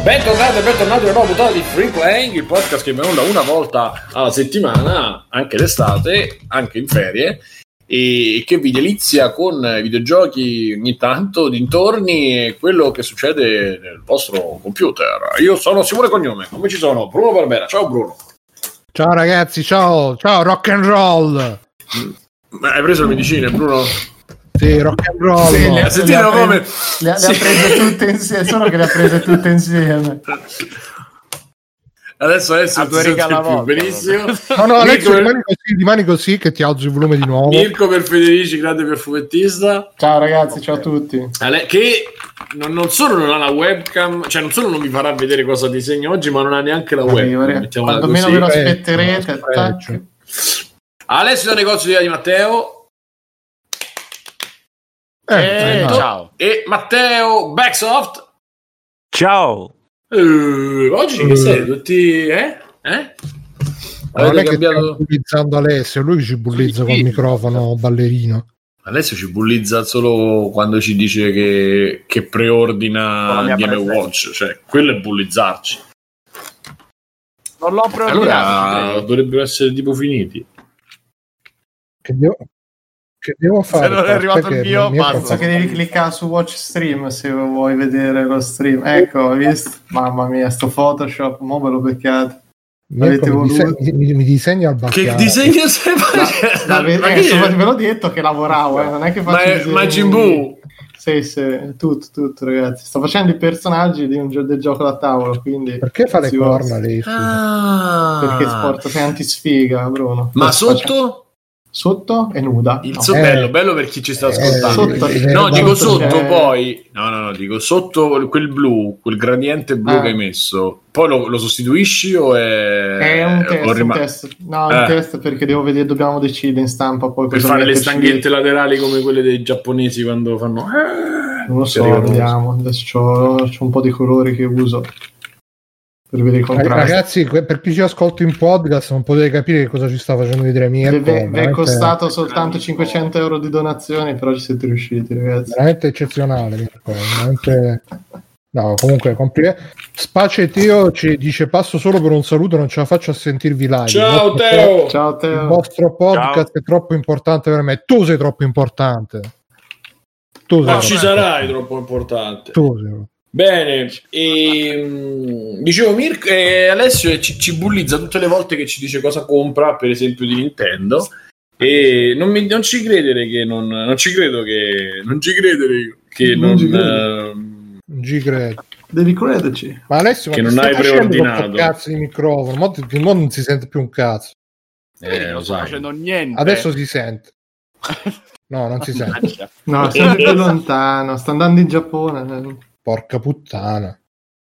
Bentornati e bentornati a una nuova puntata di Free Playing, il podcast che va in onda una volta alla settimana, anche d'estate, anche in ferie, e che vi delizia con videogiochi ogni tanto, dintorni e quello che succede nel vostro computer. Io sono Simone Cognome, come ci sono? Bruno Barbera, ciao Bruno. Ciao ragazzi, ciao rock and roll. Hai preso le medicine, Bruno? Sì, rock and roll. Sì, no. le ha prese tutte insieme, solo che le ha prese tutte insieme. Adesso ti senti più, benissimo. No, Alessio, rimani così che ti alzo il volume di nuovo. Mirko per Federici, grande perfumettista. Ciao ragazzi, ciao a tutti. Che non solo non ha la webcam, cioè non solo non vi farà vedere cosa disegna oggi, ma non ha neanche la webcam. Quando meno ve lo aspetterete. Alessio da negozio di Matteo. Ciao. E Matteo Backsoft. Ciao. Oggi che sei? Tutti non è che stiamo bullizzando Alessio, lui ci bullizza col microfono ballerino. Alessio ci bullizza solo quando ci dice che preordina Game Watch, cioè quello è bullizzarci. Non l'ho preordinato. Allora dovrebbero essere tipo finiti. Che devo fare? Se non è arrivato il mio, basta che devi cliccare su Watch Stream se vuoi vedere lo stream. Ecco, hai visto? Mamma mia, sto Photoshop, mo ve lo beccate. Mi disegna al baccano. Che disegno stai facendo? Ve l'ho detto che lavoravo, non è che faccio Majin Buu. Sì, tutto ragazzi. Sto facendo i personaggi del gioco da tavolo, quindi perché fa le corna lei? Perché sport sei antisfiga, Bruno. Ma sotto è nuda. Bello per chi ci sta ascoltando. Dico sotto poi. No, dico sotto quel blu, quel gradiente blu che hai messo. Poi lo sostituisci o è un test? No, un test perché dobbiamo decidere in stampa poi per fare le stanghette laterali come quelle dei giapponesi quando fanno. Non lo so, vediamo. Adesso c'ho un po' di colori che uso. Ragazzi, per chi ci ascolta in podcast non potete capire che cosa ci sta facendo vedere Mirko. Vi è costato soltanto 500 euro di donazioni, però ci siete riusciti, ragazzi. Veramente eccezionale, Mirko. Veramente... No, comunque Space Teo ci dice passo solo per un saluto, non ce la faccio a sentirvi live. Ciao Teo. Ciao Teo. Il vostro podcast è troppo importante per me. Tu sei troppo importante. Ma ci sarai troppo importante. Tu sei. Bene, dicevo Mirko e Alessio ci bullizza tutte le volte che ci dice cosa compra, per esempio di Nintendo, e non ci credere che non ci credo non ci credo. Devi crederci. Ma Alessio, che non hai preordinato cazzo di microfono, mo non si sente più un cazzo. Non sto facendo niente. Adesso si sente. No, non si sente. No, sempre più lontano, sta andando in Giappone. Porca puttana.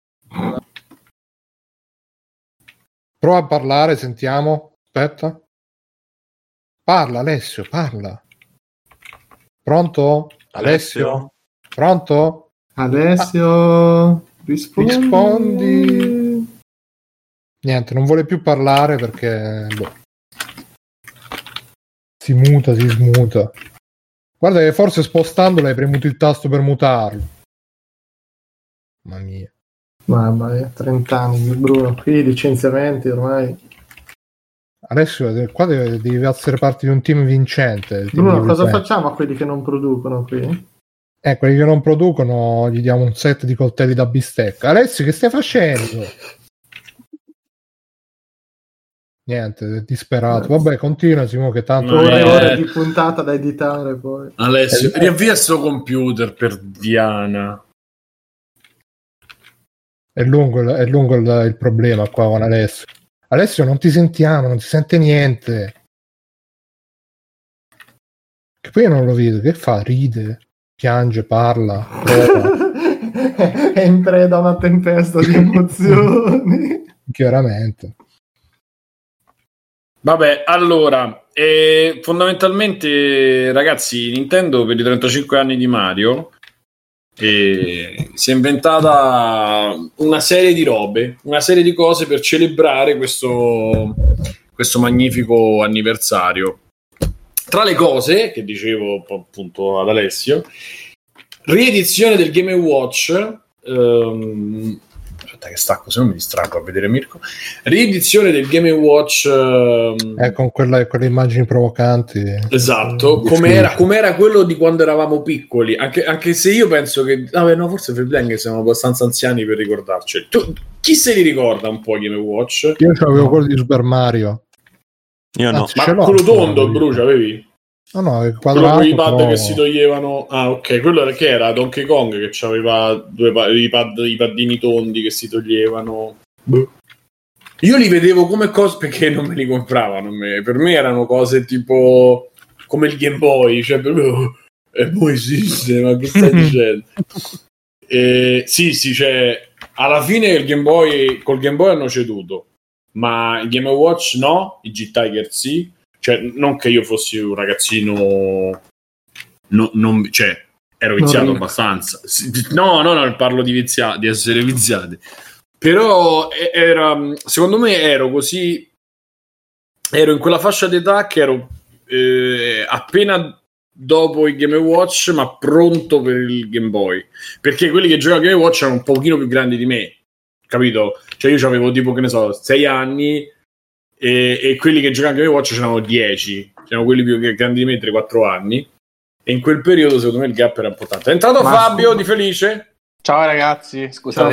Prova a parlare, sentiamo. Aspetta. Parla Alessio, parla. Pronto? Alessio? Pronto? Alessio? Rispondi. Niente, non vuole più parlare perché si smuta. Guarda che forse spostandolo hai premuto il tasto per mutarlo. Mamma mia, 30 anni Bruno, qui licenziamenti ormai. Adesso qua devi essere parte di un team vincente. Bruno, cosa facciamo a quelli che non producono qui? Quelli che non producono gli diamo un set di coltelli da bistecca. Alessio, che stai facendo? Niente, è disperato. Vabbè, continua Simo, che tanto ore di puntata da editare poi. Alessio, riavvia sto computer per Diana. È lungo il problema qua con Alessio. Alessio, non ti sentiamo, non si sente niente. Che poi io non lo vedo, che fa? Ride, piange, parla, è in preda a una tempesta di emozioni. Chiaramente. Vabbè, allora, fondamentalmente, ragazzi, Nintendo per i 35 anni di Mario si è inventata una serie di robe, una serie di cose per celebrare questo magnifico anniversario. Tra le cose che dicevo appunto ad Alessio, riedizione del Game & Watch aspetta che stacco, se non mi distraggo a vedere Mirko. Riedizione del Game & Watch con quelle immagini provocanti. Esatto, com'era quello di quando eravamo piccoli, anche se io penso che forse Freeplank siamo abbastanza anziani per ricordarci. Chi se li ricorda un po' Game & Watch? Io avevo quello di Super Mario. Io no. Ma quello tondo, Brucia, avevi? No, il quello con i pad che si toglievano. Ah, ok, quello che era Donkey Kong, che aveva i paddini tondi che si toglievano. Io li vedevo come cose perché non me li compravano. Per me erano cose tipo come il Game Boy, cioè e poi esiste, ma che stai dicendo? Sì, cioè alla fine col Game Boy hanno ceduto, ma il Game & Watch no, i G-Tiger sì. Cioè, non che io fossi un ragazzino, cioè, ero viziato abbastanza. No, parlo di essere viziati. Però secondo me ero in quella fascia d'età che ero appena dopo il Game & Watch, ma pronto per il Game Boy. Perché quelli che giocavano al Game & Watch erano un pochino più grandi di me, capito? Cioè io avevo tipo, che ne so, 6 anni. E quelli che giocavano a Game & Watch c'erano 10, c'erano quelli più grandi di me, 3-4 anni, e in quel periodo secondo me il gap era importante. È entrato Fabio di Felice. Ciao ragazzi, scusate.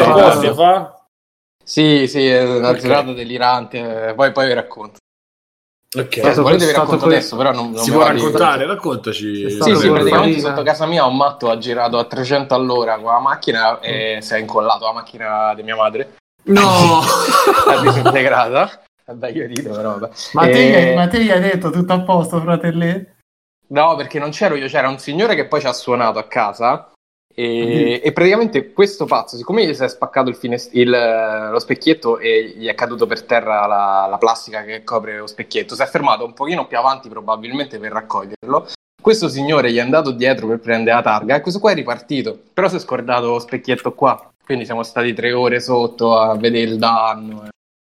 Sì, è una giornata delirante, poi vi racconto. Ok, volete vi racconto adesso, però non si può raccontare, raccontaci. Sì, praticamente sotto casa mia un matto ha girato a 300 all'ora con la macchina e si è incollato la macchina di mia madre. No! È disintegrata. Vabbè, io rido, però vabbè. Ma te gli hai detto tutto a posto, fratelli? No, perché non c'ero io, c'era un signore che poi ci ha suonato a casa e praticamente questo pazzo, siccome gli si è spaccato lo specchietto e gli è caduto per terra la plastica che copre lo specchietto, si è fermato un pochino più avanti probabilmente per raccoglierlo. Questo signore gli è andato dietro per prendere la targa e questo qua è ripartito, però si è scordato lo specchietto qua, quindi siamo stati 3 ore sotto a vedere il danno.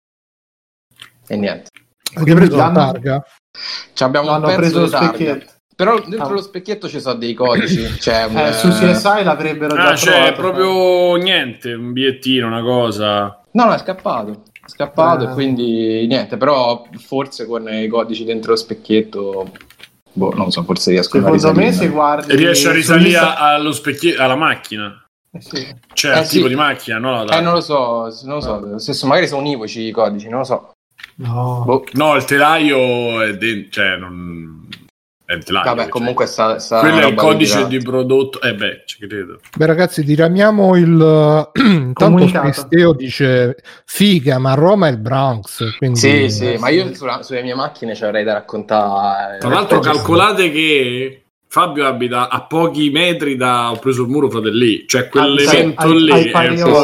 E niente. Avete preso la targa? Ci abbiamo preso lo specchietto. Però dentro lo specchietto ci sono dei codici. Su CSI l'avrebbero già trovato. Proprio niente, un bigliettino, una cosa. No, è scappato. E quindi niente. Però forse con i codici dentro lo specchietto, non so, forse riesco a risalire. Secondo me se guardi, riesci a risalire allo specchietto, alla macchina. Sì. Cioè il tipo di macchina, no? Non lo so. Stesso, magari sono univoci i codici, non lo so. No, il telaio è cioè non è il telaio. Vabbè, comunque sta quello è il codice di prodotto. ci credo. Beh, ragazzi, diramiamo il tanto Spisteo dice figa, ma Roma è il Bronx. Quindi... Sì, ma io sulle mie macchine ci avrei da raccontare. Tra l'altro, calcolate che Fabio abita a pochi metri da Ho preso il muro fratelli, cioè quell'evento lì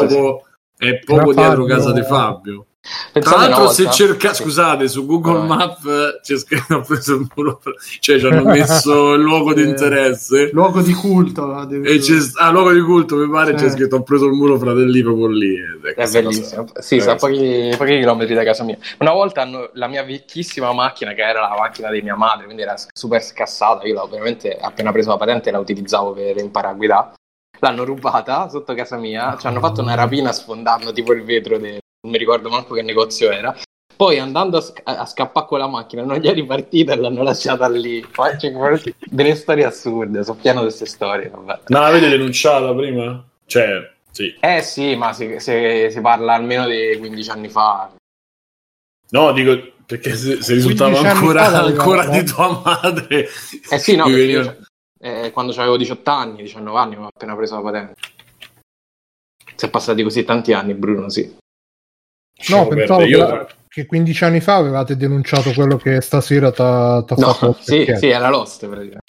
è poco dietro casa di Fabio. Tra l'altro se scusate, su Google Maps c'è scritto Ho preso il muro, cioè ci hanno messo il luogo di interesse, luogo di culto, e luogo di culto mi pare, c'è scritto Ho preso il muro fratelli proprio lì, è bellissimo. Sì, sta a pochi chilometri da casa mia. Una volta la mia vecchissima macchina, che era la macchina di mia madre, quindi era super scassata, io ovviamente appena preso la patente la utilizzavo per imparare a guidare, l'hanno rubata sotto casa mia, ci hanno fatto una rapina sfondando tipo il vetro non mi ricordo manco che negozio era. Poi andando a scappare con la macchina non gli è ripartita e l'hanno lasciata lì. Delle storie assurde, sono pieno di queste storie. Vabbè. Ma l'avete denunciata prima? Cioè, sì. Sì, ma si parla almeno di 15 anni fa. No, dico perché se risultava ancora di tua madre. Sì, no, perché io, quando avevo 18 anni, 19 anni, ho appena preso la patente. Si è passati così tanti anni, Bruno, sì. No, pensavo che 15 anni fa avevate denunciato quello che stasera t'ha fatto. Sì, era Lost praticamente.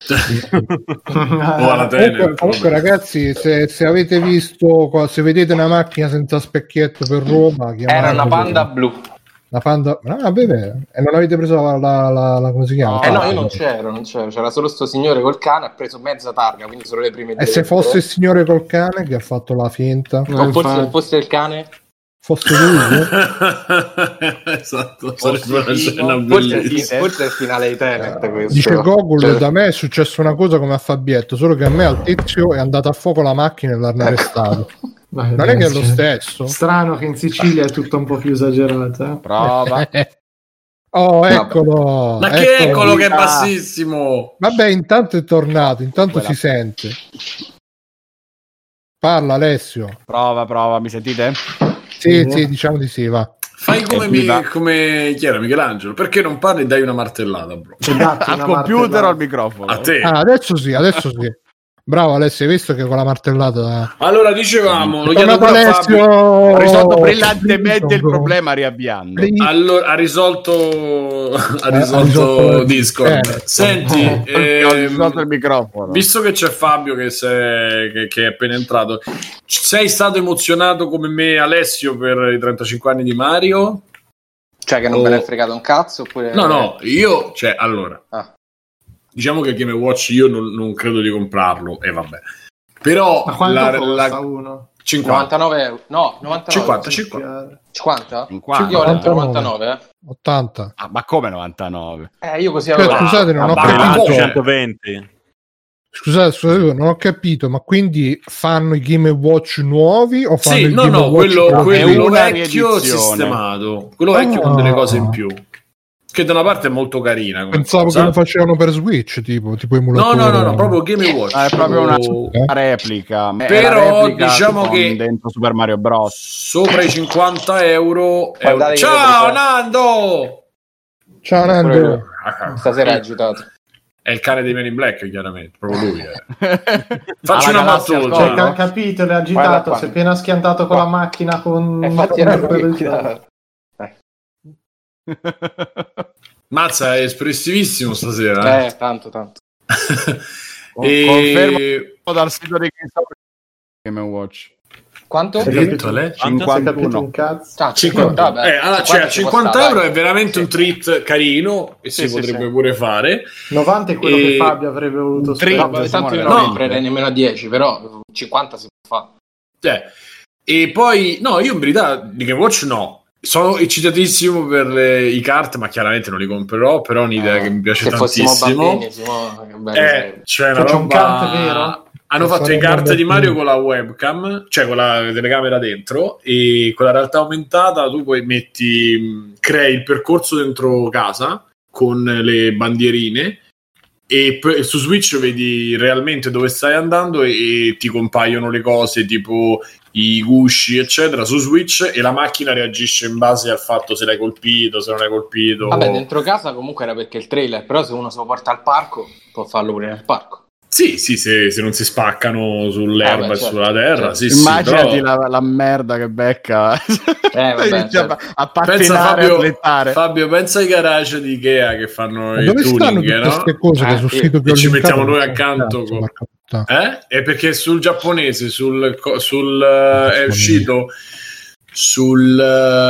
Comunque ragazzi, se avete visto, se vedete una macchina senza specchietto per Roma, era una Panda blu. La Panda, e non avete preso la come si chiama? No, io non c'ero, c'era solo sto signore col cane, ha preso mezza targa, quindi solo le prime due. E se fosse il signore col cane che ha fatto la finta? O forse fosse il cane? Fosse lui? Esatto, forse è il finale di Tenet questo. Dice Gogol, da me è successa una cosa come a Fabietto, solo che a me al tizio è andata a fuoco la macchina e l'hanno arrestato. Non è che è lo stesso. Strano che in Sicilia è tutto un po' più esagerato. Prova. Oh, eccolo. Ma che eccolo che è bassissimo. Vabbè, intanto è tornato, intanto si sente. Parla Alessio. Prova, mi sentite? Sì, diciamo di sì, va. Fai come chi era Michelangelo? Perché non parli e dai una martellata, bro? Al computer o al microfono? A te. Adesso sì. Bravo Alessio, hai visto che con la martellata... Allora, dicevamo, lo chiedo Alessio... Ho risolto brillantemente il problema riavviando. Allora, ha risolto Discord. Senti, ho risolto il microfono. Visto che c'è Fabio che è appena entrato, sei stato emozionato come me, Alessio, per i 35 anni di Mario? Cioè che non me ne è fregato un cazzo? Oppure... No, io, allora... Diciamo che Game & Watch io non credo di comprarlo, e vabbè. Però ma quanto costa uno? 50. 99 euro. No, 99. 50. 50? 50. Io ho letto 99. 80. Ma come 99? Io così avevo. Scusate, non ho capito. 120. Scusate, non ho capito, ma quindi fanno i Game & Watch nuovi o fanno il Game & Watch quello vecchio sistemato. Quello vecchio con delle cose in più. Che da una parte è molto carina. Pensavo che lo facevano per Switch, tipo emulatore. No, proprio Game & Watch. È proprio una replica. Però diciamo che dentro Super Mario Bros. Sopra i 50 euro. Ciao Nando! Ciao Nando! Stasera è agitato. È il cane dei Men in Black, chiaramente, proprio lui. Faccio una battuta. No? Capito, l'è agitato, si è appena schiantato con la macchina con... Infatti era lui. Mazza, è espressivissimo stasera. Tanto. Confermo dal sito di Game & Watch. Quanto? Hai detto, Ale? 51. 50. Allora, cioè, 50 euro è veramente un treat carino e si potrebbe pure fare. 90 è quello che Fabio avrebbe voluto spendere. Tanto io non comprerei nemmeno a 10, però 50 si può fare. E poi, no, io in verità di Game Watch no. Sono eccitatissimo per i kart, ma chiaramente non li comprerò. Però è un'idea che mi piace tantissimo. C'è una roba... un kart vero? Hanno fatto i kart di Mario con la webcam, cioè con la telecamera dentro, e con la realtà aumentata tu poi crei il percorso dentro casa con le bandierine e su Switch vedi realmente dove stai andando e ti compaiono le cose tipo i gusci eccetera su Switch, e la macchina reagisce in base al fatto se l'hai colpito, se non l'hai colpito. Vabbè, dentro casa comunque era perché il trailer, però se uno se lo porta al parco può farlo pure nel parco. Sì, se non si spaccano sull'erba e sulla terra. Sì, immaginati la merda che becca. A pattinare, Fabio, pensa ai garage di Ikea che fanno i tuning, no? Queste cose che sul sito che e ci mettiamo noi accanto. È perché sul giapponese, è uscito sul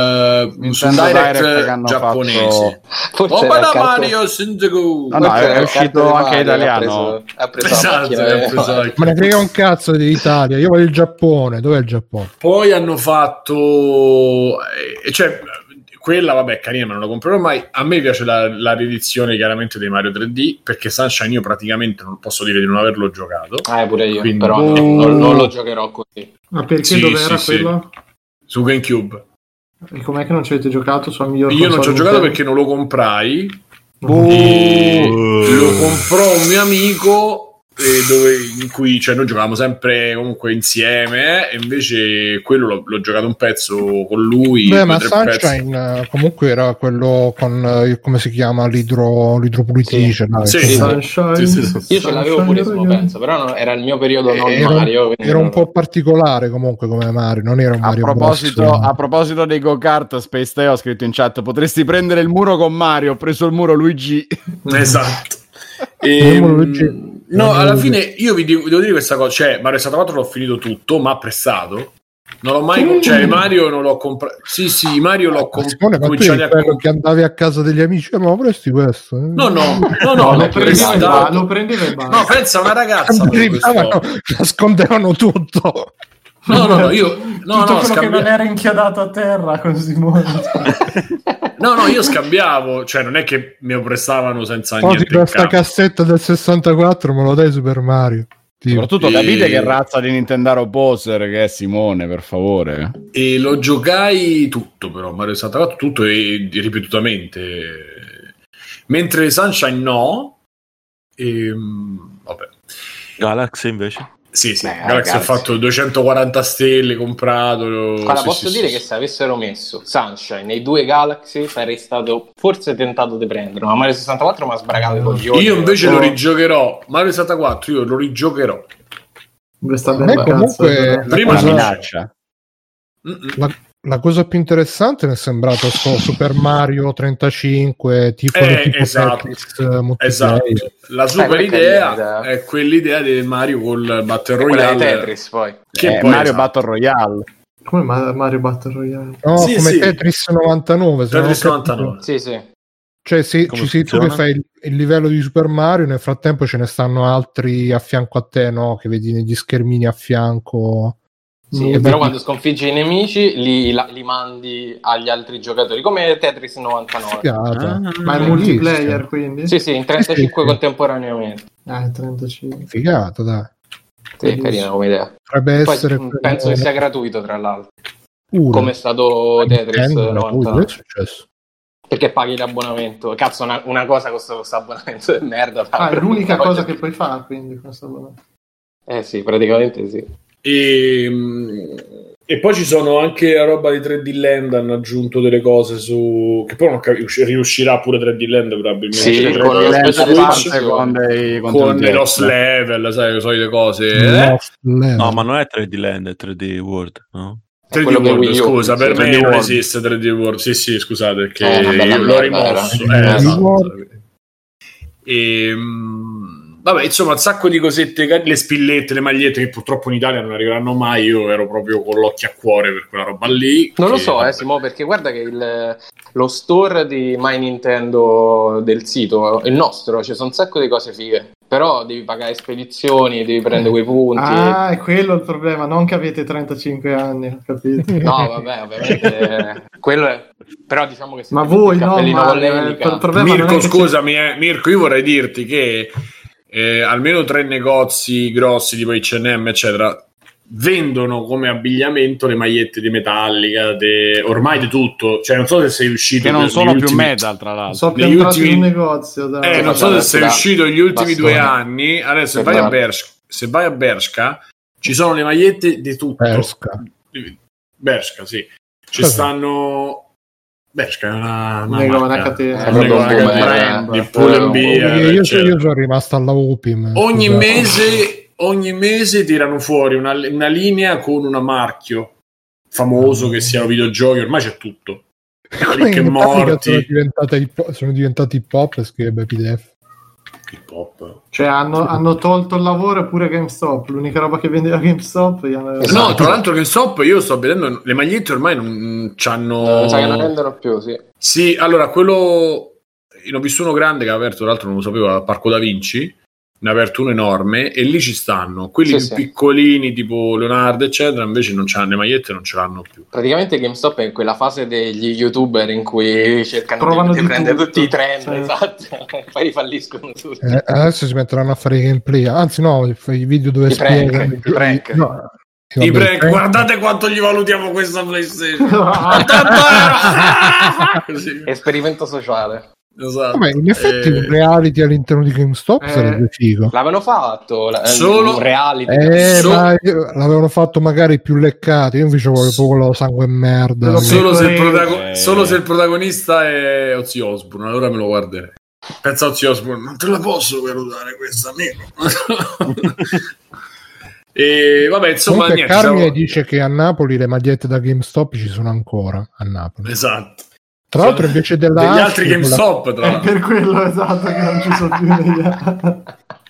direct giapponese. Da Mario Sindaku. È uscito anche italiano. Ma ne frega un cazzo dell'Italia, io voglio il Giappone. Dov'è il Giappone? Poi hanno fatto quella vabbè carina, ma non la comprerò mai. A me piace la riedizione chiaramente dei Mario 3D, perché Sunshine io praticamente non posso dire di non averlo giocato. Pure io. Quindi... però non lo giocherò così. Ma perché dov'era quello? Su GameCube. E com'è che non ci avete giocato? Io non ci ho giocato perché non lo comprai. Lo comprò un mio amico in cui noi giocavamo sempre comunque insieme, e invece quello l'ho giocato un pezzo con lui. Ma Sunshine comunque era quello con come si chiama l'idropulitrice. Sunshine. Io ce l'avevo pure penso, però era il mio periodo Mario. Era un po' particolare comunque come Mario, non era un Mario A proposito dei go-kart, Space Teo ha scritto in chat: potresti prendere il muro con Mario, ho preso il muro Luigi. Esatto. No, alla fine io vi devo dire questa cosa, cioè Mario 64 l'ho finito tutto, ma prestato. Non l'ho mai Mario non l'ho comprato. Sì, Mario l'ho comprato. Che andavi a casa degli amici, ma presti questo? No, lo prendeva e basta. No, pensa una ragazza nascondevano tutto. Io che non era inchiodato a terra con Simone. Io scambiavo, cioè non è che mi prestavano senza niente. Questa cassetta del 64 me lo dai Super Mario. Soprattutto capite che razza di Nintendo poser che è Simone, per favore. E lo giocai tutto, però Mario 64 tutto e ripetutamente, mentre Sunshine no. Vabbè. Galaxy invece? Sì, Galaxy ho fatto 240 stelle comprato. Guarda, posso dire che se avessero messo Sunshine nei 2 Galaxy sarei stato forse tentato di prenderlo, ma Mario 64 mi ha sbragato i coglioni. Io invece lo rigiocherò. Mario 64 io lo rigiocherò. Comunque prima minaccia. La cosa più interessante mi è sembrato sto Super Mario 35 tipo esatto. La super idea è quell'idea di Mario col Battle Royale di Tetris poi Mario Battle Royale. Come Mario Battle Royale? No, sì, come Tetris 99. Tetris 99. Sì. Cioè ci sei tu che fai il livello di Super Mario, nel frattempo ce ne stanno altri a fianco a te, no? Che vedi negli schermini a fianco. Sì, però quando sconfiggi i nemici li mandi agli altri giocatori come Tetris 99. Ma è multiplayer quindi? Sì, in 35 contemporaneamente. 35. Figata, dai. Sì, carina come idea. Potrebbe poi essere penso che sia gratuito, tra l'altro. Come è stato Tetris 99. È successo. Perché paghi l'abbonamento. Cazzo, una cosa costa questo abbonamento di merda. È l'unica cosa che puoi fare, quindi questo abbonamento. Sì, praticamente sì. E poi ci sono anche la roba di 3D Land, hanno aggiunto delle cose su che poi non riuscirà pure 3D Land probabilmente. Sì, con i Lost Level, sai, le solite cose. No, ma non è 3D Land, è 3D World, no? 3D World, scusa, per me non esiste 3D World. Sì, scusate, perché io l'ho rimosso. Esatto. Vabbè, insomma, un sacco di cosette, le spillette, le magliette che purtroppo in Italia non arriveranno mai. Io ero proprio con l'occhio a cuore per quella roba lì. Non lo so, Simo, perché guarda che lo store di My Nintendo del sito, il nostro, ci sono un sacco di cose fighe. Però devi pagare spedizioni, devi prendere quei punti. Ah, è quello il problema, non che avete 35 anni, ho capito? No, vabbè, ovviamente quello è... Però diciamo che ma voi no, Mirko, scusami, Mirko, io vorrei dirti che almeno 3 negozi grossi tipo H&M eccetera vendono come abbigliamento le magliette di Metallica ormai di tutto, cioè non so se sei uscito che non sono più metal, tra l'altro so negli ultimi in un negozio non so se sei uscito negli ultimi 2 anni. Adesso se vai a Bershka ci sono le magliette di tutto. Bershka sì, ci stanno. Bershka è una catena, io sono rimasto alla Upim. Ogni mese tirano fuori una linea con un marchio famoso che siano videogiochi, ormai c'è tutto. Ricchi e morti sono diventati hip hop e scrive PDF. Hip hop. Cioè hanno tolto il lavoro pure GameStop, l'unica roba che vendeva GameStop no, tra l'altro GameStop io sto vedendo le magliette ormai non c'hanno, non che non vendono più. Sì, allora quello ne ho visto uno grande che ha aperto, tra l'altro non lo sapevo, al Parco Da Vinci ne ha aperto uno enorme e lì ci stanno quelli più piccolini tipo Leonardo eccetera, invece non c'hanno le magliette, non ce l'hanno più. Praticamente GameStop è in quella fase degli youtuber in cui cercano di prendere tutti i trend, esatto, e poi li falliscono tutti. Adesso si metteranno a fare i gameplay, anzi no, i video dove spiegano i prank. No. I prank, guardate quanto gli valutiamo questa PlayStation. Esperimento sociale. Esatto. Vabbè, in effetti un reality all'interno di GameStop sarebbe figo. L'avevano fatto solo un reality, ma l'avevano fatto magari più leccato. Io invece voglio proprio sangue e merda. Solo se il protagonista è Ozzy Osbourne, allora me lo guarderei. Pensa a Ozzy Osbourne, non te la posso valutare questa, amico. E vabbè, insomma, comunque Carmine dice che a Napoli le magliette da GameStop ci sono ancora a Napoli. Esatto. Tra l'altro invece degli altri GameStop è per quello esatto che non ci sono più negli altri.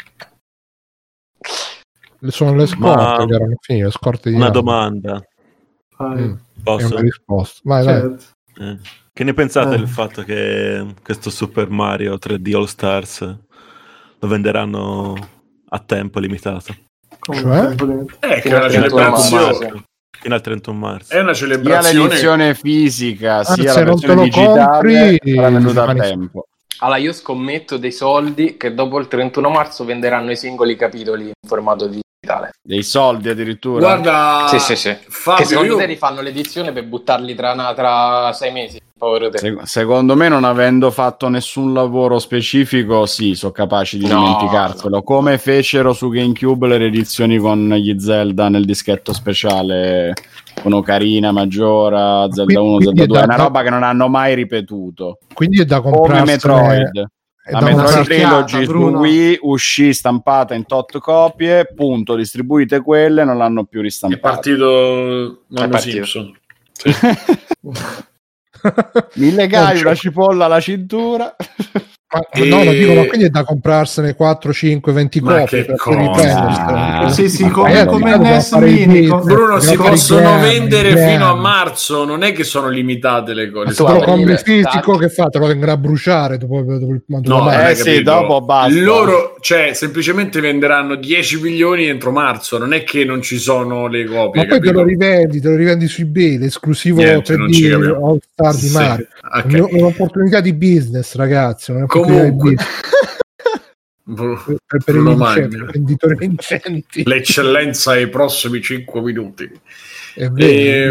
Sono le scorte che erano finite, le scorte di una domanda. Posso? È una risposta. Vai. Che ne pensate del fatto che questo Super Mario 3D All Stars lo venderanno a tempo limitato? Cioè? Che è una celebrazione fino al 31 marzo. È una celebrazione. Sia l'edizione fisica sia se la versione digitale sarà venduta a tempo. Allora, io scommetto dei soldi che dopo il 31 marzo venderanno i singoli capitoli in formato digitale. Dei soldi addirittura? Guarda, Sì. Fabio, che secondo te rifanno l'edizione per buttarli tra 6 mesi? Povero te. Secondo me, non avendo fatto nessun lavoro specifico, sì, sono capaci di dimenticarselo. Come fecero su GameCube le riedizioni con gli Zelda nel dischetto speciale, con Ocarina, Maggiora, Zelda 1, Zelda 2, è una roba che non hanno mai ripetuto. Quindi è da Come comprare Metroid. La Metroid Trilogy su Wii uscì stampata in tot copie, punto, distribuite quelle, non l'hanno più ristampata. È partito Nonno Simpson. Sì. Mi legai una cipolla alla cintura. Ma quindi è da comprarsene 4, 5, 20 copie per riprendersene. Sì, come il NES Mini. Bruno, si possono vendere fino a marzo, non è che sono limitate le cose. Se lo compri fisico, che fa? Te lo vengono a bruciare dopo dopo basta. Loro, semplicemente venderanno 10 milioni entro marzo, non è che non ci sono le copie. Ma poi te lo rivendi su eBay, l'esclusivo 3D All Star di Mario. Okay. È un'opportunità di business, ragazzi. Comunque, per i venditori vincenti, l'eccellenza ai prossimi 5 minuti. È vero,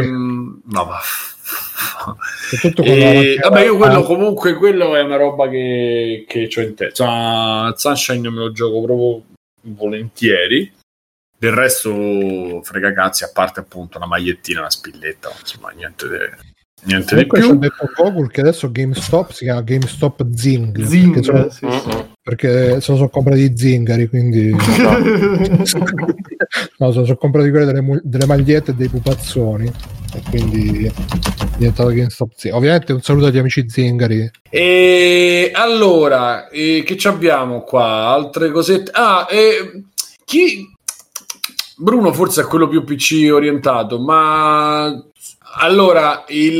vabbè, io quello è una roba che c'ho in testa. Sunshine me lo gioco proprio volentieri. Del resto frega cazzi, a parte appunto una magliettina, una spilletta, insomma niente di più. Ci ha detto Google che adesso GameStop si chiama GameStop Zing, perché se lo sono comprati i zingari, quindi sono comprati quelle delle magliette e dei pupazzoni, e quindi è diventato GameStop Zing. Ovviamente un saluto agli amici zingari. E allora, che ci abbiamo qua? Altre cosette? Bruno forse è quello più PC orientato, ma allora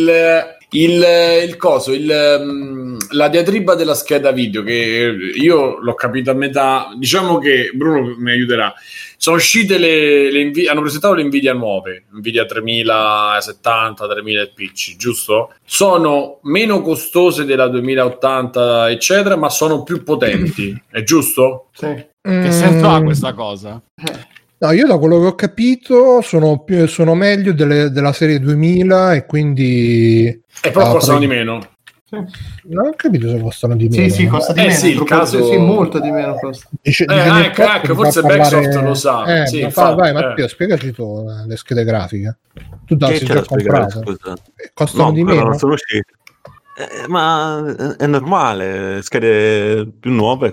la diatriba della scheda video, che io l'ho capito a metà, diciamo che Bruno mi aiuterà. Sono uscite hanno presentato le Nvidia nuove, Nvidia 3070, 3000 PC, giusto? Sono meno costose della 2080 eccetera, ma sono più potenti, è giusto? Sì. Che senso ha questa cosa? No, io da quello che ho capito sono meglio della serie 2000, e quindi e però costano di meno. Non ho capito se costano di meno. Sì, costa di meno. Sì, il caso... sì, molto di meno costa. Forse Backsoft lo sa. Vai Matteo, spiegaci tu le schede grafiche. Tu sei già comprato. Costano di meno. Non sono uscite. Ma è normale, schede più nuove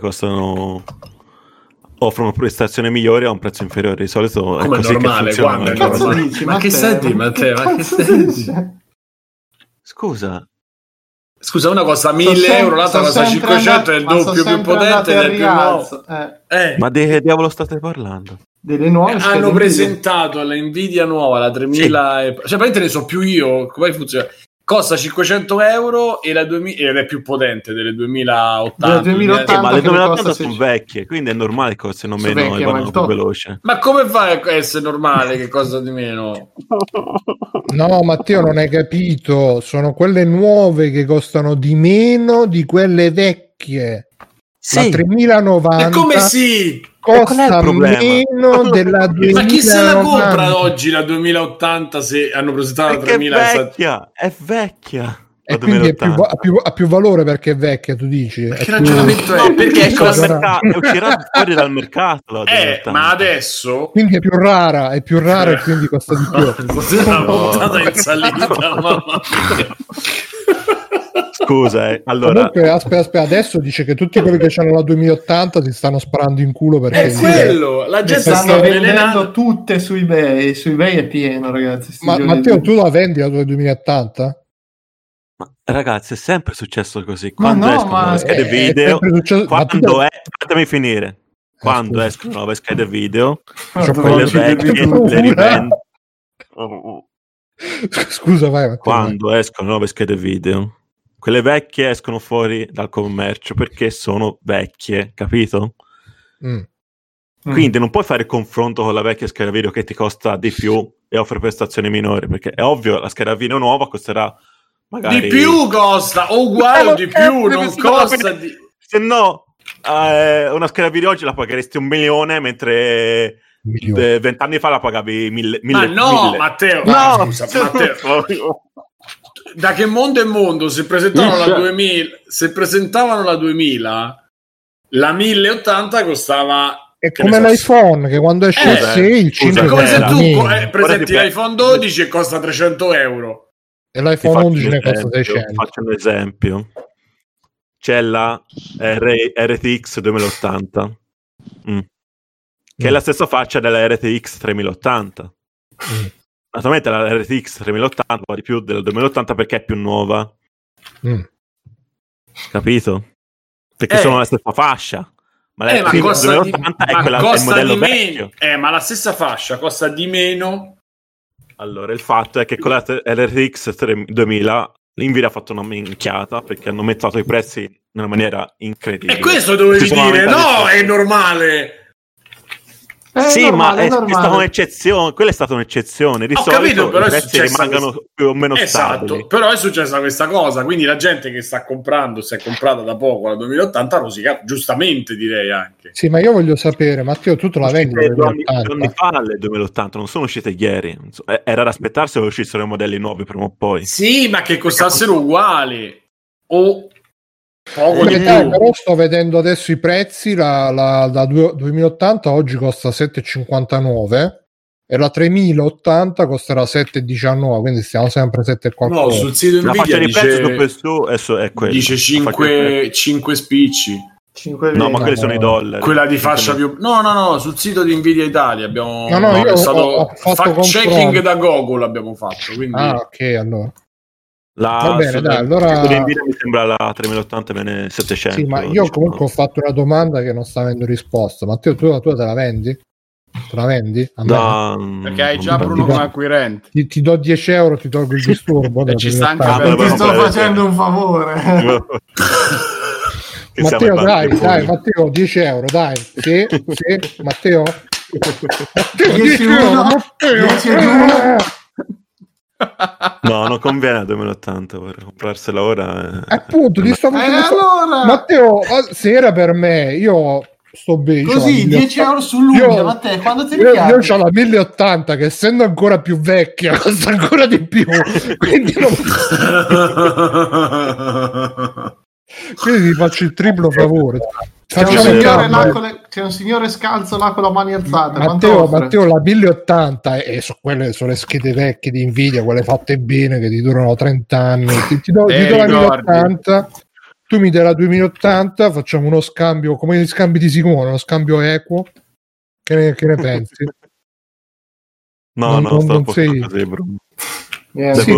offrono prestazioni migliori a un prezzo inferiore. Di solito è così normale, che funziona. Ma che senti, Matteo? Ma che senti? Scusa, una costa 1.000 euro, l'altra costa 500, è il doppio più potente ed è più nuovo. Ma di che diavolo state parlando? Delle nuove hanno presentato la Nvidia nuova, la 3000 cioè praticamente ne so più io come funziona. Costa 500 euro e la 2000 ed è più potente delle 2080. Ma le 2080 sono vecchie, quindi è normale che costino meno e vanno più veloce. Ma come fai a essere normale che costa di meno? No, Matteo, non hai capito. Sono quelle nuove che costano di meno di quelle vecchie. Sì. La 3090 e come sì? Costa meno della 2090. Ma chi se la compra oggi la 2080 se hanno presentato la 3000? È vecchia. E quindi ha più valore perché è vecchia, tu dici? Che ragionamento è? No, perché uscirà fuori dal mercato. Ma adesso quindi è più rara e quindi costa di più. Una puntata in salita, mamma mia. Scusa, allora. Comunque, aspetta, adesso dice che tutti quelli che hanno la 2080 si stanno sparando in culo perché è quello, la gente stanno vendendo tutte su eBay è pieno, ragazzi. Ma Matteo, tu la vendi la tua 2080? Ma ragazzi, è sempre successo così. Quando escono le schede video, fatemi finire. Quando escono nuove schede video, quelle vecchie le rivendo. Scusa, vai. Quando escono nuove schede video, quelle vecchie escono fuori dal commercio perché sono vecchie, capito? Quindi non puoi fare il confronto con la vecchia scheda video che ti costa di più e offre prestazioni minori, perché è ovvio la scheda video nuova costerà magari di più, costa o uguale o di più, non costa Se no, una scheda video oggi la pagheresti 1 milione, mentre 20 anni fa la pagavi 1.000. Ma no, 1.000. Matteo, no, scusa, Matteo. Da che mondo è mondo, se presentavano la 2000, la 1080 costava... È come l'iPhone, che quando esce il 6, il 5 è come se tu presenti l'iPhone 12 e costa 300 euro. E l'iPhone 11 ne costa 600. Faccio un esempio. C'è la RTX 2080, che è la stessa faccia della RTX 3080. Naturalmente la RTX 3080 va di più della 2080 perché è più nuova. Capito? Perché sono la stessa fascia. Ma la RTX 2080 è quella del modello vecchio. Ma la stessa fascia costa di meno. Allora, il fatto è che con la RTX 2000 Nvidia ha fatto una minchiata perché hanno aumentato i prezzi in una maniera incredibile. E questo dovevi dire, no, è normale. Sì, ma è stata un'eccezione. Quella è stata un'eccezione. Di solito però i prezzi rimangono più o meno stabili. Però è successa questa cosa. Quindi la gente che sta comprando, si è comprata da poco la 2080, rosica, giustamente direi anche. Sì, ma io voglio sapere, Matteo, tu te la vendi? 2 anni fa le 2080 non sono uscite ieri. Era da aspettarsi che uscissero i modelli nuovi prima o poi. Sì, ma che costassero uguali o poco di più. Però sto vedendo adesso i prezzi, la 2080 oggi costa 7,59 e la 3080 costerà 7,19, quindi stiamo sempre 7 e qualcosa. No, sul sito Nvidia dice 5 spicci. 5 no, ma quelli sono i dollari. Quella di fascia più... No, sul sito di Nvidia Italia abbiamo... io è stato ho fatto fact-checking da Google abbiamo fatto, quindi... ok, allora. Va bene, dai, allora mi sembra la 3080 bene 700. Sì, ma io comunque ho fatto una domanda che non sta avendo risposta. Matteo, tu te la vendi? Te la vendi? Perché hai già Bruno come acquirente. Ti do 10 euro, ti tolgo il disturbo. E ci sta anche ti sto facendo un favore. Matteo, dai, Matteo, 10 euro, dai. Sì, Matteo. 10 euro. No, non conviene a 2080 per comprarsela ora. Appunto, ti sto allora... Matteo, se era per me, io sto bene. Così 10 euro sull'unghia, Matteo, quando ti richiami? Io ho la 1080 che essendo ancora più vecchia costa ancora di più. Quindi quindi ti faccio il triplo favore. C'è un signore scalzo là con le mani alzate. Matteo, la 1080 quelle sono le schede vecchie di Nvidia, quelle fatte bene che ti durano 30 anni. Ti do la 1080, tu mi dai la 2080, facciamo uno scambio come gli scambi di Simone, uno scambio equo. Che ne pensi? Non sei così, Bruno. Sì,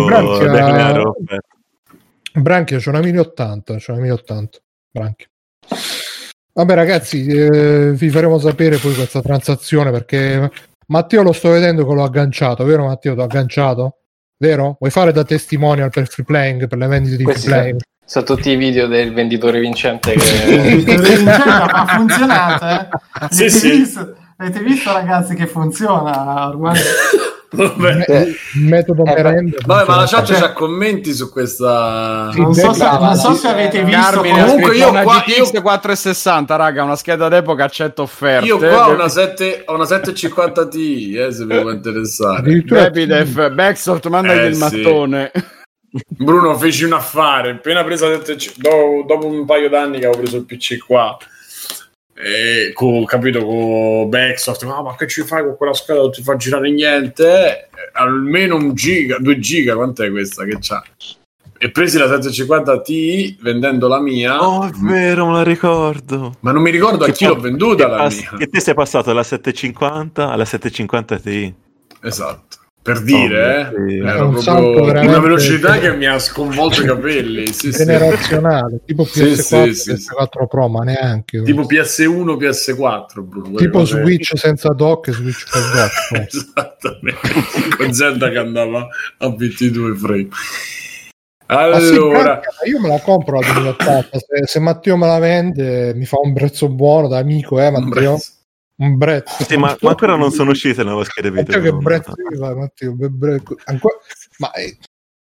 Branchia c'è una 1080, Branchia. Vabbè ragazzi, vi faremo sapere poi questa transazione perché Matteo lo sto vedendo che l'ho agganciato, vero Matteo? T'ho agganciato? Vero? Vuoi fare da testimonial per free playing, per le vendite di free playing? Sono tutti i video del venditore vincente ha funzionato, avete visto ragazzi che funziona ormai. Metodo merenda. Vabbè, ma la chat c'ha commenti su questa. Non so se avete visto. Carmine, comunque io qua GTX 460, raga, una scheda d'epoca, accetto offerte. Io qua ho una 750 Ti, se vi può interessare. Bebidef, Backsoft, mandagli il mattone. Bruno, feci un affare appena presa dopo un paio d'anni che avevo preso il PC qua. Capito, con Backsoft, ma che ci fai con quella scheda? Non ti fa girare niente, almeno 1 giga, 2 giga, quant'è questa che c'ha? E presi la 750 Ti vendendo la mia. Oh, è vero, me la ricordo. Ma non mi ricordo a chi l'ho venduta la mia. Che te sei passato dalla 750 alla 750 Ti. Esatto. Per dire, era proprio una velocità che mi ha sconvolto i capelli. Generazionale, tipo PS4, PS4 Pro, ma neanche. Tipo PS1, PS4, Bruno. Tipo Switch senza dock e Switch con dock. Esattamente. Con Zelda che andava a 22 frame. Allora, io me la compro la 2080. Se Matteo me la vende, mi fa un prezzo buono da amico, Matteo. Un brezzo. Sì, ma ancora non sono uscite le nuove schede video. Che brezzo Matteo, ancora...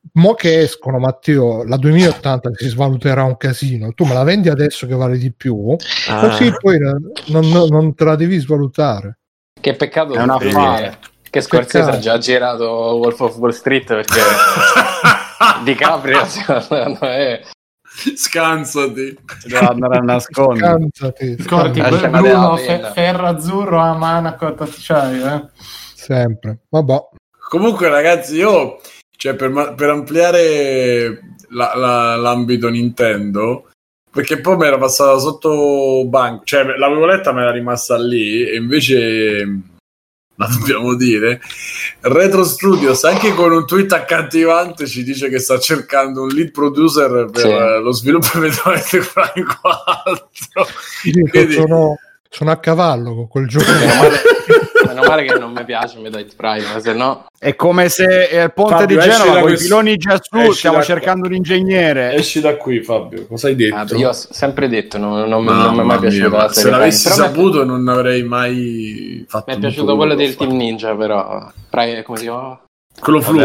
mo che escono, Matteo, la 2080 si svaluterà un casino, tu me la vendi adesso che vale di più, così poi non te la devi svalutare. Che peccato, è un affare. Che Scorsese ha già girato Wolf of Wall Street, perché DiCaprio secondo me scansati, deve andare a nascondere. Scorti Bruno, ferro azzurro a Monaco t'acciaio, sempre. Vabbè. Comunque ragazzi, io per ampliare l'ambito Nintendo, perché poi mi era passata sotto banco, cioè l'avevo letta, me era rimasta lì, e invece la dobbiamo dire, Retro Studios, anche con un tweet accattivante, ci dice che sta cercando un lead producer per lo sviluppo di Metroid Prime 4. Quindi sono a cavallo con quel gioco. Meno male che non mi piace Metroid Prime, se no è come se il ponte Fabio, di Genova con i piloni già su, stiamo cercando un ingegnere. Esci da qui, Fabio, cosa hai detto? Io ho sempre detto, non mi è mai piaciuta la serie. Se l'avessi saputo non avrei mai fatto. Mi è piaciuto quello del Team Ninja, però come si chiama? Quello fluo,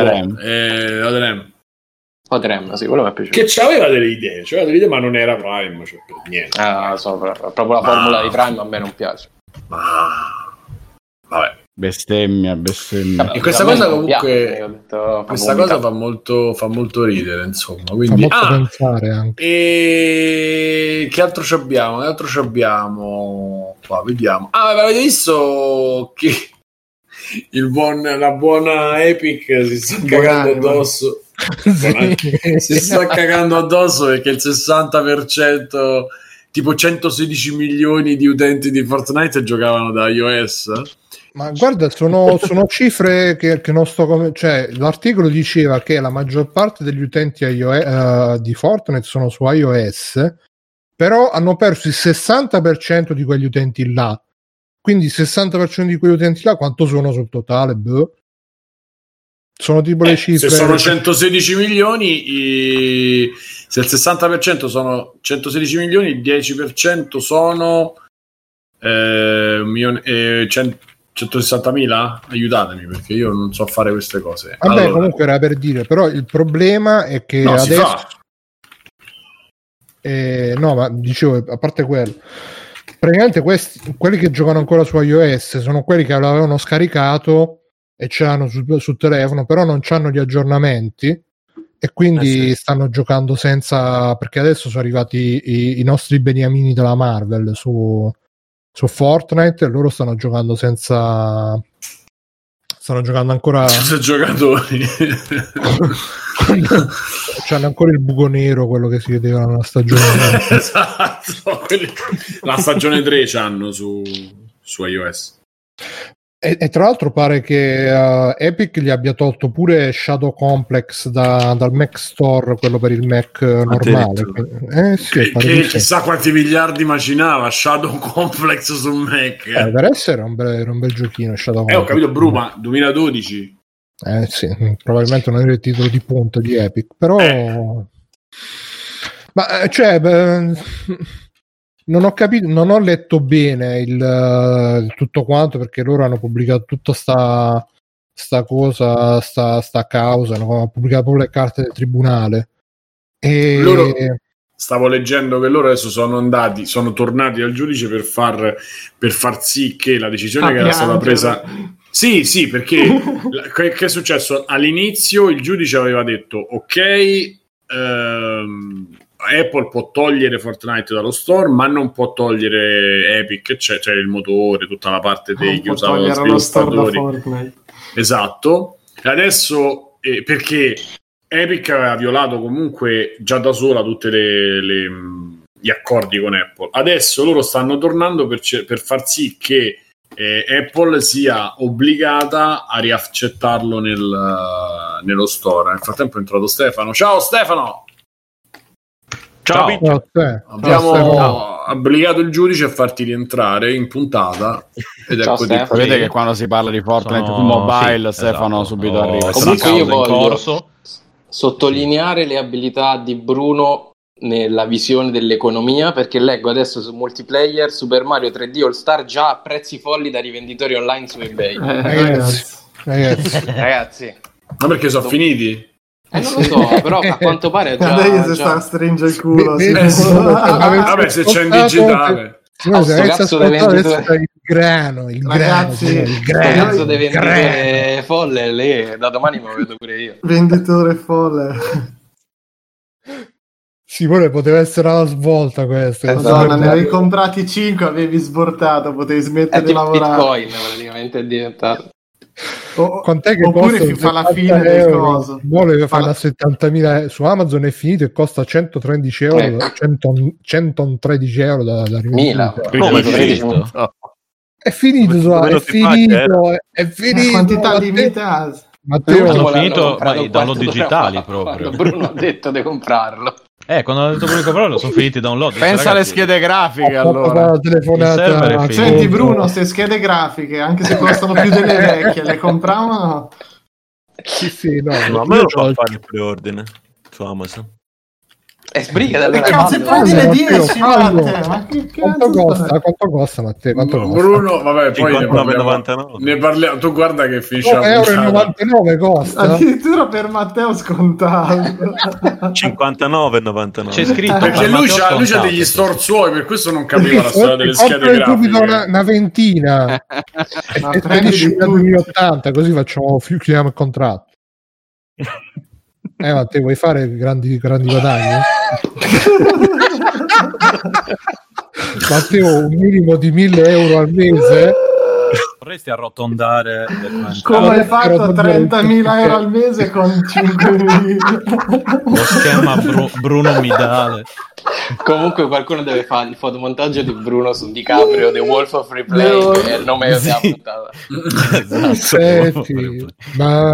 Odrem, sì, quello mi è piaciuto. Che c'aveva delle idee, ma non era Prime, cioè per niente. Proprio la formula di Prime a me non piace. Vabbè. Bestemmia. E questa cosa comunque questa cosa fa molto ridere, insomma, quindi fa molto pensare anche. E che altro ci abbiamo qua, vediamo. Avete visto che la buona Epic si sta cagando addosso? Si sta cagando addosso perché il 60%, tipo 116 milioni di utenti di Fortnite giocavano da iOS. Ma guarda, sono cifre che non sto cioè l'articolo diceva che la maggior parte degli utenti di Fortnite sono su iOS, però hanno perso il 60% di quegli utenti là. Quindi il 60% di quegli utenti là quanto sono sul totale? Sono tipo le cifre. Se sono 116 milioni, se il 60% sono 116 milioni, il 10% sono 160.000? Aiutatemi, perché io non so fare queste cose. Vabbè, allora, comunque era per dire, però il problema è che adesso no, ma dicevo, a parte quello, praticamente quelli che giocano ancora su iOS sono quelli che l'avevano scaricato e ce l'hanno sul telefono, però non c'hanno gli aggiornamenti e quindi stanno giocando senza, perché adesso sono arrivati i nostri beniamini della Marvel su Fortnite e loro stanno giocando ancora senza giocatori. C'hanno ancora il buco nero, quello che si vedeva nella stagione. Esatto, la stagione 3 c'hanno su iOS. E tra l'altro pare che Epic gli abbia tolto pure Shadow Complex dal Mac Store, quello per il Mac normale. Che chissà quanti miliardi macinava Shadow Complex su Mac. Per essere era un bel giochino Shadow Complex. Ho capito, Bruma, 2012. Sì, probabilmente non era il titolo di punta di Epic, però ma cioè non ho capito, non ho letto bene il tutto quanto, perché loro hanno pubblicato tutta sta cosa, sta causa, no? Hanno pubblicato proprio le carte del tribunale e stavo leggendo che loro adesso sono tornati al giudice per far sì che la decisione che era stata presa sì, perché che è successo all'inizio? Il giudice aveva detto ok, Apple può togliere Fortnite dallo store, ma non può togliere Epic, cioè il motore, tutta la parte che usavano gli sviluppatori. Esatto. Adesso perché Epic aveva violato comunque già da sola tutti gli accordi con Apple. Adesso loro stanno tornando per far sì che Apple sia obbligata a riaccettarlo nello store. Nel frattempo è entrato Stefano. Ciao Stefano! Ciao. Abbiamo obbligato il giudice a farti rientrare in puntata ed ecco vedete che quando si parla di Fortnite su mobile Stefano subito arriva. Comunque io voglio sottolineare le abilità di Bruno nella visione dell'economia, perché leggo adesso su multiplayer Super Mario 3D All Star già a prezzi folli da rivenditori online su eBay. Ragazzi. Ragazzi, ma perché sono finiti? Non lo so, però a quanto pare lei si sta a stringere il culo. Vabbè, se c'è in digitale. Cazzo dei venditori. il grano, cazzo dei venditore folle lì, da domani me lo vedo pure io. Venditore folle. Simone, poteva essere la svolta questa. Madonna, ne avevi comprati 5, avevi sbortato, potevi smettere di lavorare. Bitcoin praticamente è diventato. Quant'è che oppure costa? fa la fine del coso. Vuole fare da 70.000 su Amazon, è finito e costa 113 euro, 113 euro da rivendere. È finito, è finito. Quantità limitata. Matteo, hanno finito i download digitali proprio. Bruno ha detto di comprarlo. Quando ho detto quello di comprarlo sono finiti i download. Pensa alle schede grafiche allora. Senti Bruno, se schede grafiche, anche se costano più delle vecchie, le compravano? Sì, no, a me lo fa fare preordine su Amazon. Sbriga dalle cazzo, prendi le 10, quanto costa Matteo? Bruno, vabbè, poi 59,99. ne parliamo. Tu guarda che finisce €1,99 costa. Addirittura per Matteo scontato. 59,99. C'è scritto perché lui c'ha degli store suoi, per questo non capiva la storia delle schede grafiche. Una ventina e prendi una 2080, così chiudiamo il contratto. Matteo, vuoi fare grandi guadagni? Matteo, un minimo di 1.000 euro al mese? Vorresti arrotondare come hai fatto a 30.000 euro al mese con 5.000? Lo schema Bruno Midale. Comunque qualcuno deve fare il fotomontaggio di Bruno su DiCaprio, The Wolf of Replay, che è il nome della puntata. Senti, ma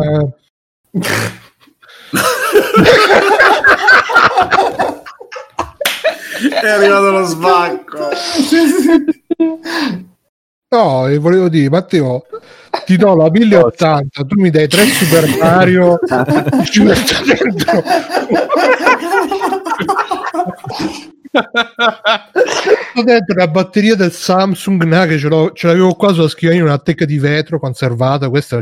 è arrivato lo sbacco. No, volevo dire, Matteo, ti do la 1080, tu mi dai 3 Super Mario, ci metto dentro la batteria del Samsung, che ce l'avevo qua sulla scrivania, una tecca di vetro conservata. Questa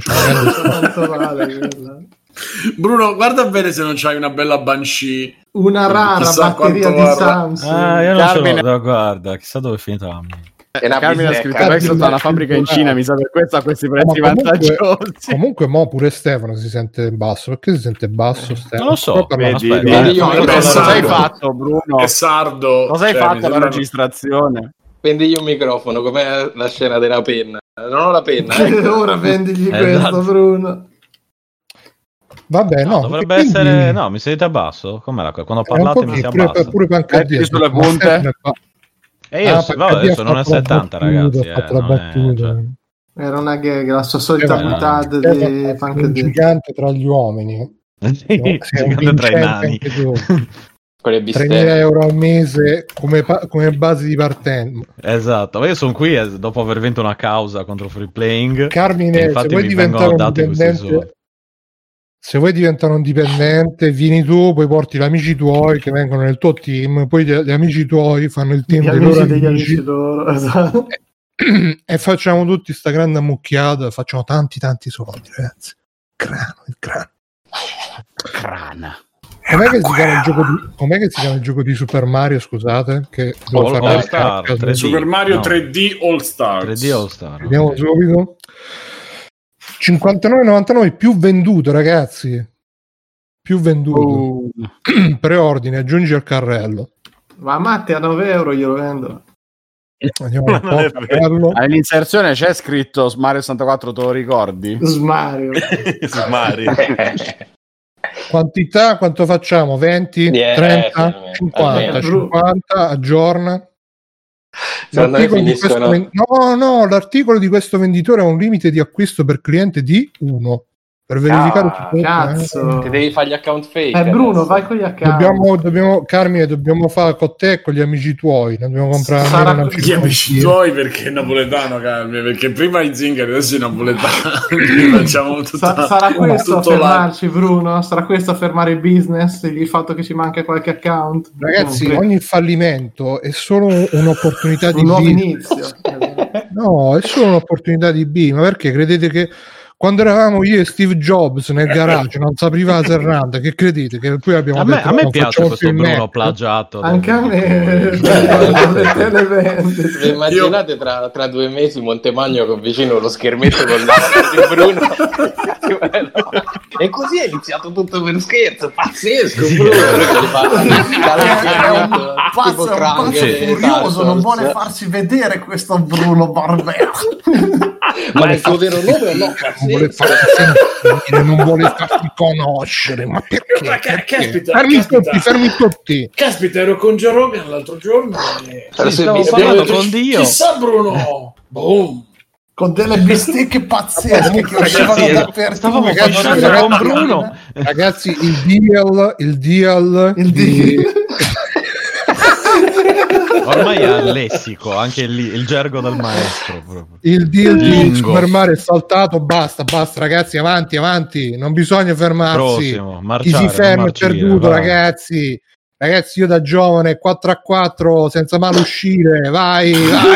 Bruno, guarda bene se non c'hai una bella Banshee, una rara batteria di Samsung. Io non ce l'ho, guarda, chissà dove è finita la mia. Carmine ha scritto che sotto una fabbrica in Cina, mi sa per questo ha questi prezzi vantaggiosi. Comunque mo pure Stefano si sente basso. Perché si sente basso Stefano? Non lo so, cosa hai fatto Bruno? È sardo. Cosa hai fatto alla registrazione? Vendigli un microfono, com'è la scena della penna? Non ho la penna. Ora vendigli questo Bruno. Vabbè, no, dovrebbe essere. No, mi sentite basso? Com'era? Quando parlate mi si abbassa. Pure Pancardia sulle punte. Io adesso non è 70, ragazzi. Era una gag, la sua solita puntata di un gigante tra gli uomini. Sì, gigante tra i nani. 3.000 euro al mese come base di partenza. Esatto, ma io sono qui dopo aver vinto una causa contro Free Playing. Carmine, se vuoi diventare un dipendente, vieni tu, poi porti gli amici tuoi che vengono nel tuo team, poi gli amici tuoi fanno il team degli amici loro, esatto. E facciamo tutti sta grande ammucchiata, facciamo tanti soldi, ragazzi. Il crana. Com'è che si chiama il gioco di Super Mario, scusate? Che Super Mario 3D All Stars. Vediamo subito. 59,99 più venduto, ragazzi. Più venduto. Preordine, aggiungi al carrello. Ma Matti a 9 euro glielo vendo. Andiamo all'inserzione c'è scritto Mario 64, te lo ricordi? Smario. Quantità, quanto facciamo? 20, 30, 50, 50, aggiorna. L'articolo di questo venditore ha un limite di acquisto per cliente di 1 per verificare cazzo. Che devi fare gli account fake. Bruno, vai con gli account. Carmine, dobbiamo fare con te e con gli amici tuoi. Dobbiamo comprare gli amici tuoi perché è napoletano, Carmine. Perché prima i zingari, adesso i napoletani. Facciamo sarà questo a fermarci, Bruno? Sarà questo a fermare il business? Il fatto che ci manca qualche account? Ragazzi, ogni fallimento è solo un'opportunità di un nuovo inizio. No, è solo un'opportunità di B. Ma perché credete che quando eravamo io e Steve Jobs nel garage non si apriva la serranda, che credete? Che poi abbiamo detto a me piace questo Bruno plagiato. Anche a me. Immaginate tra 2 mesi Montemagno con vicino lo schermetto con l'avatar di Bruno. E così è iniziato tutto per scherzo, pazzesco. Bruno è un pazzo furioso, non vuole farsi vedere questo Bruno Barbero. Ma il suo vero nome o no? Non vuole farsi conoscere, ma perché? Caspita, fermi tutti. Caspita, ero con Joe Rogan l'altro giorno Stavo parlando con Dio. Chissà Bruno, boom, con delle bistecche pazzesche che uscivano dappertutto. Stavamo facendo con Bruno. Ragazzi, il deal ormai è lessico, anche lì il gergo del maestro proprio. Il deal di Super Mario è saltato, basta ragazzi, avanti, non bisogna fermarsi. Chi si ferma è perduto, ragazzi, io da giovane 4-4 senza mai uscire, vai.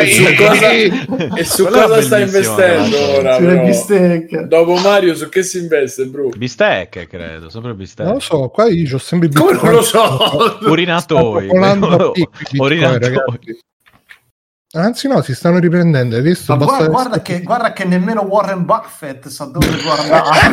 Su cosa stai investendo ora? Sulle bistecche. Dopo Mario su che si investe, bro? Bistecche, credo, sempre bistecche. Non lo so, qua io ho sempre come non lo so? Urinatoi. Ragazzi. Anzi no, si stanno riprendendo, hai visto? Ma guarda che nemmeno Warren Buffett sa dove guardare.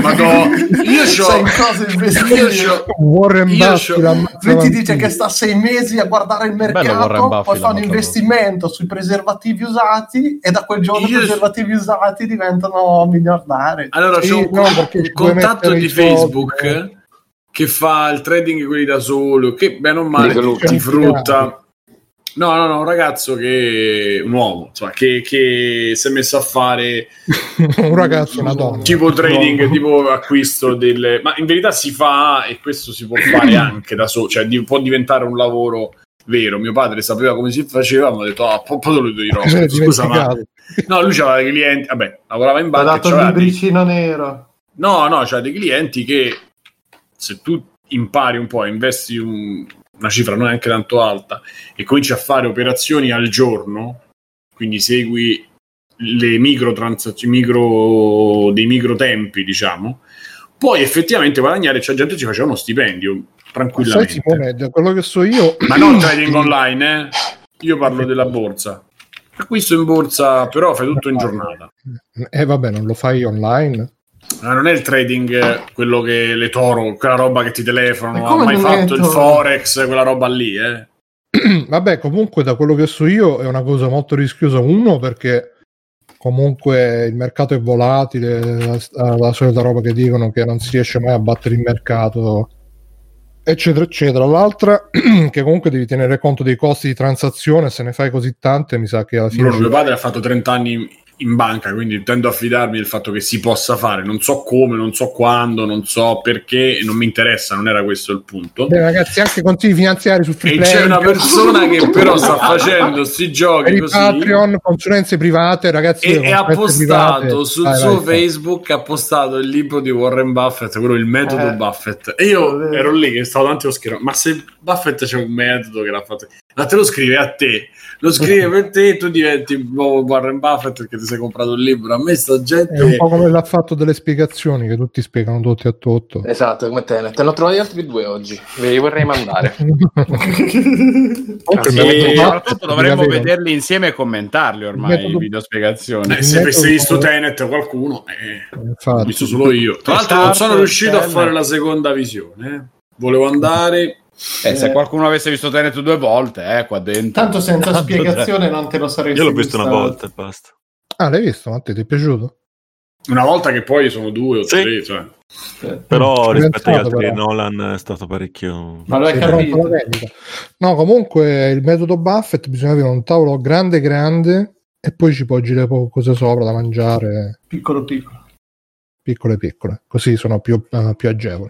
Warren Buffett lui ti dice che sta 6 mesi a guardare il mercato, poi fa un investimento sui preservativi usati e da quel giorno i preservativi usati diventano miliardari. Allora c'è un contatto di Facebook che fa il trading quelli da solo, che bene o male ti frutta. No, un ragazzo un uomo, insomma, che si è messo a fare un ragazzo, una donna, tipo trading, tipo acquisto delle, ma in verità si fa, e questo si può fare anche da solo, cioè può diventare un lavoro vero. Mio padre sapeva come si faceva, mi ha detto poi te lo dirò, scusa, ma no, lui c'aveva dei clienti, vabbè, lavorava in banca, ha dato il libricino nero, c'ha dei clienti che se tu impari un po', investi una cifra non è anche tanto alta e cominci a fare operazioni al giorno, quindi segui le microtransazioni, dei micro tempi, diciamo, puoi effettivamente guadagnare. C'è gente che ci faceva uno stipendio tranquillamente. Sai, Simone, da quello che so io, ma non trading online, io parlo della borsa, acquisto in borsa, però fai tutto in giornata. Vabbè, non lo fai online? Non è il trading quello che le Toro, quella roba che ti telefonano, ha mai fatto il Forex, quella roba lì, Vabbè, comunque da quello che so io è una cosa molto rischiosa, uno perché comunque il mercato è volatile, la solita roba che dicono che non si riesce mai a battere il mercato, eccetera eccetera. L'altra che comunque devi tenere conto dei costi di transazione, se ne fai così tante mi sa che alla fine mio padre ha fatto 30 anni in banca, quindi tendo a fidarmi del fatto che si possa fare, non so come, non so quando, non so perché, non mi interessa, non era questo il punto. Beh, ragazzi, anche consigli finanziari su Free e c'è una persona che però sta facendo sti giochi per così, Patreon, consulenze private, ragazzi, e ha postato sul suo Facebook, ha postato il libro di Warren Buffett, quello Il metodo Buffett, e io ero lì che stavo davanti allo schermo, ma se Buffett c'è un metodo che l'ha fatto, ma te lo scrive a te, lo scrive per te e tu diventi il nuovo Warren Buffett perché ti sei comprato il libro. A me sta gente è un po' come l'ha fatto delle spiegazioni che tutti spiegano tutti a tutto. Esatto, come te ne ho trovati altri 2 oggi, ve li vorrei mandare. Soprattutto dovremmo vederli insieme e commentarli ormai in video spiegazioni. Se avessi visto Tenet qualcuno, l'ho visto solo io. Tra l'altro non sono riuscito a fare la seconda visione, volevo andare. Se qualcuno avesse visto Tenet 2 volte, qua dentro. Tanto senza spiegazione non te lo saresti. Io l'ho visto una volta e basta. Ah, l'hai visto? Ma te ti è piaciuto? Una volta, che poi sono 2 o 3, cioè. Però rispetto agli altri Nolan è stato parecchio. Ma lo hai capito? No, comunque il metodo Buffett bisogna avere un tavolo grande e poi ci poggi le cose sopra da mangiare. Piccole, così sono più agevoli.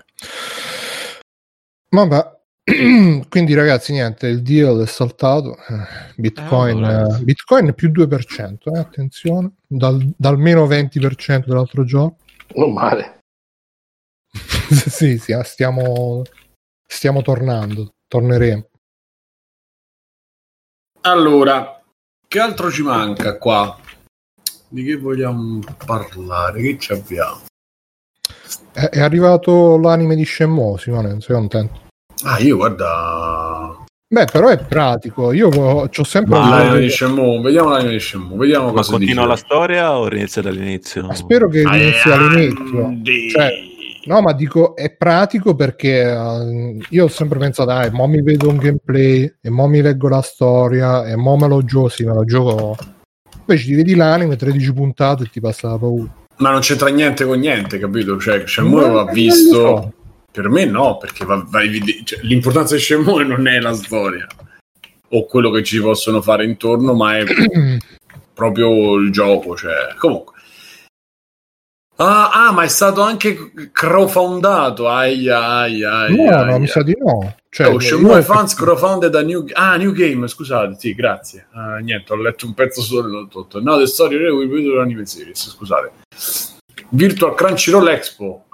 Vabbè. Quindi ragazzi, niente, il deal è saltato. Bitcoin più 2%, attenzione, dal meno 20% dell'altro giorno. Non male. sì, stiamo torneremo. Allora, che altro ci manca qua? Di che vogliamo parlare? Che ci abbiamo? È arrivato l'anime di Shenmue, Simone, sei contento? Io guarda... Beh, però è pratico. Io c'ho sempre l'anime di Shenmue, vediamo l'anime di Shenmue, vediamo ma cosa continua dice. la storia o inizia dall'inizio? Ma spero che inizi dall'inizio. Cioè, no, ma dico è pratico perché io ho sempre pensato, mo mi vedo un gameplay e mo mi leggo la storia e mo me lo gioco. Invece ti vedi l'anime, 13 puntate e ti passa la paura. Ma non c'entra niente con niente, capito? Cioè, Shenmue l'ha visto. Per me no, perché cioè, l'importanza di Shenmue non è la storia o quello che ci possono fare intorno, ma è proprio il gioco. Cioè, comunque. Ma è stato anche crowdfundato. No, mi sa di no. Cioè, Shenmue fans crowdfunded a new game, scusate, sì, grazie. Niente, ho letto un pezzo solo tutto. No, the story will be the anime series, scusate. Virtual Crunchyroll Expo.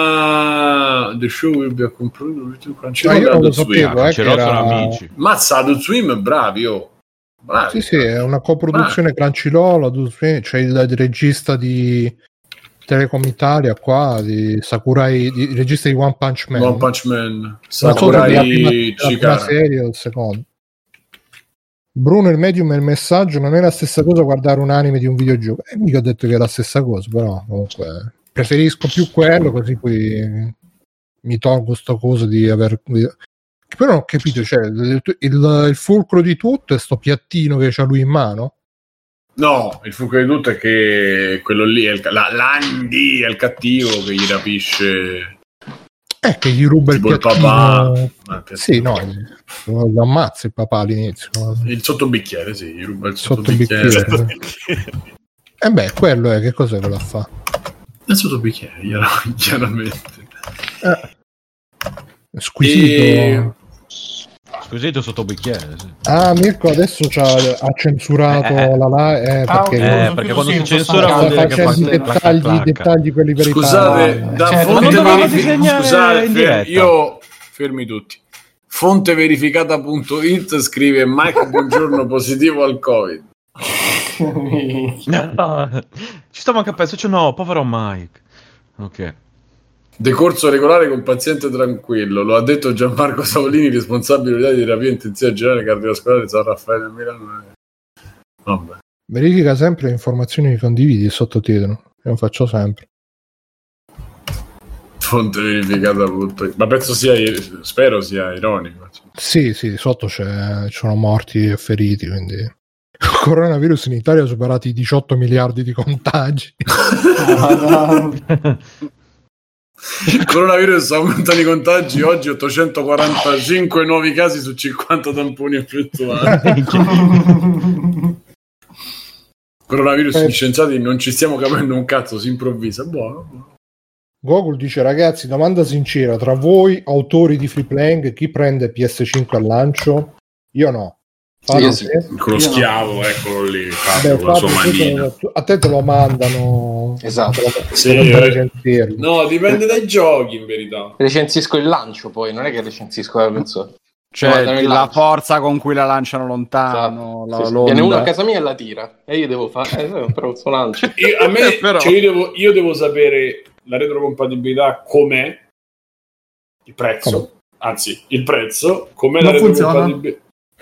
The show will be a completed Crunchyroll. Io non lo sapevo, Crunchyroll sono amici. Mazza, Adult Swim, bravi, bravi. Sì, è una coproduzione Crunchyroll, Adult Swim, c'è il regista di Telecom Italia qua, di Sakurai, il regista di One Punch Man. Sakurai Chikara. La prima serie o il secondo. Bruno, il medium e il messaggio non è la stessa cosa guardare un anime di un videogioco. Mica ho detto che è la stessa cosa, però comunque preferisco più quello, così poi mi tolgo sto coso di aver... Però non ho capito, cioè il fulcro di tutto è sto piattino che c'ha lui in mano? No, il fulcro di tutto è che quello lì è l'Andy è il cattivo che gli rapisce... che gli ruba tipo il papà. Sì, no, lo ammazza il papà all'inizio. Il sottobicchiere, sì, gli ruba il sottobicchiere. Quello è, che cos'è che la fa? Il sottobicchiere, chiaramente. Squisito. Squisito sottobicchiere, sì. Mirko adesso ha censurato la live perché quando si censura vuol dire che fa dettagli quelli per scusate, da fonte verificata, io fermi tutti. Fonte verificata.it scrive Mike buongiorno positivo al Covid. No, ci sta manca pezzo, no, povero Mike. Ok. Decorso regolare con paziente tranquillo, lo ha detto Gianmarco Savolini, responsabile unità di terapia intensiva generale cardiovascolare di San Raffaele del Milano. Vabbè. Verifica sempre le informazioni che condividi e sottotitolo. Io lo faccio sempre. Fonte verificata. Ma penso spero sia ironico. Sì, sotto ci sono morti e feriti, quindi... Il coronavirus in Italia ha superato i 18 miliardi di contagi. Il coronavirus aumentano i contagi, oggi 845 nuovi casi su 50 tamponi effettuati. Coronavirus, gli scienziati non ci stiamo capendo un cazzo, si improvvisa. Buono. Google dice: ragazzi, domanda sincera, tra voi autori di Free Playing chi prende PS5 al lancio? Io no. Con lo schiavo, eccolo lì, con la sua manina. A te lo mandano. Esatto. No, dipende dai giochi, in verità. Recensisco il lancio, poi non è che recensisco la persona. Cioè la forza con cui la lanciano lontano. Esatto. Viene uno a casa mia e la tira e io devo fare però il suo lancio. Io devo sapere la retrocompatibilità com'è, il prezzo, il prezzo, com'è la retrocompatibilità.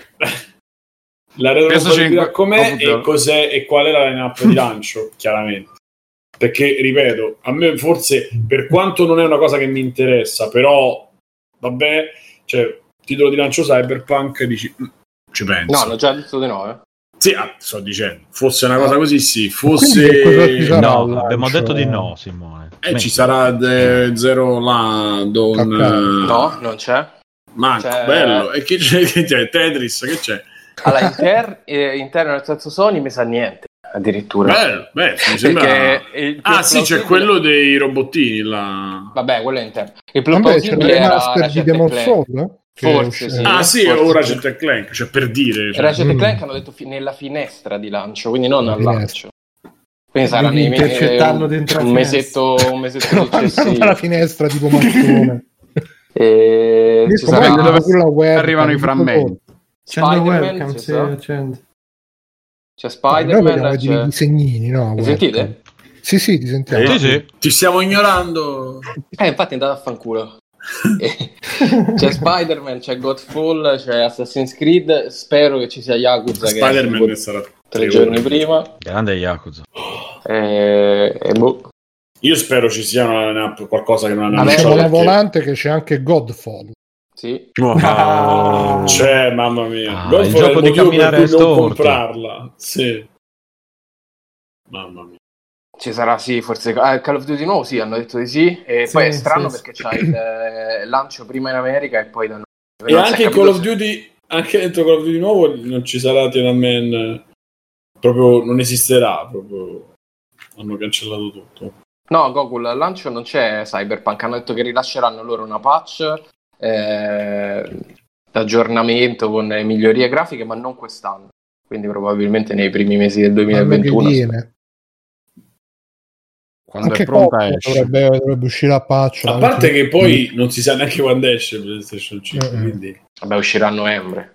La retrocompatibilità com'è e cos'è e qual è la line-up di lancio, chiaramente. Perché, ripeto, a me forse, per quanto non è una cosa che mi interessa, però, vabbè, cioè, titolo di lancio Cyberpunk, dici, ci penso. No, hanno già detto di no, Sì, sto dicendo, fosse una cosa così, sì, fosse... No, abbiamo detto di no, Simone. Ci sarà Zero Landon... No, non c'è. Manco, bello. E che c'è? Tetris, che c'è? Allora, interno nel senso Sony mi sa niente, addirittura. Beh, mi sembra... sì, c'è quello dei robottini là. Vabbè, quello è interno. Il più plausibile era Ratchet & Clank. Forse sì. Sì, ora Ratchet & Clank, cioè per dire. Cioè. Ratchet & Clank hanno detto nella finestra di lancio, quindi non al lancio. Quindi sarà intercettarlo dentro un mesetto successivo. La finestra tipo mattone. Ci sarà dove arrivano i frammenti. Spider-Man c'è Spider-Man, c'è i disegnini, no? Mi sentite? Sì, ti sentiamo. Sì. Ti stiamo ignorando. Infatti andate a fanculo. C'è Spider-Man, c'è Godfall, c'è Assassin's Creed. Spero che ci sia Yakuza. Spider-Man che sarà 3 giorni prima. Grande Yakuza. Io spero ci sia qualcosa che non ha annunciato. C'è una volante che c'è anche Godfall. Sì. C'è, mamma mia. Il gioco di camminare non comprarla. Sì. Mamma mia. Ci sarà, sì, forse Call of Duty nuovo, sì, hanno detto di sì. E poi è strano perché c'ha il lancio prima in America e poi da noi. E anche Call of Duty, anche dentro Call of Duty nuovo non ci sarà Tiananmen, proprio non esisterà, proprio hanno cancellato tutto. No, Goku, al lancio non c'è Cyberpunk, hanno detto che rilasceranno loro una patch d'aggiornamento con migliorie grafiche, ma non quest'anno, quindi probabilmente nei primi mesi del 2021. Quando anche è pronta esce. Dovrebbe uscire la patch. A parte che poi non si sa neanche quando esce PlayStation 5, quindi vabbè, uscirà a novembre.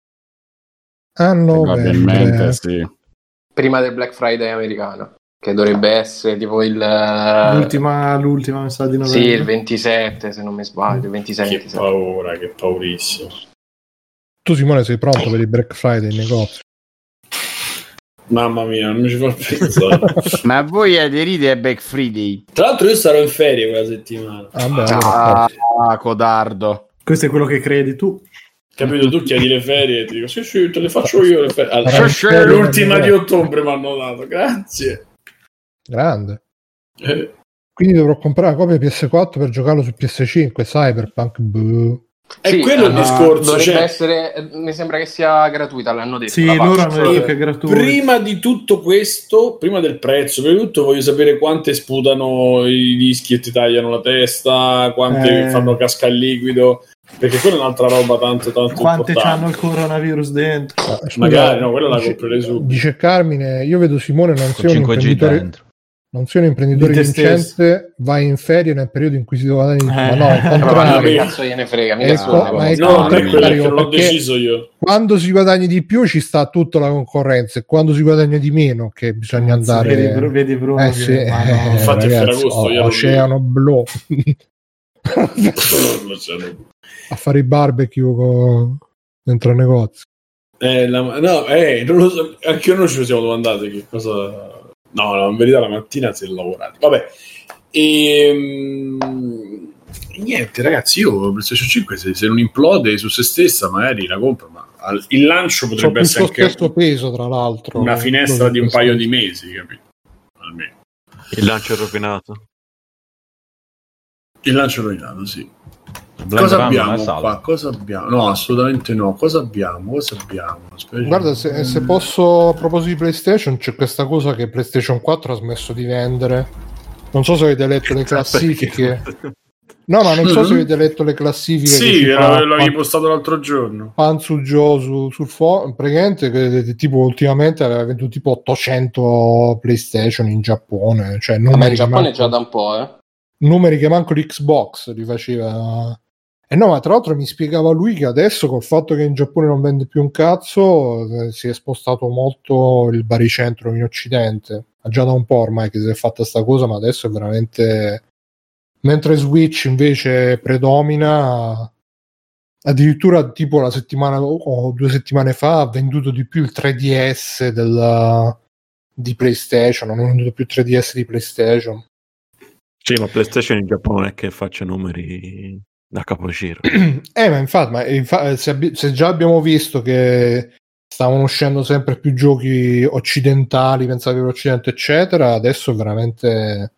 Probabilmente sì. Prima del Black Friday americano, che dovrebbe essere tipo l'ultima mi sa di novembre. Sì, il 27, se non mi sbaglio, 26. Che paura, che paurissimo. Tu Simone sei pronto per il Black Friday in negozio? Mamma mia, non mi ci fa pensare. Ma voi aderite a Black Friday? Tra l'altro io sarò in ferie quella settimana. Codardo. Questo è quello che credi tu. Capito, tu chiedi le ferie e ti dico sì, te le faccio io le ferie. L'ultima di ottobre mi hanno dato, grazie. Grande. Quindi dovrò comprare la copia PS4 per giocarlo su PS5, Cyberpunk. È quello il discorso. Dovrebbe essere, mi sembra che sia gratuita, l'hanno detto. Sì, loro hanno detto che è gratuita. Prima di tutto questo, prima del prezzo, prima di tutto voglio sapere quante sputano i dischi e ti tagliano la testa, quante fanno casca il liquido, perché quella è un'altra roba tanto quante importante. hanno il coronavirus dentro. Magari no, quella la comprerei subito. Dice Carmine, io vedo Simone non sia un imprenditore dentro. Non sei un imprenditore vincente, vai in ferie nel periodo in cui si guadagni. Ma no, al contrario. Che cazzo gliene frega? Non è quello, l'ho deciso io. Quando si guadagni di più ci sta tutta la concorrenza, e quando si guadagna di meno che bisogna andare. Vedi Bruno. Infatti è Ferragosto. Oceano blu. A fare i barbecue dentro il negozio. Non lo so, anche noi ci siamo domandati che cosa. No, in verità la mattina si è lavorato. Vabbè. Niente, ragazzi, io PlayStation 5 se non implode su se stessa magari la compro, ma il lancio potrebbe essere anche questo peso, tra l'altro. Una finestra di un paio di mesi, capito? Almeno. Il lancio è rovinato. Il lancio è rovinato, sì. Cosa abbiamo qua? Cosa abbiamo? No, assolutamente no. Cosa abbiamo? Guarda, se posso, a proposito di PlayStation, c'è questa cosa che PlayStation 4 ha smesso di vendere. Non so se avete letto le classifiche. No, ma non so se avete letto le classifiche. Sì, l'avevi postato l'altro giorno. Panzu Joe sul forum. Praticamente, che tipo ultimamente aveva venduto tipo 800 PlayStation in Giappone. Cioè, in Giappone già da un po', numeri che manco l'Xbox li faceva. No, ma tra l'altro mi spiegava lui che adesso col fatto che in Giappone non vende più un cazzo si è spostato molto il baricentro in Occidente. Ha già da un po' ormai che si è fatta sta cosa, ma adesso è veramente, mentre Switch invece predomina, addirittura tipo la settimana o 2 settimane fa ha venduto di più il 3DS di PlayStation, non è venduto più il 3DS di PlayStation. Sì, ma PlayStation in Giappone non è che faccia numeri da capogiro. Ma infatti, se già abbiamo visto che stavano uscendo sempre più giochi occidentali, pensati per l'Occidente, eccetera, adesso veramente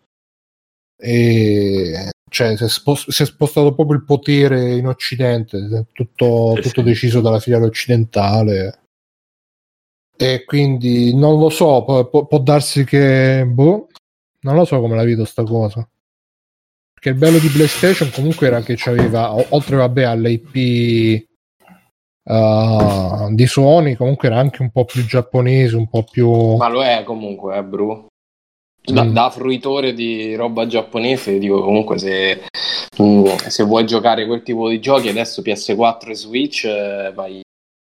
cioè, si è spostato proprio il potere in Occidente, tutto deciso dalla filiale occidentale. E quindi non lo so, può darsi che non lo so come la vedo sta cosa. Perché il bello di PlayStation comunque era che c'aveva, oltre all'IP di Sony, comunque era anche un po' più giapponese, un po' più. Ma lo è comunque, Bru. Da fruitore di roba giapponese, dico comunque se vuoi giocare quel tipo di giochi adesso PS4 e Switch vai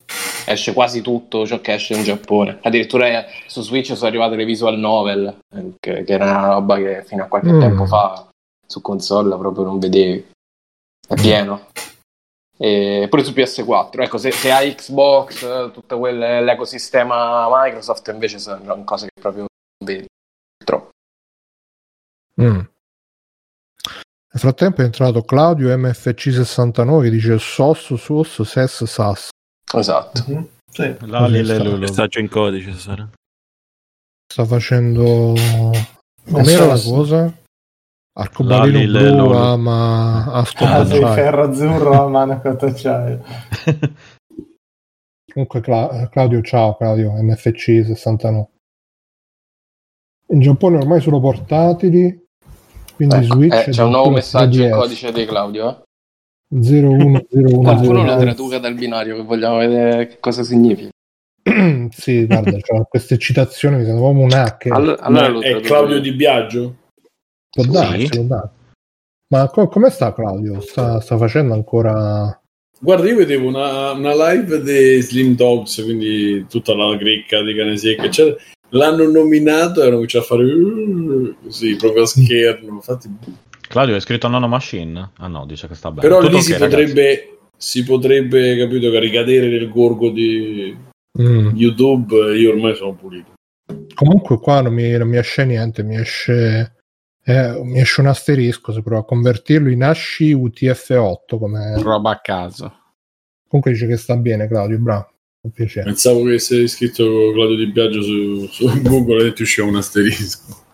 esce quasi tutto ciò che esce in Giappone. Addirittura su Switch sono arrivate le visual novel, che era una roba che fino a qualche tempo fa su console proprio non vedevi. È pieno. E pure su PS4. Ecco, se hai Xbox, tutto l'ecosistema Microsoft, invece sono cose che proprio non vedi. Troppo. Nel frattempo è entrato Claudio MFC69 che dice SOS, SUS, SES, SAS. Esatto. Sì. Messaggio in codice sarà. Sta facendo com'era la cosa? Arcobaleno blu ma ascolta ferro azzurro a mano d'acciaio. Comunque Claudio, ciao Claudio MFC69. In Giappone ormai sono portatili, quindi Switch c'è un nuovo messaggio in codice di Claudio 0101. Qualcuno lo traduca dal binario, che vogliamo vedere che cosa significa. Sì, guarda, cioè, queste citazioni mi sembrano come un hacker. Allora è Claudio Di Biagio? Può darsi. Ma come sta Claudio? Sta facendo ancora... Guarda, io vedevo una live di Slim Dogs, quindi tutta la cricca di cane secca, eccetera. L'hanno nominato e hanno cominciato a fare così, proprio a schermo. Infatti... Claudio è scritto Nano Machine? Ah no, dice che sta bene. Però tutto lì si potrebbe, capito, ricadere nel gorgo di YouTube. Io ormai sono pulito. Comunque qua non mi esce niente, mi esce un asterisco se provo a convertirlo in ASCII UTF-8 come roba a caso. Comunque dice che sta bene Claudio, bravo, un piacere. Pensavo che sei scritto Claudio Di Biagio su Google e ti usciva un asterisco.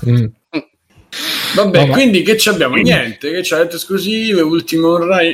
Vabbè, quindi che ci abbiamo? Niente, che c'è le esclusive, Ultima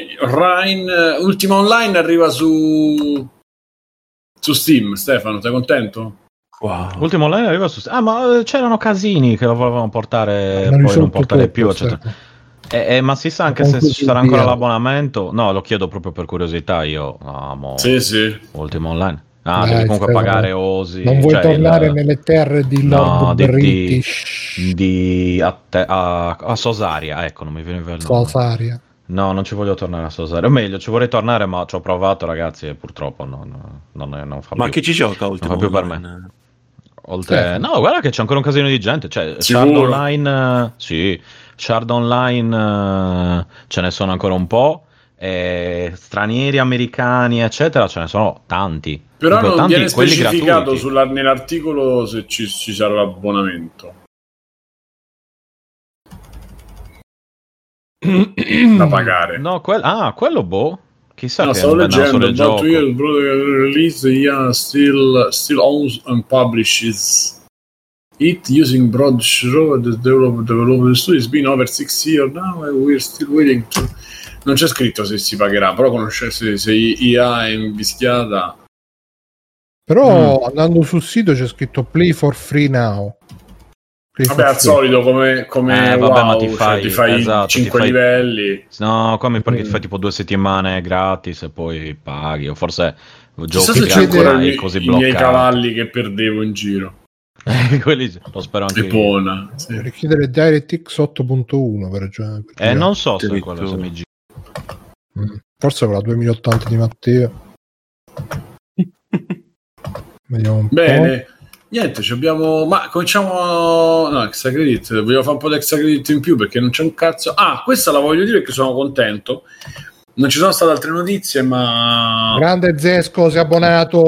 Online arriva su Steam. Stefano, sei contento? Wow. Ultima Online arriva su Steam. Ma c'erano casini che lo volevano portare poi non portare più, eccetera. Ma si sa anche se ci sarà ancora l'abbonamento? No, lo chiedo proprio per curiosità, io amo Ultima Online. Devi comunque pagare Osi. Non vuoi tornare nelle terre di Lord British? A Sosaria, ecco, non mi viene il nome. Sosaria. No, non ci voglio tornare a Sosaria. O meglio, ci vorrei tornare, ma ci ho provato, ragazzi, e purtroppo non fa più. Ma chi ci gioca Ultima non fa più per me. No, guarda che c'è ancora un casino di gente. Cioè, Shard Online, Shard Online ce ne sono ancora un po'. Stranieri, americani, eccetera, ce ne sono tanti. Però non viene specificato nell'articolo se ci sarà l'abbonamento da pagare. No, quello boh. Chissà che stavo leggendo about years release still owns and publishes it using Broad Shroud development studio. It's been over 6 years now and we're still waiting to... Non c'è scritto se si pagherà, però conoscesse se IA è invischiata. Però andando sul sito c'è scritto play for free now. Vabbè, al solito come vabbè, ma ti fai 5 livelli. No, come perché ti fai tipo 2 settimane gratis e poi paghi, o forse giochi che ancora così bloccati. I miei cavalli che perdevo in giro. Quelli lo spero anche io. Sì. Richiedere DirectX 8.1 per giocare. Non so se è quello se mi gira. Forse con la 2080 di Matteo. Vediamo un bene po'. Niente, abbiamo. Ma cominciamo. No, extra credit. Voglio fare un po' di extra credit in più perché non c'è un cazzo. Questa la voglio dire perché sono contento. Non ci sono state altre notizie, ma. Grande Zesco, si è abbonato.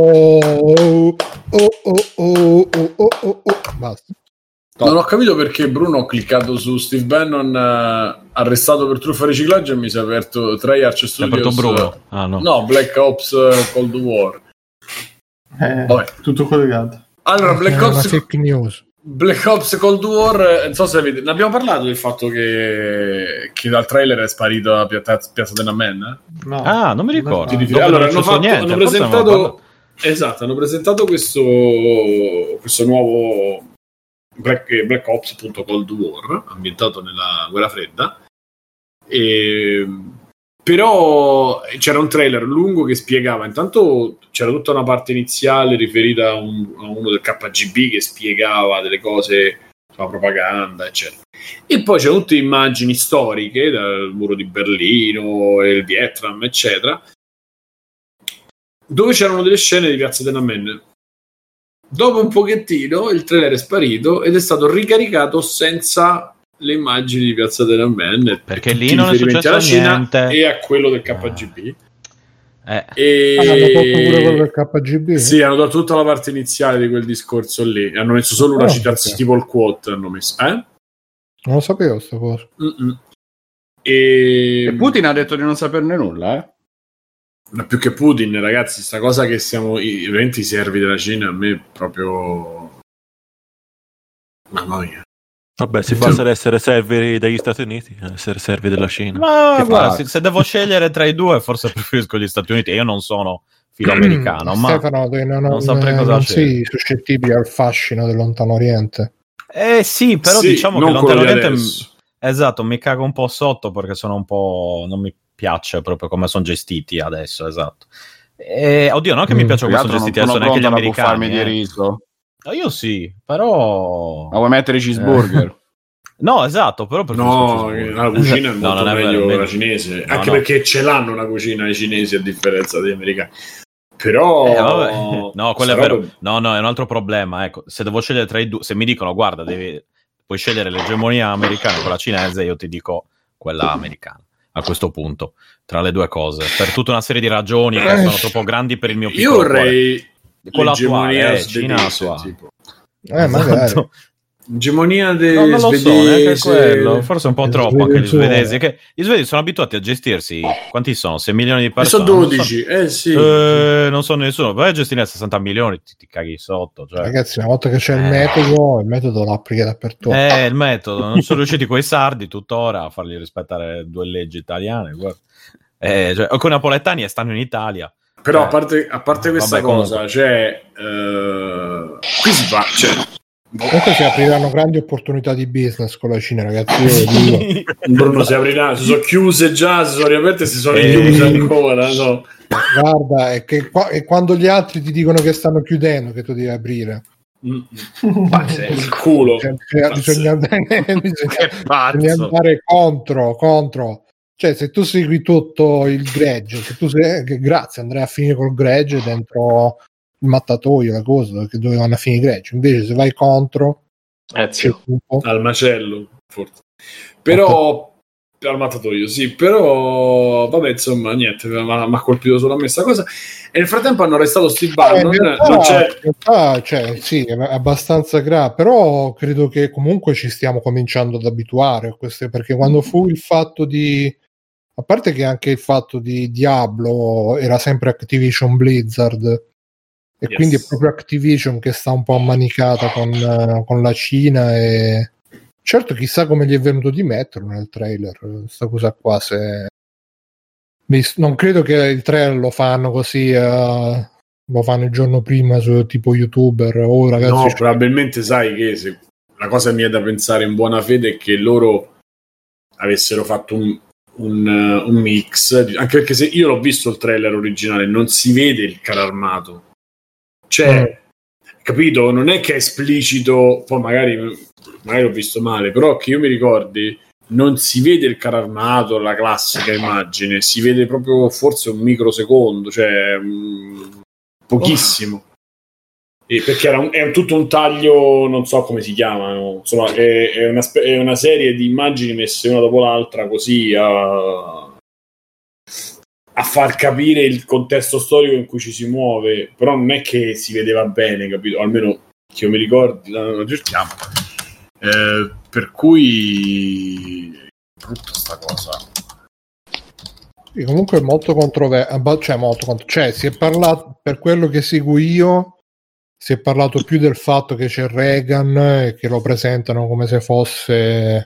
Basta. Non ho capito perché Bruno ho cliccato su Steve Bannon arrestato per truffa e riciclaggio e mi si è aperto Treyarch Studios. Bruno. No, Black Ops Cold War. Tutto collegato. Allora, Black Ops fake news. Black Ops Cold War, non so se avete... Ne abbiamo parlato del fatto che dal trailer è sparito a Piazza Tiananmen? No. Non mi ricordo. Allora, hanno presentato questo nuovo Black Ops appunto Cold War ambientato nella guerra fredda, però c'era un trailer lungo che spiegava, intanto c'era tutta una parte iniziale riferita a uno del KGB che spiegava delle cose sulla propaganda eccetera, e poi c'erano tutte immagini storiche dal muro di Berlino e il Vietnam eccetera. dove c'erano delle scene di Piazza Tiananmen. Dopo un pochettino il trailer è sparito ed è stato ricaricato senza le immagini di Piazza Tiananmen, perché lì non è successo niente e a quello del KGB. Hanno tolto pure quello del KGB? Sì, hanno tolto tutta la parte iniziale di quel discorso lì, hanno messo solo una citazione, tipo il quote hanno messo. Non lo sapevo sta cosa. E Putin ha detto di non saperne nulla, Ma più che Putin, ragazzi, sta cosa che siamo veramente i servi della Cina, a me proprio... Mamma mia. Vabbè, si basta essere servi degli Stati Uniti, essere servi della Cina. Ma guarda, se devo scegliere tra i due, forse preferisco gli Stati Uniti. Io non sono filoamericano, ma Stefano, non saprei cosa non sei suscettibile al fascino del Lontano Oriente. Sì, però diciamo che Lontano Oriente... Esatto, mi cago un po' sotto perché sono un po'... non mi piace proprio come sono gestiti adesso, esatto. Oddio, non che mi piace come sono gestiti adesso, neanche gli americani. Di riso. Io sì, però... Ma vuoi mettere i cheeseburger? No, esatto, però la cucina è molto meglio la cinese, anche perché ce l'hanno una cucina i cinesi a differenza degli americani. Però... no, quello è vero. No, è un altro problema, ecco. Se devo scegliere tra i due, se mi dicono, guarda, puoi scegliere l'egemonia americana con la cinese, io ti dico quella americana. A questo punto, tra le due cose, per tutta una serie di ragioni che sono troppo grandi per il mio piccolo cuore. Io vorrei l'egemonia svedese, tipo. Magari. L'egemonia dei non lo svedesi. So, quello. Forse un po' troppo anche gli svedesi. Che gli svedesi sono abituati a gestirsi. Quanti sono? 6 milioni di persone? Sono 12. Sì. Non sono nessuno. Vai a gestire 60 milioni, ti caghi sotto. Cioè. Ragazzi, una volta che c'è il metodo lo applichi dappertutto. Il metodo. Non sono riusciti coi sardi tuttora a fargli rispettare 2 leggi italiane. Cioè, con i napoletani stanno in Italia. Però a parte questa cosa, cioè qui si fa, comunque si apriranno grandi opportunità di business con la Cina, ragazzi. Bruno, si aprirà, si sono chiuse già, si sono riaperte, si sono chiuse ancora. No. Guarda, è che quando gli altri ti dicono che stanno chiudendo, che tu devi aprire. Il culo. Bisogna andare contro. Cioè, se tu segui tutto il gregge, grazie, andrai a finire col gregge dentro il mattatoio, la cosa che dovevano finire i greggi. Invece, se vai contro, al macello, forse. Però al mattatoio, sì, però vabbè, insomma, niente, mi ha colpito solo a me sta cosa. E nel frattempo hanno arrestato Steve Bannon. Sì, è abbastanza grave, però credo che comunque ci stiamo cominciando ad abituare a queste, perché quando fu il fatto di, a parte che anche il fatto di Diablo era sempre Activision Blizzard, e quindi è proprio Activision che sta un po' ammanicata con la Cina, e certo chissà come gli è venuto di metterlo nel trailer sta cosa qua, se non credo che il trailer lo fanno così lo fanno il giorno prima su tipo YouTuber ragazzi. No, probabilmente sai che se la cosa mia da pensare in buona fede è che loro avessero fatto un mix, anche perché se io l'ho visto il trailer originale non si vede il carro armato, cioè capito, non è che è esplicito, poi magari ho visto male, però che io mi ricordi non si vede il carro armato, la classica immagine, si vede proprio forse un microsecondo, cioè pochissimo. E perché è tutto un taglio, non so come si chiamano, insomma è una serie di immagini messe una dopo l'altra così a far capire il contesto storico in cui ci si muove, però non è che si vedeva bene, capito? Almeno che io mi ricordi, lo cerchiamo. Per cui brutta sta cosa. Sì, comunque è molto controverso, cioè si è parlato, per quello che seguo io, si è parlato più del fatto che c'è Reagan e che lo presentano come se fosse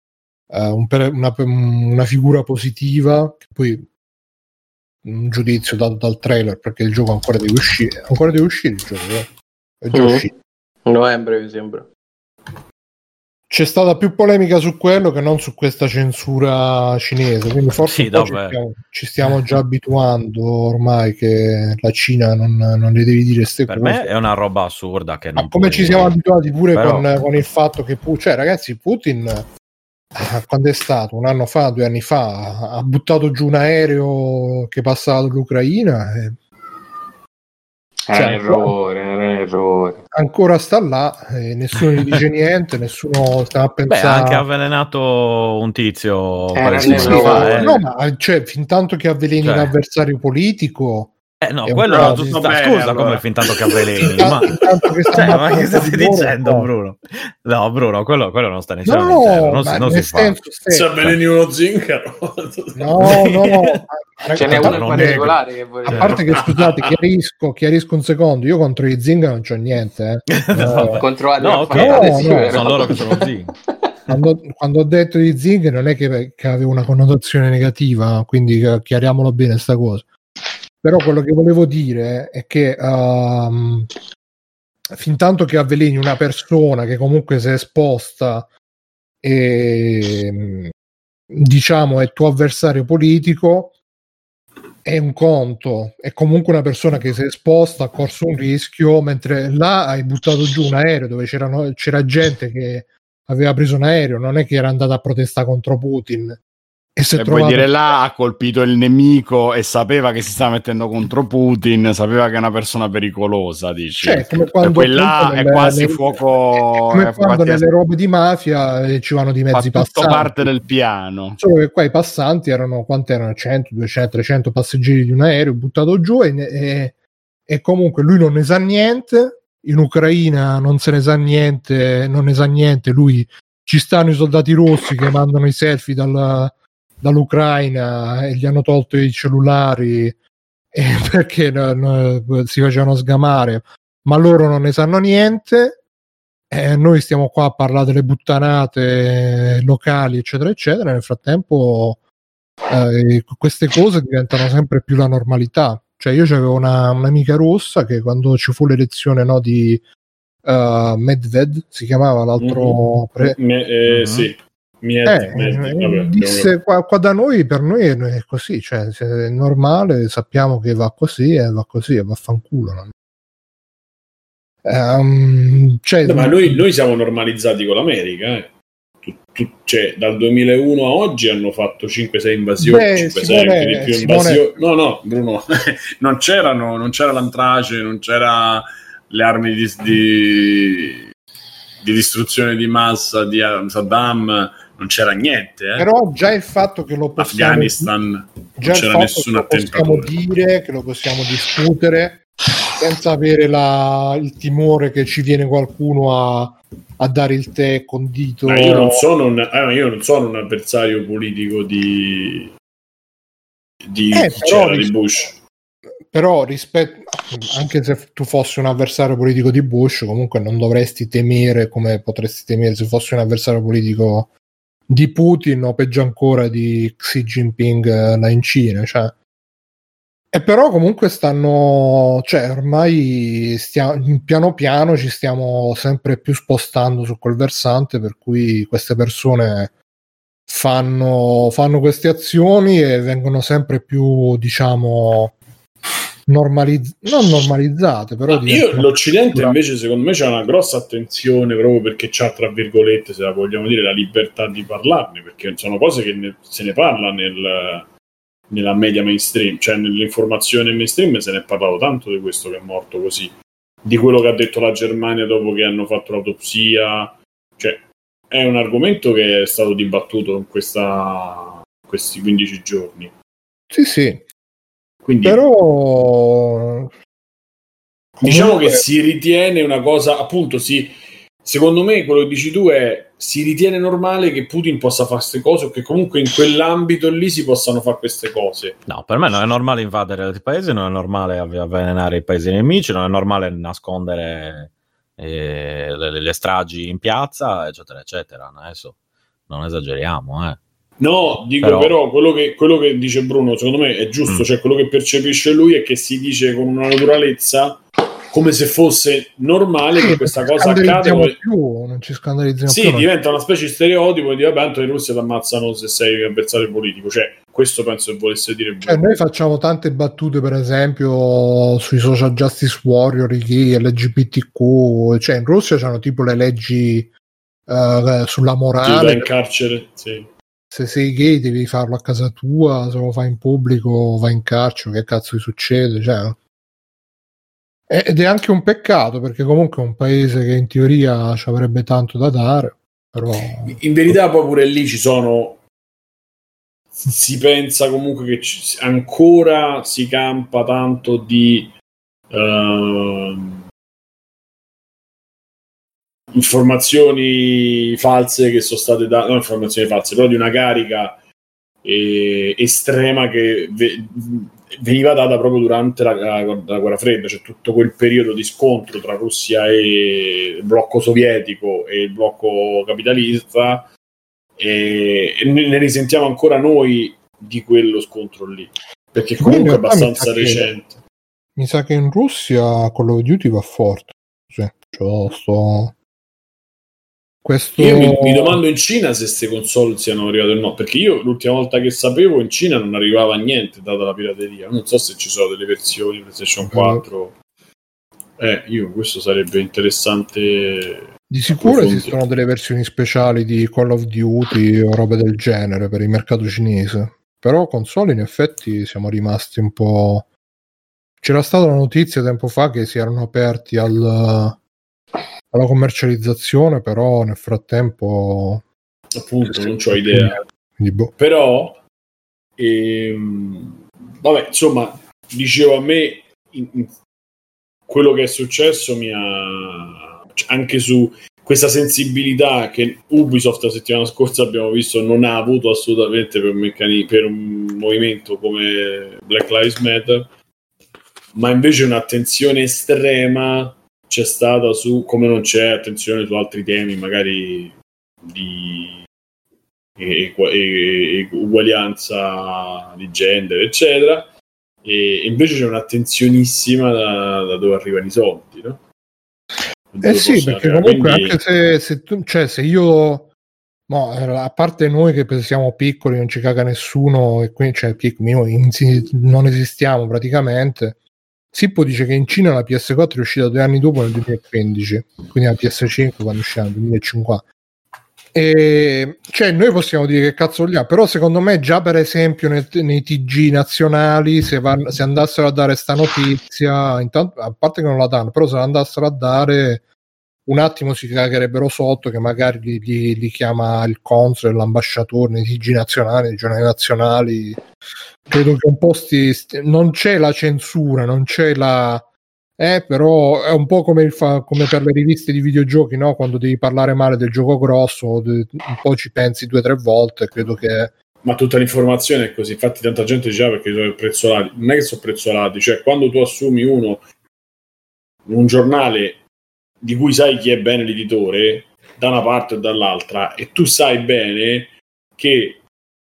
una figura positiva, che poi un giudizio dato dal trailer, perché il gioco ancora deve uscire il gioco, è già uscito novembre mi sembra. C'è stata più polemica su quello che non su questa censura cinese, quindi forse ci stiamo già abituando ormai che la Cina non le devi dire ste per cose. Me è una roba assurda che non come ci siamo abituati pure con il fatto che cioè ragazzi, Putin quando è stato? 1 anno fa, 2 anni fa ha buttato giù un aereo che passava dall'Ucraina Era un errore. Ancora sta là, nessuno gli dice niente, nessuno sta a pensare. Beh, ha anche avvelenato un tizio No, ma cioè, fin tanto che avveleni l'avversario politico. No, quello era giusto. Scusa, allora. Come fin tanto che avveleni? ma che stai dicendo, Bruno? No, Bruno, quello non sta nessuna non si fa. Se avveleni uno zingaro. No. Ce n'è uno in particolare che a parte che, scusate, chiarisco un secondo, io contro gli zingaro non c'ho niente. Contro sono loro che sono zingaro. Quando ho detto di zingaro non è che aveva una connotazione negativa, quindi chiariamolo bene sta cosa. Però quello che volevo dire è che fin tanto che avveleni una persona che comunque si è esposta e diciamo è tuo avversario politico, è un conto, è comunque una persona che si è esposta, ha corso un rischio, mentre là hai buttato giù un aereo dove c'era gente che aveva preso un aereo, non è che era andata a protestare contro Putin. E vuoi dire, là ha colpito il nemico e sapeva che si stava mettendo contro Putin, sapeva che è una persona pericolosa, dici? Cioè, come quando là è quasi fuoco. Come quando nelle robe di mafia ci vanno di mezzi passanti. Fa tutto parte del piano. Solo che qua i passanti erano 100, 200, 300 passeggeri di un aereo buttato giù e comunque lui non ne sa niente, in Ucraina non se ne sa niente, non ne sa niente, lui ci stanno i soldati rossi che mandano i selfie dall'Ucraina e gli hanno tolto i cellulari perché si facevano sgamare, ma loro non ne sanno niente. Noi stiamo qua a parlare delle puttanate locali eccetera eccetera. Nel frattempo queste cose diventano sempre più la normalità. Cioè io c'avevo un'amica rossa che quando ci fu l'elezione di Medved, si chiamava l'altro sì, disse qua da noi, per noi è così, cioè è normale, sappiamo che va così e vaffanculo, no? Ma noi siamo normalizzati con l'America, cioè dal 2001 a oggi hanno fatto 5-6 invasioni, 5-6 anche di più invasioni. No Bruno, non c'era l'antrace, non c'era le armi di distruzione di massa di Saddam, non c'era niente. Però già il fatto che lo possiamo Afghanistan non c'era nessun attentatore. Possiamo dire che lo possiamo discutere senza avere il timore che ci viene qualcuno a dare il tè condito. Io non sono un avversario politico di Bush. Però anche se tu fossi un avversario politico di Bush, comunque non dovresti temere come potresti temere se fossi un avversario politico di Putin o peggio ancora di Xi Jinping là in Cina, cioè. E però comunque ormai piano piano ci stiamo sempre più spostando su quel versante, per cui queste persone fanno queste azioni e vengono sempre più, diciamo, non normalizzate, però l'Occidente invece secondo me c'ha una grossa attenzione proprio perché c'ha, tra virgolette, se la vogliamo dire, la libertà di parlarne, perché sono cose che se ne parla nella media mainstream, cioè nell'informazione mainstream se ne è parlato tanto di questo che è morto così, di quello che ha detto la Germania dopo che hanno fatto l'autopsia, cioè è un argomento che è stato dibattuto in questi 15 giorni. Sì. Quindi, però diciamo che si ritiene una cosa, appunto, secondo me quello che dici tu è, si ritiene normale che Putin possa fare queste cose o che comunque in quell'ambito lì si possano fare queste cose. No, per me non è normale invadere altri paesi, non è normale avvelenare i paesi nemici, non è normale nascondere le stragi in piazza, eccetera eccetera. Adesso non esageriamo, No, dico però quello che dice Bruno secondo me è giusto, cioè quello che percepisce lui è che si dice con una naturalezza come se fosse normale che questa cosa accada. Non ci scandalizziamo più. Sì, diventa una specie di stereotipo di vabbè, tanto in Russia ti ammazzano se sei avversario politico, cioè questo penso che volesse dire Bruno. Noi facciamo tante battute per esempio sui social justice warrior, i LGBTQ, cioè in Russia c'hanno tipo le leggi sulla morale, in carcere, sì. Se sei gay devi farlo a casa tua, se lo fai in pubblico vai in carcere, che cazzo ti succede, cioè Ed è anche un peccato, perché comunque è un paese che in teoria ci avrebbe tanto da dare, però in verità poi pure lì ci sono, si pensa comunque che ancora si campa tanto di informazioni false che sono state date, non informazioni false, però di una carica estrema che veniva data proprio durante la guerra fredda, cioè tutto quel periodo di scontro tra Russia e il blocco sovietico e il blocco capitalista, e ne risentiamo ancora noi di quello scontro lì, perché comunque è abbastanza recente. Mi sa che in Russia Call of Duty va forte, questo... Io mi domando in Cina se queste console siano arrivate o no, perché io l'ultima volta che sapevo in Cina non arrivava niente data la pirateria. Non so se ci sono delle versioni PlayStation 4. Io questo sarebbe interessante. Di sicuro esistono delle versioni speciali di Call of Duty o robe del genere per il mercato cinese, però console in effetti siamo rimasti un po'... C'era stata una notizia tempo fa che si erano aperti alla commercializzazione, però nel frattempo appunto non c'ho idea. Però vabbè, insomma, dicevo, a me quello che è successo mi ha, anche su questa sensibilità che Ubisoft la settimana scorsa abbiamo visto non ha avuto assolutamente per un movimento come Black Lives Matter, ma invece un'attenzione estrema c'è stata su, come non c'è attenzione su altri temi magari di uguaglianza di gender eccetera, e invece c'è un'attenzionissima da dove arrivano i soldi, no? Sì, perché comunque quindi... anche se tu, cioè se io a parte noi che siamo piccoli, non ci caga nessuno e quindi non esistiamo praticamente. Sippo dice che in Cina la PS4 è uscita 2 anni dopo, nel 2015, quindi la PS5 quando uscirà nel 2050. E cioè noi possiamo dire che cazzo vogliamo, però secondo me già per esempio nei TG nazionali se andassero a dare sta notizia, intanto, a parte che non la danno, però se la andassero a dare un attimo si cagherebbero sotto, che magari li chiama il console, l'ambasciatore nei TG nazionali, nei giornali nazionali. Credo che un po' non c'è la censura, non c'è la... però è un po' come per le riviste di videogiochi, no? Quando devi parlare male del gioco grosso, un po' ci pensi 2 o 3 volte, credo che... Ma tutta l'informazione è così, infatti tanta gente diceva perché sono prezzolati, non è che sono prezzolati, cioè quando tu assumi un giornale di cui sai chi è bene l'editore, da una parte o dall'altra, e tu sai bene che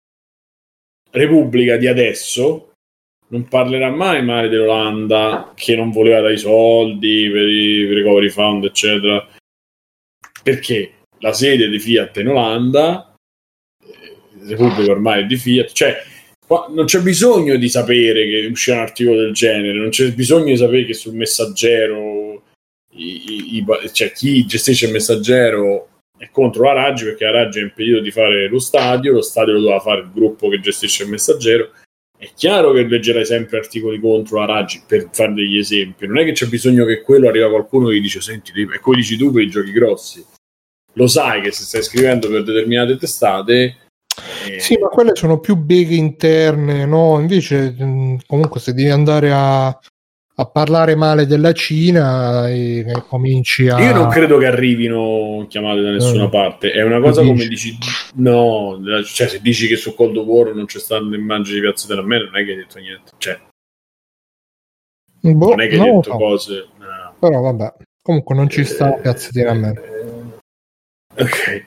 Repubblica di adesso non parlerà mai male dell'Olanda che non voleva dare i soldi per i recovery fund eccetera, perché la sede di Fiat è in Olanda, Repubblica ormai è di Fiat, cioè non c'è bisogno di sapere che uscirà un articolo del genere, non c'è bisogno di sapere che sul Messaggero cioè chi gestisce il Messaggero è contro la Raggi, perché la Raggi è impedito di fare lo stadio lo doveva fare il gruppo che gestisce il Messaggero. È chiaro che leggerai sempre articoli contro la Raggi, per fare degli esempi. Non è che c'è bisogno che quello arriva qualcuno che gli dice senti, e come dici tu per i giochi grossi, lo sai che se stai scrivendo per determinate testate sì, ma quelle sono più beghe interne, no? Invece comunque se devi andare a parlare male della Cina e cominci a... Io non credo che arrivino chiamate da nessuna parte, è una cosa come dici, no, cioè se dici che su Cold War non c'è stato le immagini di Piazza della Mela, non è che hai detto niente, cioè non è che hai detto cose, no. Però vabbè, comunque non ci sta Piazza della Mela. Ok.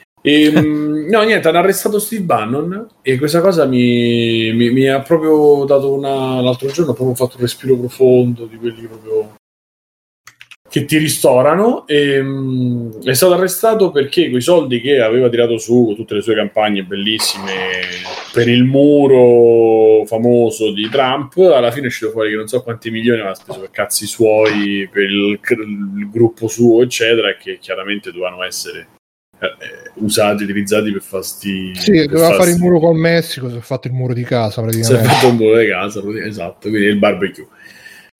No, niente, hanno arrestato Steve Bannon e questa cosa mi ha proprio dato l'altro giorno, ho proprio fatto un respiro profondo di quelli proprio che ti ristorano. È stato arrestato perché quei soldi che aveva tirato su con tutte le sue campagne bellissime per il muro famoso di Trump, alla fine è uscito fuori che non so quanti milioni aveva speso per cazzi suoi, per il gruppo suo eccetera, e che chiaramente dovevano essere utilizzati per fasti. Sì, doveva fare il muro col Messico, si è fatto il muro di casa praticamente. Si è fatto un muro di casa, esatto, quindi il barbecue.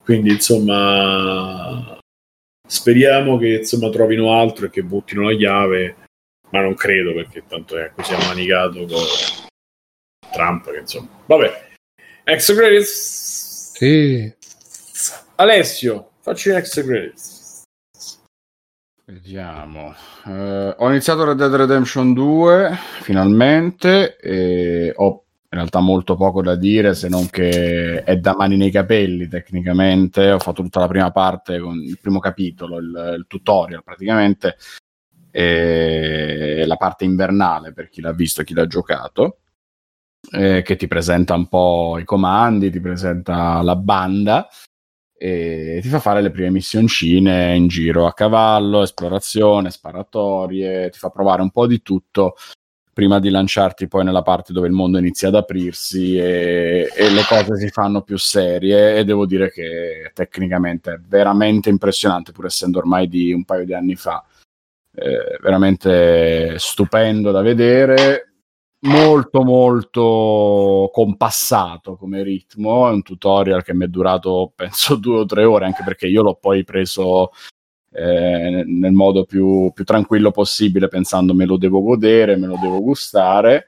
quindi insomma speriamo che insomma trovino altro e che buttino la chiave, ma non credo, perché tanto è così ammanicato con Trump che insomma vabbè. Extra credits. Sì. Alessio, facci un extra credits. Vediamo. Ho iniziato Red Dead Redemption 2 finalmente e ho in realtà molto poco da dire, se non che è da mani nei capelli tecnicamente. Ho fatto tutta la prima parte con il primo capitolo, il tutorial praticamente, e la parte invernale per chi l'ha visto e chi l'ha giocato, che ti presenta un po' i comandi, ti presenta la banda e ti fa fare le prime missioncine in giro a cavallo, esplorazione, sparatorie, ti fa provare un po' di tutto prima di lanciarti poi nella parte dove il mondo inizia ad aprirsi e le cose si fanno più serie, e devo dire che tecnicamente è veramente impressionante, pur essendo ormai di un paio di anni fa. Veramente stupendo da vedere, molto molto compassato come ritmo. È un tutorial che mi è durato penso 2 o 3 ore, anche perché io l'ho poi preso nel modo più tranquillo possibile, pensando me lo devo godere, me lo devo gustare,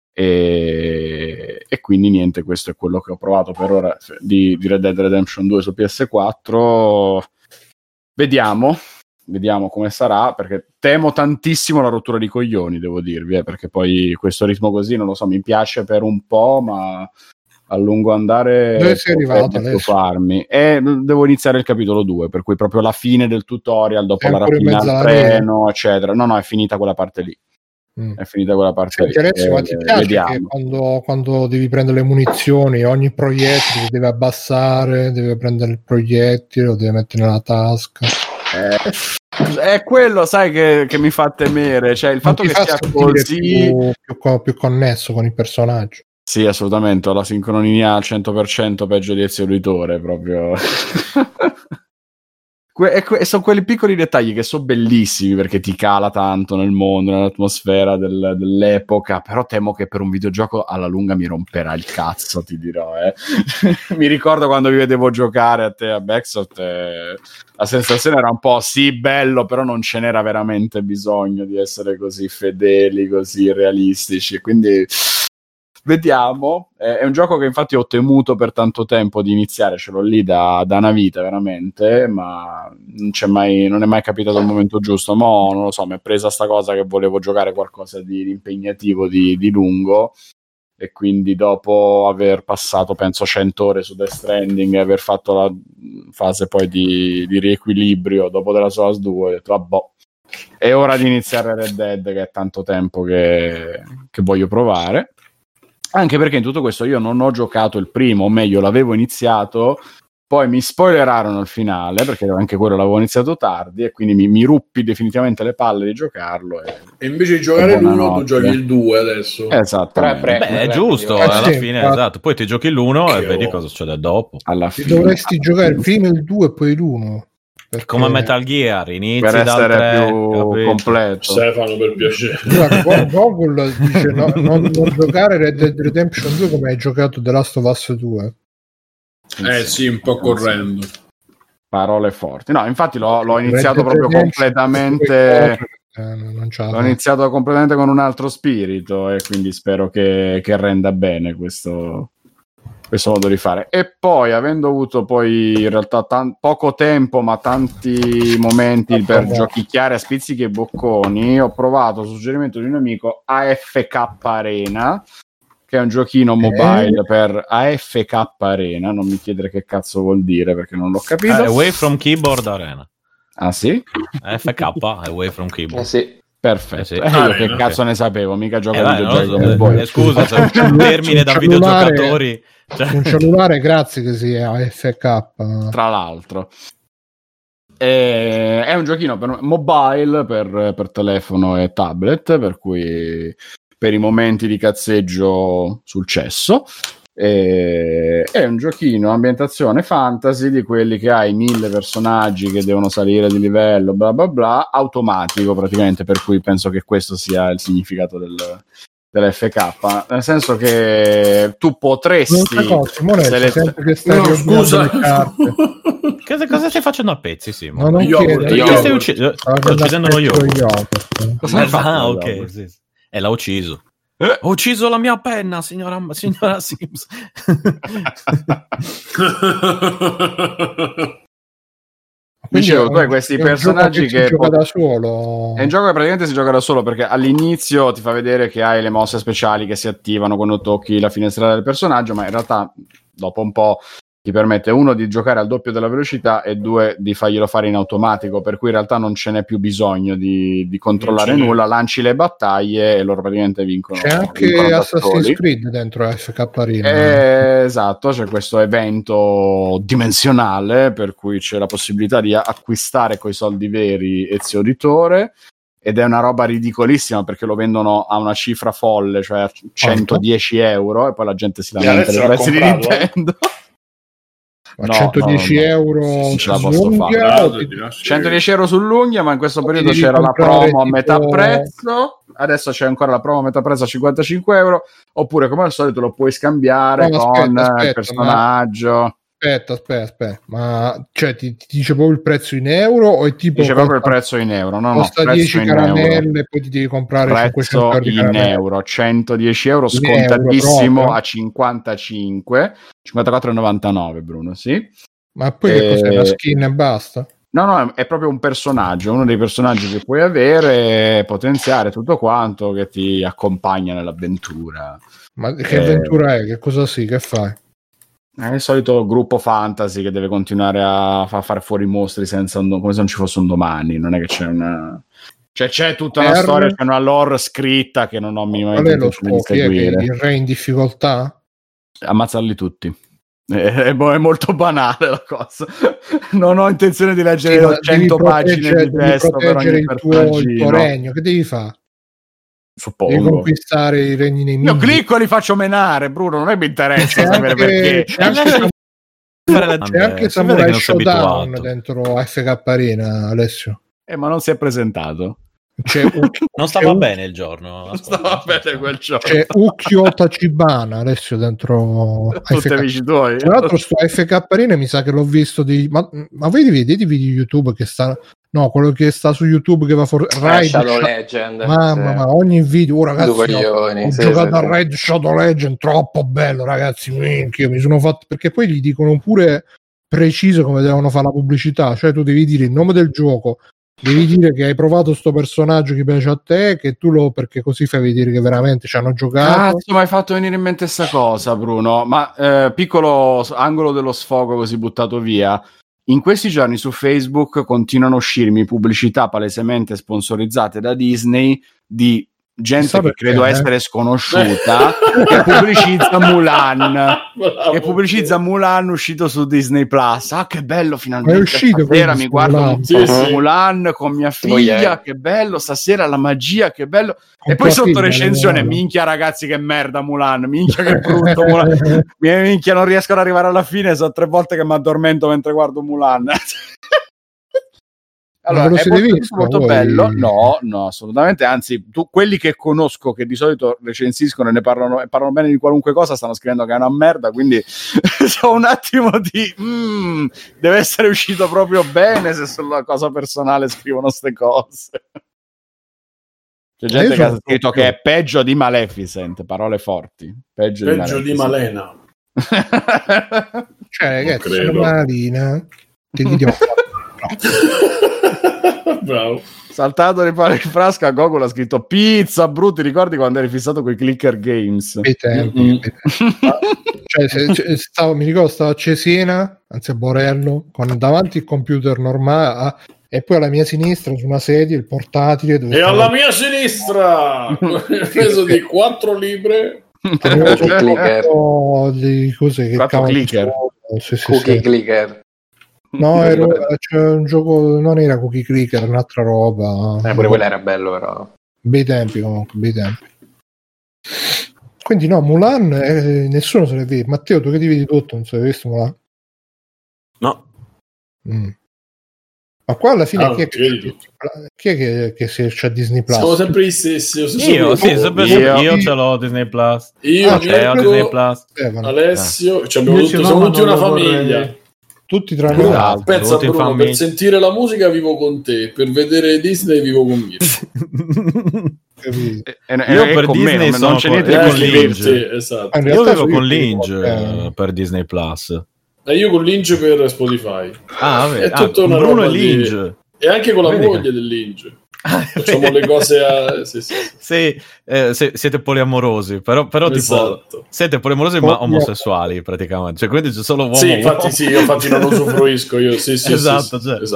e quindi niente, questo è quello che ho provato per ora di Red Dead Redemption 2 su PS4. Vediamo come sarà, perché temo tantissimo la rottura di coglioni, devo dirvi, perché poi questo ritmo così, non lo so, mi piace per un po', ma a lungo andare dove sei arrivato farmi. E devo iniziare il capitolo 2, per cui proprio la fine del tutorial, dopo la rapina al treno, eccetera. No, è finita quella parte lì. È finita quella parte lì. Ma ti piace che quando devi prendere le munizioni, ogni proiettile deve abbassare, deve prendere il proiettile, lo deve mettere nella tasca? È quello, sai, che mi fa temere, cioè il fatto che sia così più connesso con il personaggio. Sì, assolutamente, ho la sincronia al 100%, peggio di Ezio Auditore, proprio. Sono quei piccoli dettagli che sono bellissimi, perché ti cala tanto nel mondo, nell'atmosfera dell'epoca, però temo che per un videogioco alla lunga mi romperà il cazzo, ti dirò. Mi ricordo quando vi vedevo giocare a te a Backsoft, la sensazione era un po' sì, bello, però non ce n'era veramente bisogno di essere così fedeli, così realistici, quindi vediamo. È un gioco che infatti ho temuto per tanto tempo di iniziare, ce l'ho lì da una vita veramente, ma non è mai capitato il momento giusto. Mo non lo so, mi è presa sta cosa che volevo giocare qualcosa di impegnativo, di lungo, e quindi dopo aver passato penso 100 ore su Death Stranding e aver fatto la fase poi di riequilibrio dopo The Last of Us 2, ho detto boh, è ora di iniziare Red Dead, che è tanto tempo che voglio provare. Anche perché in tutto questo io non ho giocato il primo, o meglio l'avevo iniziato, poi mi spoilerarono il finale, perché anche quello l'avevo iniziato tardi, e quindi mi ruppi definitivamente le palle di giocarlo. E invece di giocare l'1 tu giochi il 2 adesso. Esatto. È giusto, alla fine, esatto. Poi ti giochi l'1 e vedi cosa succede dopo. Alla fine. Dovresti giocare prima il 2 e poi l'1. Perché... come Metal Gear, inizi per dal essere 3, più completo. Stefano, per piacere. Google dice non giocare Red Dead Redemption 2 come hai giocato The Last of Us 2. Sì, un po' correndo. Parole forti. No, infatti l'ho iniziato proprio completamente. L'ho iniziato completamente con un altro spirito, e quindi spero che renda bene questo modo di fare. E poi, avendo avuto poi in realtà poco tempo ma tanti momenti per giochicchiare a spizzichi e bocconi, ho provato, su suggerimento di un amico, AFK Arena, che è un giochino mobile per AFK Arena. Non mi chiedere che cazzo vuol dire, perché non l'ho capito. Away from Keyboard Arena. Ah sì? AFK, Away from Keyboard. Sì. Perfetto, sì. Io che cazzo ne sapevo, mica gioco a videogiochi come voi. Scusa, se è un termine da videogiocatori, un cellulare, grazie che sia AFK, tra l'altro. È un giochino per mobile, per telefono e tablet, per cui per i momenti di cazzeggio sul cesso. È un giochino ambientazione fantasy, di quelli che hai 1000 personaggi che devono salire di livello, bla bla bla, automatico praticamente, per cui penso che questo sia il significato dell'FK, nel senso che tu potresti scusa. Cosa stai facendo a pezzi, Simo? Io stai uccidendo? Sto uccidendo lo yogurt. Ok, sì. L'ha ucciso. Ho ucciso la mia penna, signora Sims. Dicevo, tu hai questi personaggi che gioca da solo. È un gioco che praticamente si gioca da solo, perché all'inizio ti fa vedere che hai le mosse speciali che si attivano quando tocchi la finestrella del personaggio, ma in realtà dopo un po' ti permette, uno, di giocare al doppio della velocità e due, di farglielo fare in automatico, per cui in realtà non ce n'è più bisogno di controllare nulla, lanci le battaglie e loro praticamente vincono. C'è anche Assassin's Creed dentro FK Arena. Esatto, c'è questo evento dimensionale per cui c'è la possibilità di acquistare coi soldi veri Ezio Auditore, ed è una roba ridicolissima perché lo vendono a una cifra folle, cioè a 110 euro, e poi la gente si lamenta dei prezzi di Nintendo. Ma 110 euro sull'unghia? 110 euro sull'unghia, ma in questo periodo c'era la promo a metà prezzo, adesso c'è ancora la promo a metà prezzo a 55 euro, oppure come al solito lo puoi scambiare con il personaggio. Aspetta, ma cioè ti dice proprio il prezzo in euro o è tipo dice proprio il prezzo in euro? No, costa 10 caramelle e poi ti devi comprare prezzo 500 in euro, 110 euro scontatissimo a 55, 54,99 Bruno, sì. Ma poi che cos'è, la skin e basta? No, è proprio un personaggio, uno dei personaggi che puoi avere, potenziare, tutto quanto, che ti accompagna nell'avventura. Ma che avventura è? Che cosa che fai? È il solito gruppo fantasy che deve continuare a fare fuori i mostri senza come se non ci fosse un domani. Non è che c'è una... Cioè c'è tutta una storia, c'è una lore scritta che non ho minimamente intenzione di seguire. È il re in difficoltà? Ammazzarli tutti. È molto banale la cosa. Non ho intenzione di leggere 100 pagine di testo per ogni personaggio. Il tuo regno, che devi fare? Suppongo. Devi conquistare i regni nemici. Io clicco e li faccio menare, Bruno, non è mi interessa sapere perché. C'è anche Samurai Showdown dentro FK Arena, Alessio. Ma non si è presentato. Non stava bene il giorno. Non stava bene quel giorno. C'è Ukkyo Tachibana Alessio dentro tutti amici tuoi. Tra l'altro sto FK Arena mi sa che l'ho visto ma vedi i video YouTube che sta... No, quello che sta su YouTube che va Shadow Legend. Ma ogni video, ragazzi, ho giocato a Raid Shadow Legend, troppo bello, ragazzi, minchia, mi sono fatto, perché poi gli dicono pure preciso come devono fare la pubblicità, cioè tu devi dire il nome del gioco, devi dire che hai provato sto personaggio che piace a te, che tu perché così fai vedere che veramente ci hanno giocato. Cazzo, mi hai fatto venire in mente sta cosa, Bruno, ma piccolo angolo dello sfogo così buttato via. In questi giorni su Facebook continuano a uscirmi pubblicità palesemente sponsorizzate da Disney di gente che credo essere sconosciuta che pubblicizza Mulan che Mulan uscito su Disney Plus. Ah, che bello, finalmente è uscito, stasera mi guardo Mulan con mia figlia, che bello, stasera la magia, che bello. E poi sotto recensione, minchia ragazzi che merda Mulan, minchia che brutto Mulan. Minchia, non riesco ad arrivare alla fine, sono 3 volte che mi addormento mentre guardo Mulan. Allora, è molto bello. No, assolutamente. Anzi, quelli che conosco che di solito recensiscono e ne parlano bene di qualunque cosa stanno scrivendo che è una merda. Quindi ho un attimo di deve essere uscito proprio bene se sulla cosa personale scrivono ste cose. C'è gente che ha scritto che è peggio di Maleficent, parole forti. Peggio di Malena. Cioè, ragazzi, Marina, che gli diamo bravo. Saltato di pari frasca, Gogol ha scritto pizza, brutti ricordi quando eri fissato con i Clicker Games. Cioè, mi ricordo stavo a Cesena, anzi a Borello, con davanti il computer normale e poi alla mia sinistra su una sedia il portatile e alla mia sinistra preso di 4 libre di cose che clicker. Clicker. No, c'è un gioco, non era Cookie Clicker, un'altra roba. Pure quello era bello, però. Bei tempi comunque, bei tempi. Quindi no, Mulan, nessuno se ne vede. Matteo, tu che ti vedi tutto, non so, hai visto Mulan? No. Ma qua alla fine chi è che c'è Disney Plus? Siamo sempre gli stessi. Io ce l'ho Disney Plus. Io Disney Plus. Alessio, abbiamo siamo tutti una famiglia. Tutti tranne l'altro. Pensa Bruno, per sentire la musica vivo con te, per vedere Disney vivo con me. Io per Disney non c'è niente con Linge. Esatto. Io vivo con Linge per Disney Plus. E io con Linge per Spotify. Vabbè. È tutta una Bruno roba e Linge. E anche con la moglie del Linge. Facciamo le cose a... siete poliamorosi, però esatto. Tipo siete poliamorosi ma omosessuali praticamente, cioè quindi c'è solo uomo. Sì, infatti non usufruisco io. Esatto.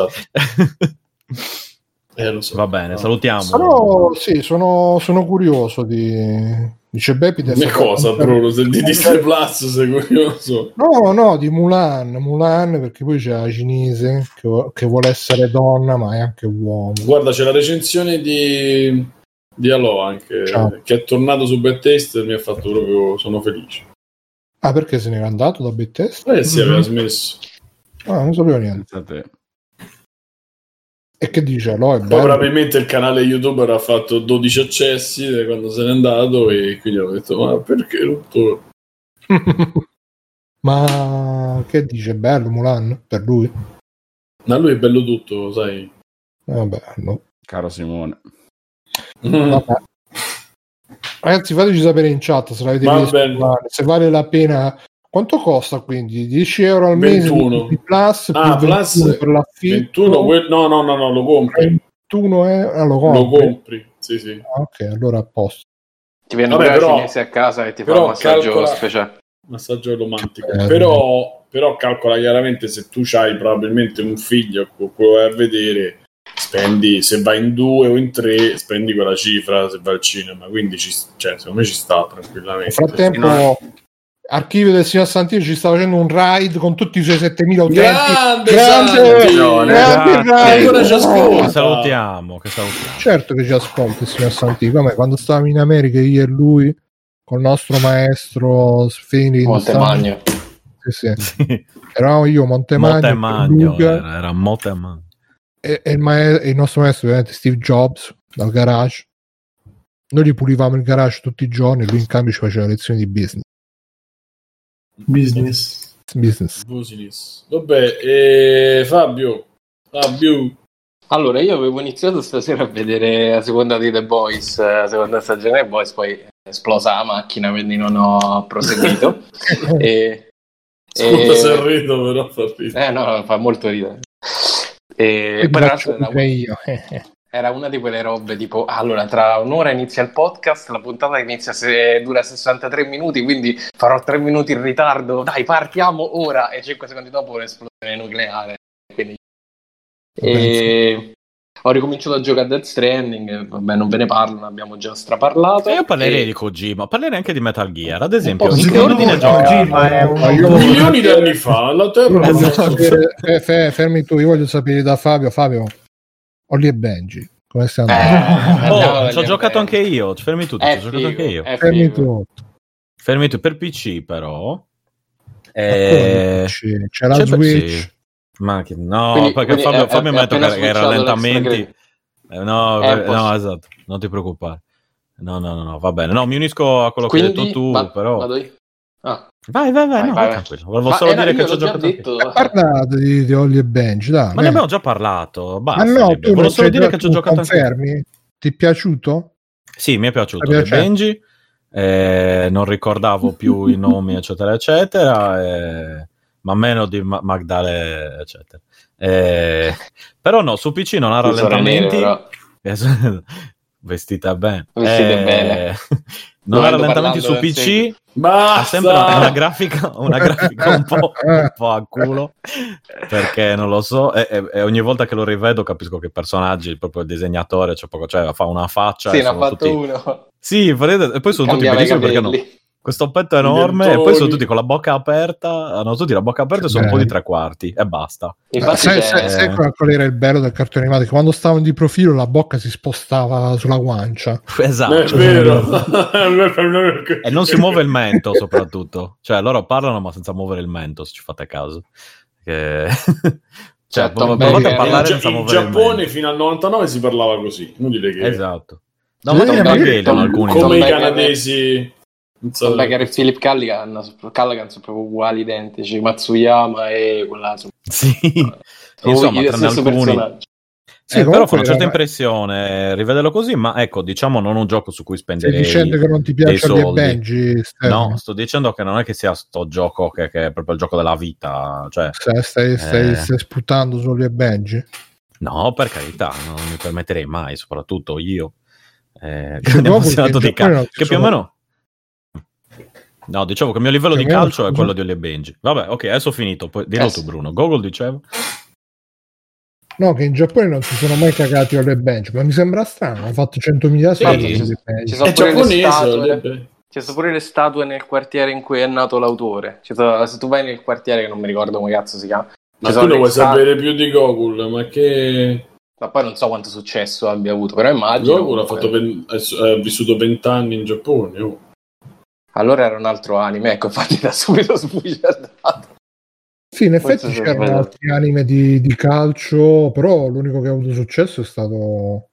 Lo so. Va bene, salutiamo. Sono curioso dice Beppi di cosa, Bruno? Di Disney Plus sei curioso? No, di Mulan, perché poi c'è la cinese che vuole essere donna ma è anche uomo. Guarda, c'è la recensione di Alò anche, che è tornato su Bad Taste e mi ha fatto proprio, sono felice. Perché se n'era andato da Bad Taste? Sì, aveva smesso. Non sapevo niente. E che dice? Allora, poi probabilmente il canale YouTuber ha fatto 12 accessi quando se n'è andato e quindi ho detto ma perché non torno? Ma che dice? Bello Mulan per lui? Ma lui è bello tutto, sai? Bello. Caro Simone. Vabbè. Ragazzi, fateci sapere in chat se l'avete visto, se vale la pena. Quanto costa quindi? 10 euro al mese 21 di Plus, Plus per l'affitto? 21, no, lo compri. 21 lo compri. Sì. Ok, allora a posto. Ti viene un cinese a casa e ti fa un massaggio speciale. Massaggio romantico. Però calcola chiaramente se tu c'hai probabilmente un figlio con cui vai a vedere, spendi, se vai in 2 o in 3 spendi quella cifra se vai al cinema, quindi secondo me ci sta tranquillamente. Nel frattempo Archivio del signor Santino ci sta facendo un raid con tutti i suoi 7.000 utenti. Grande ancora ci ascolta. Che salutiamo. Certo che ci ascolta il signor Santino. Come quando stavamo in America io e lui col nostro maestro Sfini Montemagno. Sì. Eravamo io, Montemagno era Montemagno e il nostro maestro ovviamente Steve Jobs dal garage. Noi gli pulivamo il garage tutti i giorni e lui in cambio ci faceva lezioni di business. Vabbè, Fabio. Allora, io avevo iniziato stasera a vedere la seconda di The Boys, la seconda stagione di The Boys, poi è esplosa la macchina, quindi non ho proseguito. Scusa se rido, però fa ridere. No, fa molto ridere. E poi era una di quelle robe tipo, allora tra un'ora inizia il podcast, la puntata inizia dura 63 minuti, quindi farò 3 minuti in ritardo, dai partiamo ora, e 5 secondi dopo un'esplosione nucleare. Quindi ho ricominciato a giocare a Death Stranding, vabbè non ve ne parlo, ne abbiamo già straparlato. Io parlerei di Kojima, parlerei anche di Metal Gear, ad esempio. In che ordine gioca? Milioni di anni fa, la Terra. Fermi tu, io voglio sapere da Fabio, Ollie e Benji. Come stai andando? Ci ho giocato anche io. Fermi tutti, ci ho giocato anche io. Fermi tu per PC, però. C'è la Switch. No, perché Fabio mi ha detto che i rallentamenti. No, esatto. Non ti preoccupare. No, va bene. No, mi unisco a quello che hai detto tu, però. Vado io. Vai. Volevo solo dire che ci ho giocato. Parlate di Ollie e Benji, dai. Ma ne abbiamo già parlato. Basta. Ma no, volevo solo dire che ci ho giocato. Confermi? Ti è piaciuto? Sì, mi è piaciuto. Benji. Non ricordavo più i nomi, eccetera. Ma meno di Magdalene, eccetera. Però no, su PC non ha rallentamenti. Vestita bene. Non ha rallentamenti su PC. Ha sempre una grafica un po' a culo, perché non lo so, e ogni volta che lo rivedo capisco che i personaggi, proprio il disegnatore, fa una faccia. Sì, ne ha fatto uno. Sì, e poi sono tutti bellissimi perché no. Questo petto enorme e poi sono tutti con la bocca aperta, hanno tutti la bocca aperta e sono un po' di 3/4 e basta. Sai qual era il bello del cartone animato? Che quando stavano di profilo la bocca si spostava sulla guancia. Esatto. È vero. E non si muove il mento soprattutto. Cioè loro parlano ma senza muovere il mento, se ci fate caso. Cioè, provate a parlare senza in muovere Giappone fino al 99 si parlava così, inutile che... Esatto. No, ma alcuni come i canadesi. Tom Baker e Philip Callaghan sono proprio uguali, identici. Matsuyama e quell'altro. Sì, insomma, tranne alcuni. Sì, però fa una certa impressione rivederlo così, ma ecco, diciamo non un gioco su cui spendere. Stai dicendo che non ti piacciono gli Benji? No, sto dicendo che non è che sia sto gioco che è proprio il gioco della vita. Cioè, stai sputando sugli Benji? No, per carità, non mi permetterei mai, soprattutto io. Grande appassionato di calcio. Che più o meno... No, dicevo che il mio livello di calcio è quello di Oli Benji. Vabbè, ok, adesso ho finito. Poi dillo tu, Bruno. Google diceva... No, che in Giappone non si sono mai cagati alle bench, ma mi sembra strano, hanno fatto 100.000 sì. Ci sono pure le statue nel quartiere in cui è nato l'autore. Se tu vai nel quartiere, che non mi ricordo come cazzo si chiama, ma tu lo vuoi sapere più di Google, ma che... Ma poi non so quanto successo abbia avuto, però immagino... Google ha vissuto 20 anni in Giappone. Oh. Allora era un altro anime, ecco, infatti da subito sbugiardato. Sì, in effetti c'erano altri anime di calcio, però l'unico che ha avuto successo è stato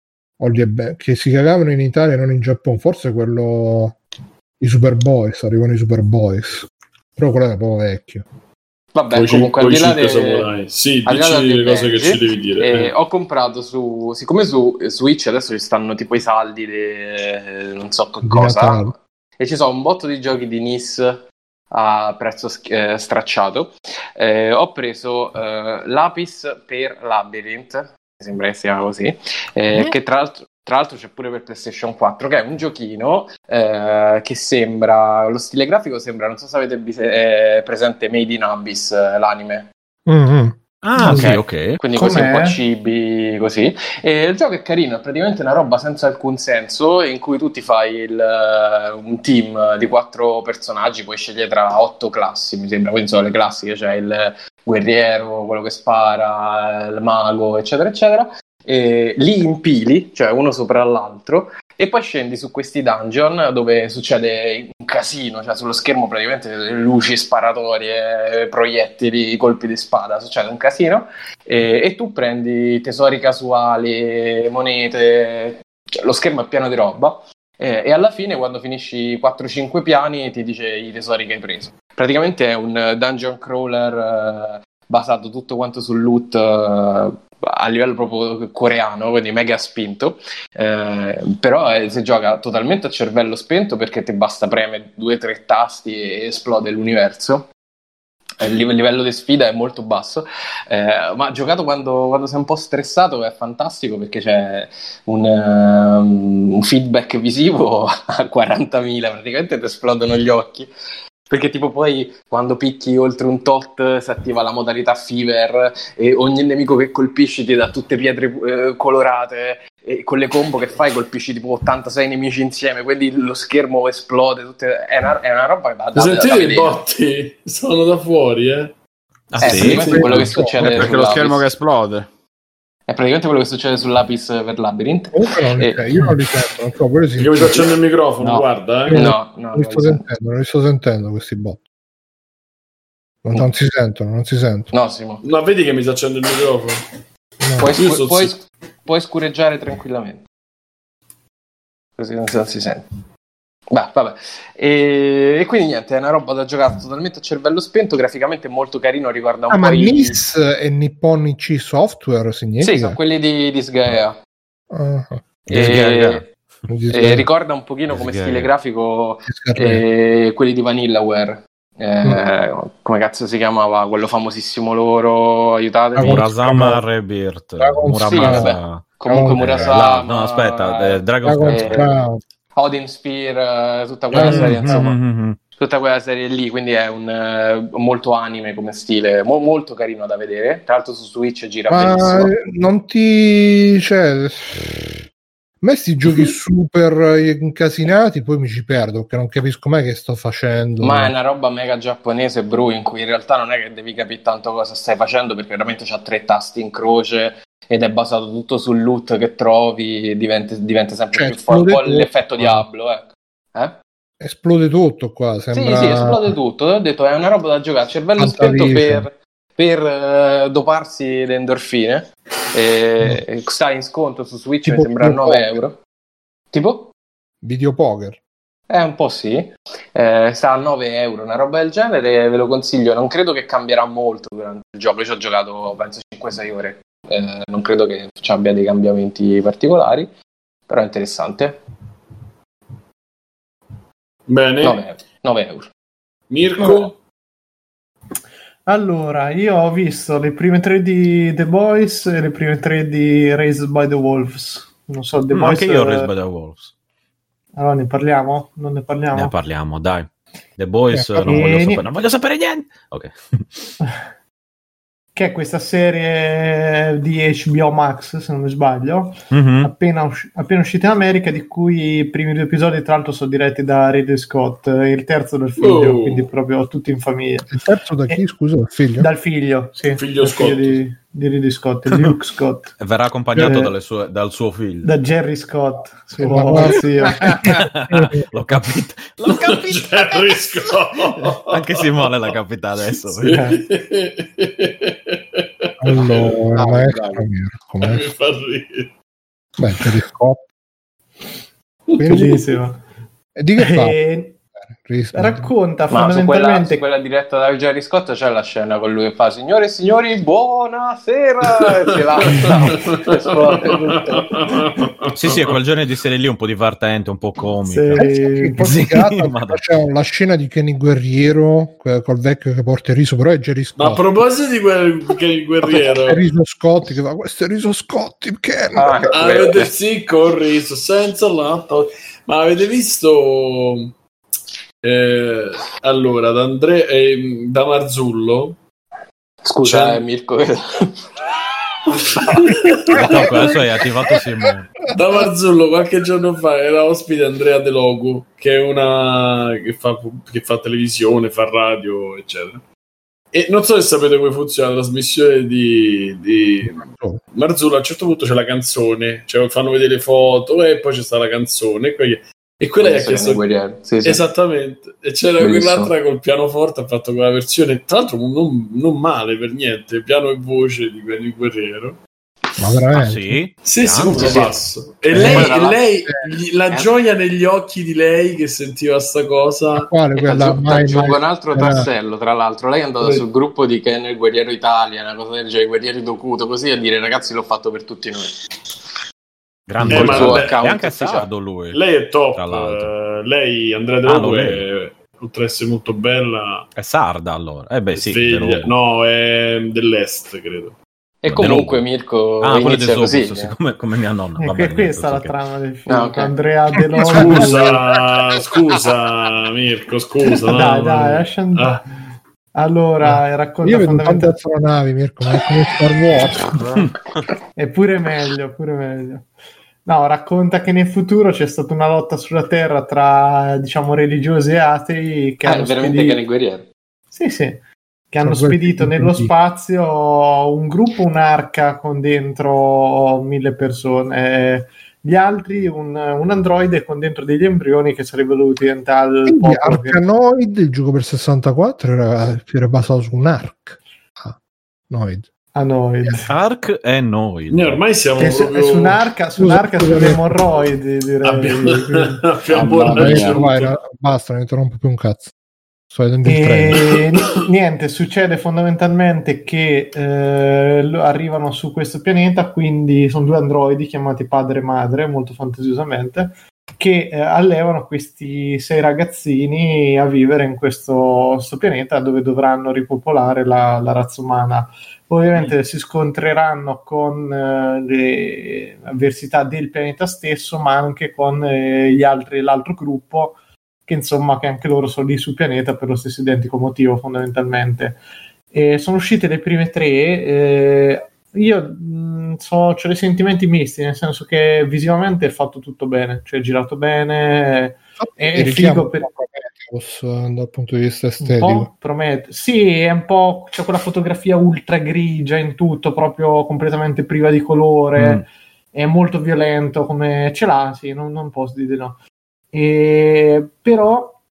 che si cagavano in Italia e non in Giappone, forse quello i Superboys, arrivano i Superboys, però quello era proprio vecchio. Vabbè, comunque al di là sì, dici le cose che ci devi dire. Ho comprato siccome su Switch adesso ci stanno tipo i saldi non so che cosa, e ci sono un botto di giochi di NIS a prezzo stracciato. Ho preso Lapis per Labyrinth, mi sembra che sia così, che tra l'altro c'è pure per PlayStation 4, che è un giochino che sembra, lo stile grafico sembra, non so se avete presente Made in Abyss, l'anime. Mm-hmm. Ah, okay. Sì, ok. Quindi così un po' cibi, così. E il gioco è carino, è praticamente una roba senza alcun senso, in cui tu ti fai un team di 4 personaggi, puoi scegliere tra 8 classi, mi sembra, quindi sono le classiche, cioè il guerriero, quello che spara, il mago, eccetera, eccetera. E li impili, cioè uno sopra l'altro, e poi scendi su questi dungeon dove succede un casino, cioè sullo schermo praticamente luci, sparatorie, proiettili, colpi di spada, succede un casino, e tu prendi tesori casuali, monete, cioè lo schermo è pieno di roba, e alla fine quando finisci 4-5 piani ti dice i tesori che hai preso. Praticamente è un dungeon crawler basato tutto quanto sul loot, a livello proprio coreano, quindi mega spinto, però si gioca totalmente a cervello spento, perché ti basta premere 2-3 tasti e esplode l'universo. Il livello di sfida è molto basso, ma giocato quando sei un po' stressato è fantastico, perché c'è un feedback visivo a 40.000, praticamente ti esplodono gli occhi. Perché tipo poi quando picchi oltre un tot si attiva la modalità Fever e ogni nemico che colpisci ti dà tutte pietre colorate, e con le combo che fai colpisci tipo 86 nemici insieme, quindi lo schermo esplode, è una roba che da sentire i botti sono da fuori, sì, è quello che succede, perché lo schermo che esplode è praticamente quello che succede sull'Apis per Labyrinth. Io non li sento, non so, perché mi sto accendendo il microfono, no. Guarda, no, non li sto sentendo questi bot. Non si sentono. No, Simo. No, vedi che mi sta accendendo il microfono. No. Puoi scureggiare tranquillamente, così non si sente. Vabbè. E quindi niente, è una roba da giocare totalmente a cervello spento, graficamente molto carino, ricorda un po' ma NIS e Nippon IC Software significa? Sì, sono quelli di Sgaea. Ricorda un pochino come stile grafico quelli di Vanillaware. Come cazzo si chiamava quello famosissimo loro? Aiutatemi. Murasama Rebirth. Comunque Murasama. No, aspetta, Dragon's Odin Sphere, tutta quella serie, insomma, tutta quella serie lì, quindi è un molto anime come stile, molto carino da vedere. Tra l'altro su Switch gira benissimo. Non ti... cioè... a me sti giochi super incasinati poi mi ci perdo, perché non capisco mai che sto facendo. Ma è una roba mega giapponese, bro, in cui in realtà non è che devi capire tanto cosa stai facendo, perché veramente c'ha 3 tasti in croce ed è basato tutto sul loot che trovi, diventa sempre più forte, un po' l'effetto Diablo, ecco. Esplode tutto qua, sembra... Sì, esplode tutto. Ho detto, è una roba da giocare, cervello spento per doparsi le endorfine. Sta in sconto su Switch, tipo mi sembra 9 euro. Tipo? Videopoker. Un po' sì. Sta a 9 euro, una roba del genere, ve lo consiglio. Non credo che cambierà molto durante il gioco. Io ci ho giocato penso 5-6 ore. Non credo che ci abbia dei cambiamenti particolari, però è interessante. Bene. 9 euro. Mirko? Allora, io ho visto le prime 3 di The Boys e le prime 3 di Raised by the Wolves. Non so, The Boys... Anche io ho Raised by the Wolves. Allora, ne parliamo? Non ne parliamo? Ne parliamo, dai. The Boys non voglio sapere niente. Ok. Che è questa serie di HBO Max, se non mi sbaglio, appena uscita in America, di cui i primi 2 episodi tra l'altro sono diretti da Ridley Scott e il terzo dal figlio, quindi proprio tutti in famiglia. Il terzo da chi, scusa? Dal figlio? Dal figlio, sì. Figlio Di Ridley Scott, Luke Scott. E verrà accompagnato dal suo figlio. Da Jerry Scott. L'ho capito. Jerry Scott. Anche Simone l'ha capita adesso. Sì. Allora, maestro Mirko. Mi fa ridere. Beh, Jerry Scott. Bellissimo. E di che fa? Racconta Ma fondamentalmente su quella diretta da Jerry Scott c'è la scena con lui che fa signore e signori buonasera e si sì, è quel genere di serie lì un po' divertente, un po' comica. C'è la scena di Kenny Guerriero col vecchio che porta il riso, però è Jerry Scott. Ma a proposito di Kenny Guerriero, Riso Scotti che fa questo è Riso Scotti avete sì col riso senza latte. Ma avete visto allora da Marzullo, scusa Mirko adesso hai attivato Simone. Da Marzullo qualche giorno fa era ospite Andrea De Logu, che è una che fa televisione, fa radio eccetera, e non so se sapete come funziona la trasmissione di Marzullo. A un certo punto c'è la canzone, cioè fanno vedere le foto e poi c'è sta la canzone e quella è chiesto sì. Esattamente, e c'era quell'altra col pianoforte, ha fatto quella versione tra l'altro non male per niente, piano e voce di Kenny Guerriero. Ma veramente? Sì, molto basso. E lei la gioia negli occhi di lei che sentiva sta cosa. Aggiungo un altro tassello, tra l'altro lei è andata sul gruppo di Kenny Guerriero Italia, una cosa del genere, Guerrieri Docuto, così, a dire ragazzi l'ho fatto per tutti noi. Grande, è anche sardo lui. Lei è top. Lei, Andrea De Logu, oltre ad essere molto bella, è sarda allora. Sì, no, è dell'est, credo. E comunque Mirko inizia così, come mia nonna. E questa è la trama del film. Okay. Andrea De Logu. Scusa Mirko, scusa. Dai, lascia andare. Allora, racconta io vedo tante astronavi, Mirko, ma è come Star Wars. È pure meglio. No, racconta che nel futuro c'è stata una lotta sulla Terra tra, diciamo, religiosi e atei che hanno veramente Kenny Guerriero. Sì, che hanno spedito nello spazio un gruppo, un'arca con dentro 1000 persone, gli altri un androide con dentro degli embrioni che sarebbero dovuti diventare il popolo. Arkanoid, il gioco per 64 era basato su un Ark. Ark e Noid. Noi ormai siamo proprio... su un'arca sulle emorroidi, direi. Basta, non interrompo più un cazzo. Niente, succede fondamentalmente che arrivano su questo pianeta, quindi sono 2 androidi chiamati padre e madre, molto fantasiosamente, che allevano questi 6 ragazzini a vivere in questo pianeta dove dovranno ripopolare la razza umana. Ovviamente si scontreranno con le avversità del pianeta stesso, ma anche con l'altro gruppo che anche loro sono lì sul pianeta per lo stesso identico motivo fondamentalmente. Sono uscite le prime 3, io ho dei sentimenti misti, nel senso che visivamente è fatto tutto bene, cioè è girato bene, è figo dal punto di vista estetico. Sì, è un po', c'è quella fotografia ultra grigia in tutto, proprio completamente priva di colore, è molto violento come ce l'ha, sì, non posso dire no. Però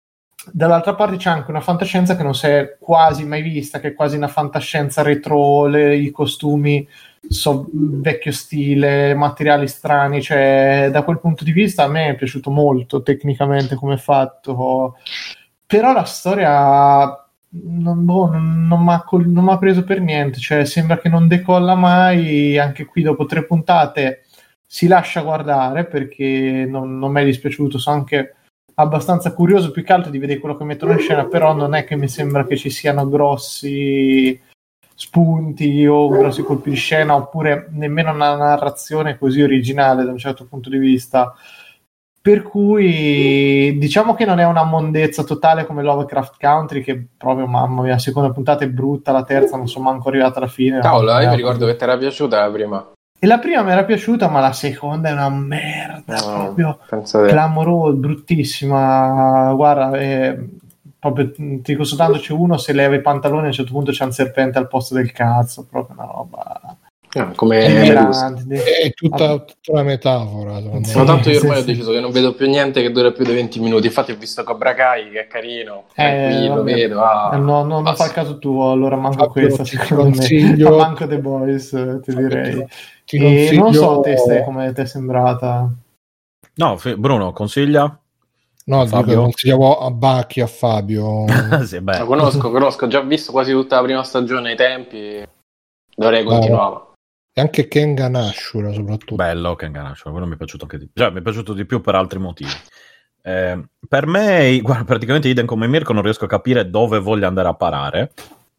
dall'altra parte c'è anche una fantascienza che non si è quasi mai vista, che è quasi una fantascienza retro, i costumi vecchio stile, materiali strani, cioè da quel punto di vista a me è piaciuto molto tecnicamente come è fatto, però la storia non m'ha preso per niente, cioè sembra che non decolla mai. Anche qui dopo 3 puntate si lascia guardare, perché non mi è dispiaciuto, sono anche abbastanza curioso più che altro di vedere quello che mettono in scena, però non è che mi sembra che ci siano grossi spunti o grossi colpi di scena, oppure nemmeno una narrazione così originale da un certo punto di vista, per cui diciamo che non è una mondezza totale come Lovecraft Country, che proprio, mamma mia, la seconda puntata è brutta, la terza non sono manco arrivata alla fine. Cavolo, io mi ricordo che ti era piaciuta la prima. E la prima mi era piaciuta, ma la seconda è una merda, proprio clamorosa, bruttissima. Guarda, proprio, ti dico soltanto, c'è uno, se leva i pantaloni a un certo punto c'è un serpente al posto del cazzo, proprio una roba... come è tutta una metafora. Ma tanto io ormai ho deciso che non vedo più niente che dura più di 20 minuti. Infatti ho visto Cobra Kai, che è carino, tranquillo, vedo. Non fa il caso tuo, allora manco questa, secondo me. Ma manco The Boys, ti direi. E non so te come ti è sembrata. No, Bruno, consiglia? No, consigliavo a Bacchi, a Fabio. Sì, beh. Lo conosco, ho già visto quasi tutta la prima stagione ai tempi, dovrei continuare. E anche Kengan Ashura, soprattutto. Bello Kengan Ashura, quello mi è piaciuto anche di più. Cioè, mi è piaciuto di più per altri motivi. Per me, guarda, praticamente idem come Mirko, non riesco a capire dove voglia andare a parare.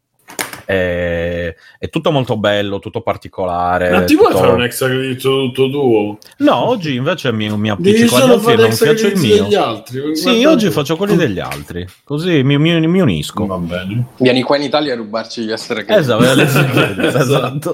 È tutto molto bello, tutto particolare. Ma ti vuoi fare un extra credito tutto tuo? No, oggi invece mi appiccico agli altri e non piace il mio. Degli altri, sì, oggi faccio quelli degli altri, così mi unisco. Va bene. Vieni qua in Italia a rubarci gli extra crediti. Esatto.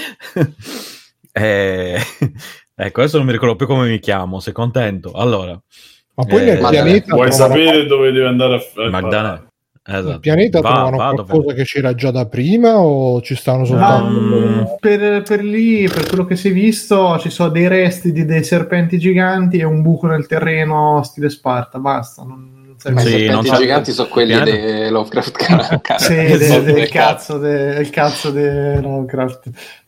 Ecco, adesso non mi ricordo più come mi chiamo, sei contento? Allora, ma poi nel pianeta vuoi sapere dove deve andare a Magdalena? Esatto. Il pianeta trovano qualcosa che c'era già da prima o ci stanno soltanto per lì, per quello che si è visto, ci sono dei resti di dei serpenti giganti e un buco nel terreno stile Sparta, basta. I serpenti giganti sono quelli di Lovecraft. Sì, il cazzo di Lovecraft.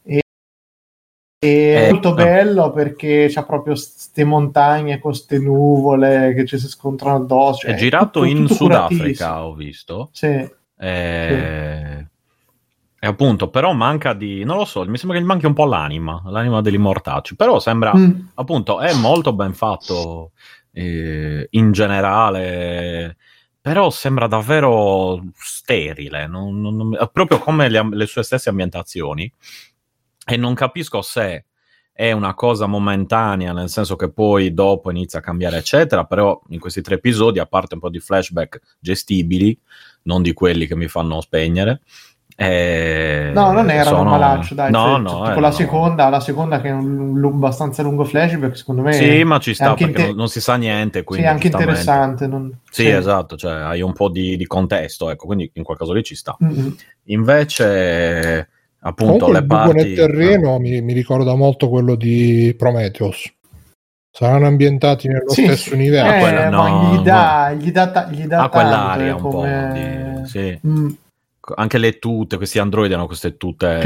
È molto bello perché c'ha proprio ste montagne con ste nuvole che ci si scontrano addosso. È girato in Sudafrica, ho visto. Sì. E appunto, però manca di... non lo so, mi sembra che gli manchi un po' l'anima degli mortacci. Però sembra, appunto, è molto ben fatto in generale, però sembra davvero sterile, proprio come le sue stesse ambientazioni. E non capisco se è una cosa momentanea, nel senso che poi dopo inizia a cambiare, eccetera, però in questi 3 episodi, a parte un po' di flashback gestibili, non di quelli che mi fanno spegnere. No, non erano malaccio, dai. Tipo la seconda che è un abbastanza lungo flashback, secondo me. Sì, ma ci sta perché non si sa niente. Quindi sì, anche interessante. Sì, esatto, cioè hai un po' di contesto, ecco, quindi in quel caso lì ci sta. Mm-hmm. Invece... appunto, le parti nel terreno mi ricorda molto quello di Prometheus. Saranno ambientati nello stesso universo. Ma gli dà quell'aria un po' sì. Anche le tute, questi androidi hanno queste tute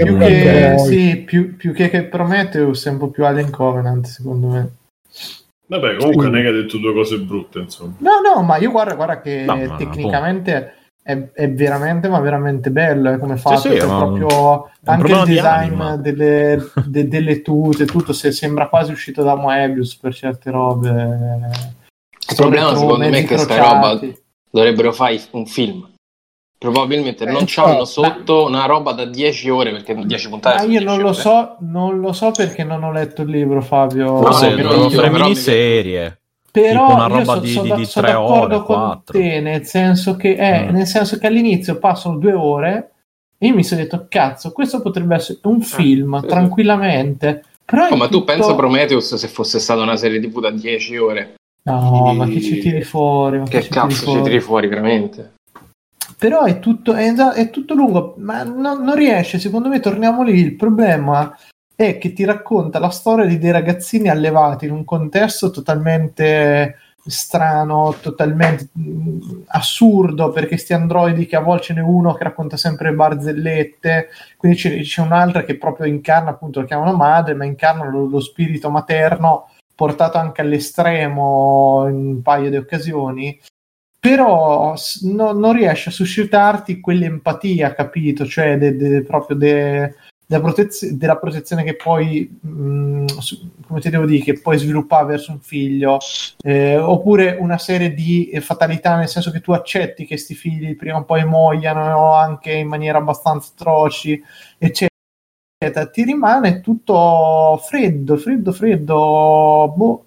più che Prometheus è un po' più Alien Covenant, secondo me. Vabbè, comunque non è che ha detto 2 cose brutte, insomma. No, ma io guarda che tecnicamente è veramente, ma veramente bello come fatto, sì, proprio anche il design delle tute, tutto sembra quasi uscito da Moebius per certe robe. Il problema secondo me è che questa roba dovrebbero fare un film. Probabilmente non c'hanno sotto una roba da 10 ore, perché 10 puntate. Io non lo so perché non ho letto il libro, Fabio. Dovrebbero fare miniserie. Però tipo una roba di 3 ore, 4. Te, nel senso che all'inizio passano 2 ore e io mi sono detto cazzo, questo potrebbe essere un film tranquillamente. Però ma tu pensa Prometheus se fosse stata una serie TV da 10 ore? No, ma che ci tiri fuori? Che cazzo ci tiri fuori veramente? Però è tutto lungo, ma non riesce, secondo me. Torniamo lì, il problema è che ti racconta la storia di dei ragazzini allevati in un contesto totalmente strano, totalmente assurdo, perché sti androidi che a volte ce n'è uno che racconta sempre barzellette, quindi c'è un'altra che proprio incarna, appunto lo chiamano madre, ma incarna lo spirito materno portato anche all'estremo in un paio di occasioni, però non riesce a suscitarti quell'empatia, capito? Cioè proprio della protezione che poi, come ti devo dire, che puoi sviluppare verso un figlio, oppure una serie di fatalità, nel senso che tu accetti che sti figli prima o poi muoiano anche in maniera abbastanza atroci, eccetera. Ti rimane tutto freddo, boh.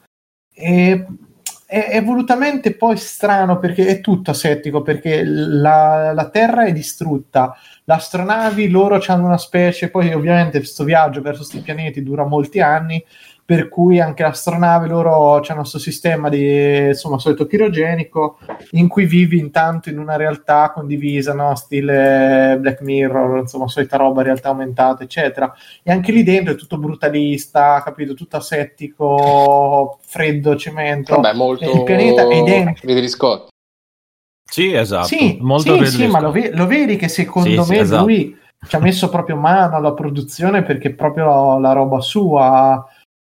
È volutamente poi strano, perché è tutto asettico, perché la Terra è distrutta, le astronavi loro hanno una specie, poi ovviamente questo viaggio verso questi pianeti dura molti anni, per cui anche l'astronave loro hanno questo sistema di, insomma, solito chirogenico, in cui vivi intanto in una realtà condivisa, no? Stile Black Mirror, insomma, solita roba, realtà aumentata, eccetera. E anche lì dentro è tutto brutalista, capito? Tutto asettico, freddo, cemento. Vabbè, molto il pianeta è dentro. Ridley Scott. Sì, esatto. Sì, molto sì, ma lo vedi che secondo me esatto. lui ci ha messo proprio mano alla produzione, perché è proprio la roba sua.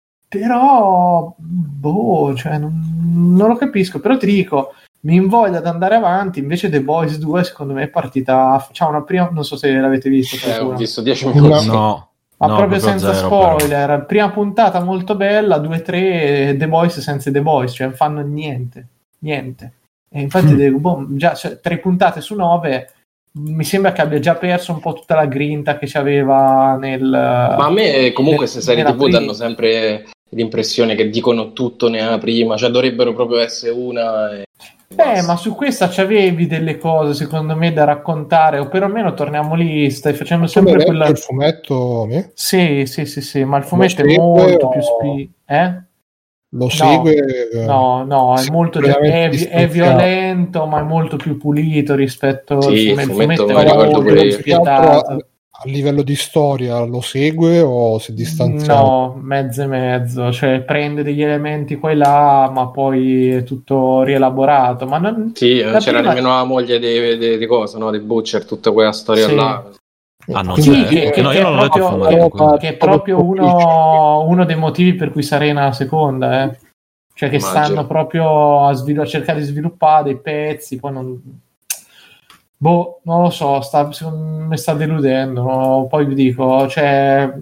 Però, boh, cioè, non lo capisco. Però ti dico, mi invoglia ad andare avanti. Invece The Boys 2 secondo me è partita, c'ha una prima, non so se l'avete visto, Ho visto 10 minuti. No, ma no, proprio senza zero, spoiler, però. prima puntata molto bella, 2-3 The Boys senza The Boys, cioè non fanno niente e infatti dico, già, cioè, 3 puntate su 9 mi sembra che abbia già perso un po' tutta la grinta che c'aveva ma a me comunque queste serie TV danno sempre l'impressione che dicono tutto nella prima, cioè dovrebbero proprio essere una ma su questa c'avevi delle cose secondo me da raccontare, o perlomeno torniamo lì, stai facendo sempre quella... il fumetto sì, ma il fumetto è molto più lo segue? No, è molto è violento, ma è molto più pulito rispetto al fumetto è molto più spietato. A livello di storia lo segue o si distanzia? No, mezzo e mezzo, cioè prende degli elementi qua e là, ma poi è tutto rielaborato. Ma non c'era nemmeno la moglie di cosa, no? Di Butcher, tutta quella storia là. Ah, no, che è proprio uno dei motivi per cui Sarena la seconda, cioè che stanno proprio a cercare di sviluppare dei pezzi, poi non lo so, mi sta deludendo, no? Poi vi dico, cioè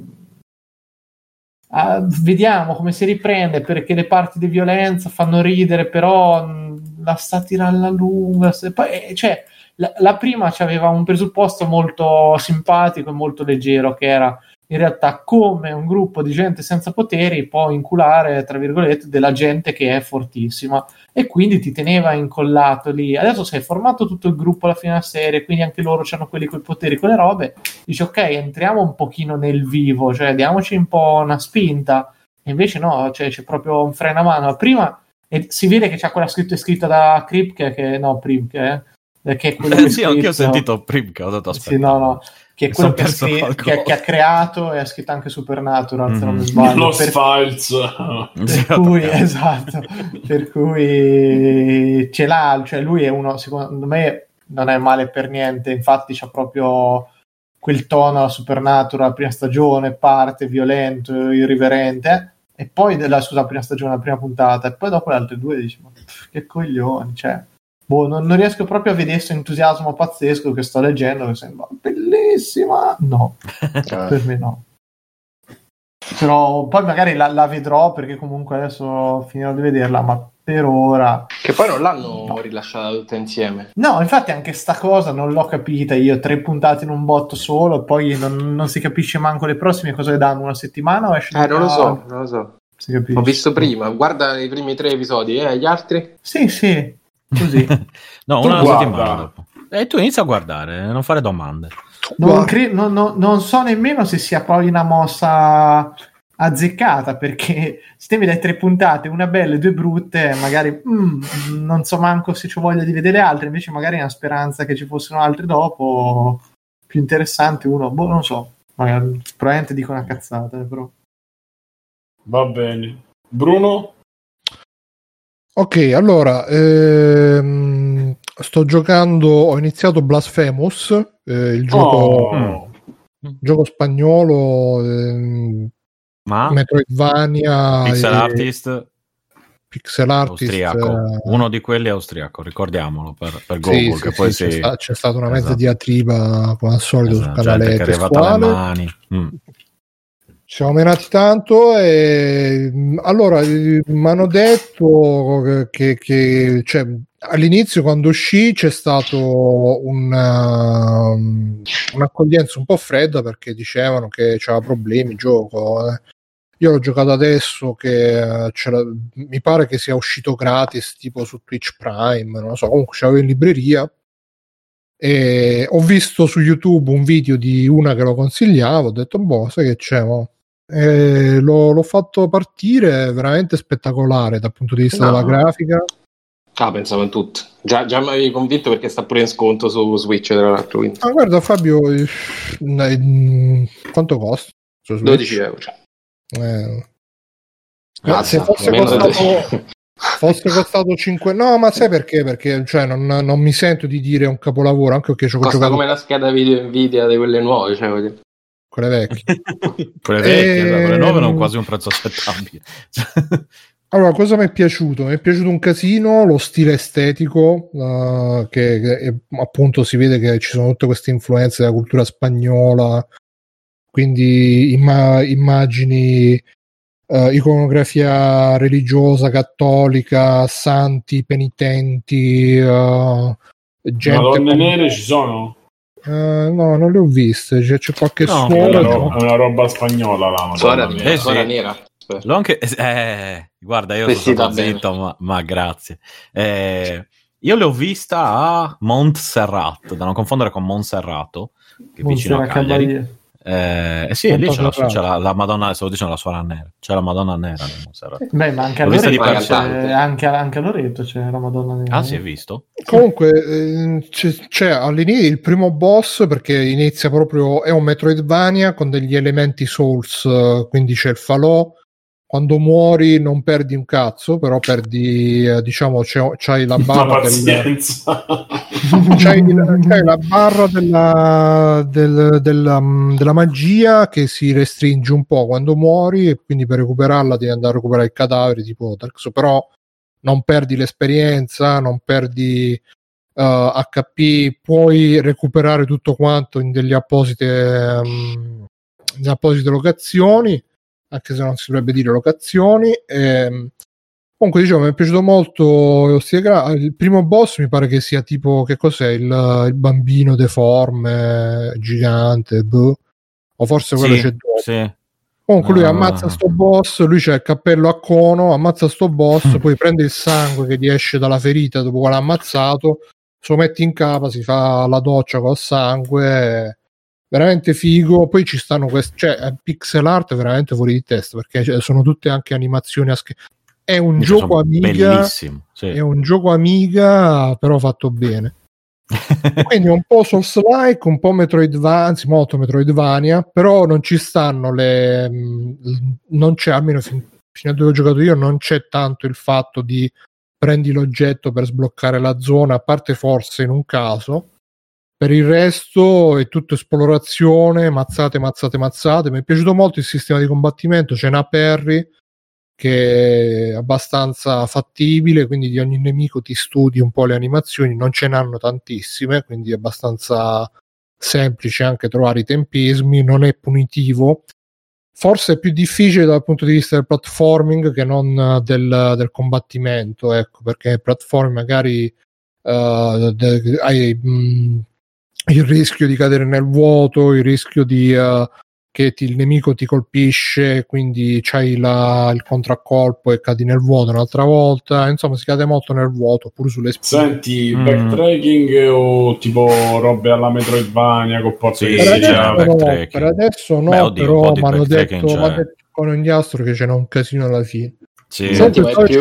vediamo come si riprende, perché le parti di violenza fanno ridere, però la sta tirando alla lunga, poi, cioè la prima aveva un presupposto molto simpatico e molto leggero, che era in realtà come un gruppo di gente senza poteri può inculare, tra virgolette, della gente che è fortissima, e quindi ti teneva incollato lì. Adesso sei formato tutto il gruppo alla fine della serie, quindi anche loro hanno quelli coi poteri, quelle robe, dici ok, entriamo un pochino nel vivo, cioè diamoci un po' una spinta, e invece no, cioè c'è proprio un freno a mano. Prima si vede che c'ha quella scritta da Kripke, che è quello che sì, anche io ho sentito Primka, ho detto aspetta. Sì, no, che è quello che ha creato e ha scritto anche Supernatural, se non mi sbaglio. Lo Files. Esatto, per cui ce l'ha, cioè lui è uno, secondo me non è male per niente, infatti c'ha proprio quel tono alla Supernatural, la prima stagione, parte violento, irriverente, e poi prima stagione, la prima puntata, e poi dopo le altre due dici, ma che coglioni, cioè non riesco proprio a vedere questo entusiasmo pazzesco che sto leggendo, che sembra bellissima. No, per me no. Però poi magari la vedrò, perché comunque adesso finirò di vederla, ma per ora... Che poi non l'hanno rilasciata tutta insieme. No, infatti anche sta cosa non l'ho capita io, 3 puntate in un botto solo, e poi non si capisce manco le prossime cosa le danno, una settimana o esce? Non lo so. Si capisce. Ho visto prima, guarda i primi 3 episodi, gli altri? Sì. Così. No, una settimana dopo. E tu inizia a guardare, non fare domande. Non so nemmeno se sia poi una mossa azzeccata, perché se te mi dai 3 puntate, una bella e 2 brutte, magari non so manco se c'ho voglia di vedere altre, invece magari è una speranza che ci fossero altre dopo più interessanti, non so, magari, probabilmente dico una cazzata, però. Va bene. Bruno? Ok, allora sto giocando, ho iniziato Blasphemous, il gioco spagnolo, ma Metroidvania, pixel artist, uno di quelli è austriaco, ricordiamo per Google, sì, che poi c'è stata una mezza diatriba come al solito sul canale gente che è arrivata alle mani. Ci siamo menati tanto e allora mi hanno detto che cioè, all'inizio quando uscì c'è stato un'accoglienza un po' fredda perché dicevano che c'era problemi il gioco. Io l'ho giocato adesso che mi pare che sia uscito gratis tipo su Twitch Prime, non lo so, comunque c'avevo in libreria e ho visto su YouTube un video di una che lo consigliavo, ho detto boh, sai che c'è, l'ho fatto partire, veramente spettacolare dal punto di vista della grafica. Pensavo in tutto. Già mi avevi convinto perché sta pure in sconto su Switch, tra l'altro. Guarda Fabio, quanto costa? 12 euro. Se fosse costato 5, no, ma sai perché cioè non mi sento di dire un capolavoro, anche perché costa come la scheda video Nvidia di quelle nuove, cioè quelle vecchie. Quelle nuove hanno quasi un prezzo accettabile. Allora, cosa mi è piaciuto? Mi è piaciuto un casino lo stile estetico, che appunto si vede che ci sono tutte queste influenze della cultura spagnola, quindi immagini, iconografia religiosa, cattolica, santi, penitenti, gente... Madonne nere ci sono? No, non le ho viste, c'è qualche suora. È una roba spagnola la suora nera. L'ho anche, guarda, io sono stato zitto, ma grazie. Io l'ho vista a Montserrat, da non confondere con Monserrato, che è vicino a Cagliari. Sì, lì c'è la Madonna, stavo dicendo la suora nera, c'è la Madonna nera nel Monserrato. Beh, ma anche a Loreto anche a Loreto c'è la Madonna nera. Ah, si è visto? Comunque c'è all'inizio il primo boss, perché inizia proprio, è un Metroidvania con degli elementi Souls, quindi c'è il falò. Quando muori non perdi un cazzo, però perdi, diciamo, c'hai la barra c'hai la barra della magia che si restringe un po' quando muori, e quindi per recuperarla devi andare a recuperare il cadavere tipo Dark Souls, però non perdi l'esperienza, non perdi HP, puoi recuperare tutto quanto in delle apposite locazioni, anche se non si dovrebbe dire locazioni. Comunque diciamo mi è piaciuto molto il primo boss, mi pare che sia tipo, che cos'è, il bambino deforme gigante, o forse quello c'è dopo. Sì. Comunque lui ammazza sto boss, lui c'ha il cappello a cono, ammazza sto boss, poi prende il sangue che gli esce dalla ferita dopo che l'ha ammazzato, se lo mette in capa, si fa la doccia col sangue, veramente figo. Poi ci stanno cioè pixel art veramente fuori di testa, perché sono tutte anche animazioni è un gioco Amiga, bellissimo, sì. È un gioco Amiga però fatto bene. Quindi un po' Souls-like, un po' Metroidvania, anzi molto Metroidvania, però non ci stanno non c'è, almeno fino a dove ho giocato io, non c'è tanto il fatto di prendi l'oggetto per sbloccare la zona, a parte forse in un caso. Per il resto è tutto esplorazione, mazzate. Mi è piaciuto molto il sistema di combattimento, c'è una parry che è abbastanza fattibile, quindi di ogni nemico ti studi un po' le animazioni, non ce n'hanno tantissime, quindi è abbastanza semplice anche trovare i tempismi, non è punitivo. Forse è più difficile dal punto di vista del platforming che non del combattimento, ecco, perché il platforming magari hai il rischio di cadere nel vuoto, il rischio di che il nemico ti colpisce, quindi c'hai il contraccolpo e cadi nel vuoto un'altra volta, insomma si cade molto nel vuoto, pure sulle spine. Senti, backtracking o tipo robe alla Metroidvania con porte per adesso no. Però mi hanno detto con un ghiastro che c'era un casino alla fine. Sì. Senti, ma è più...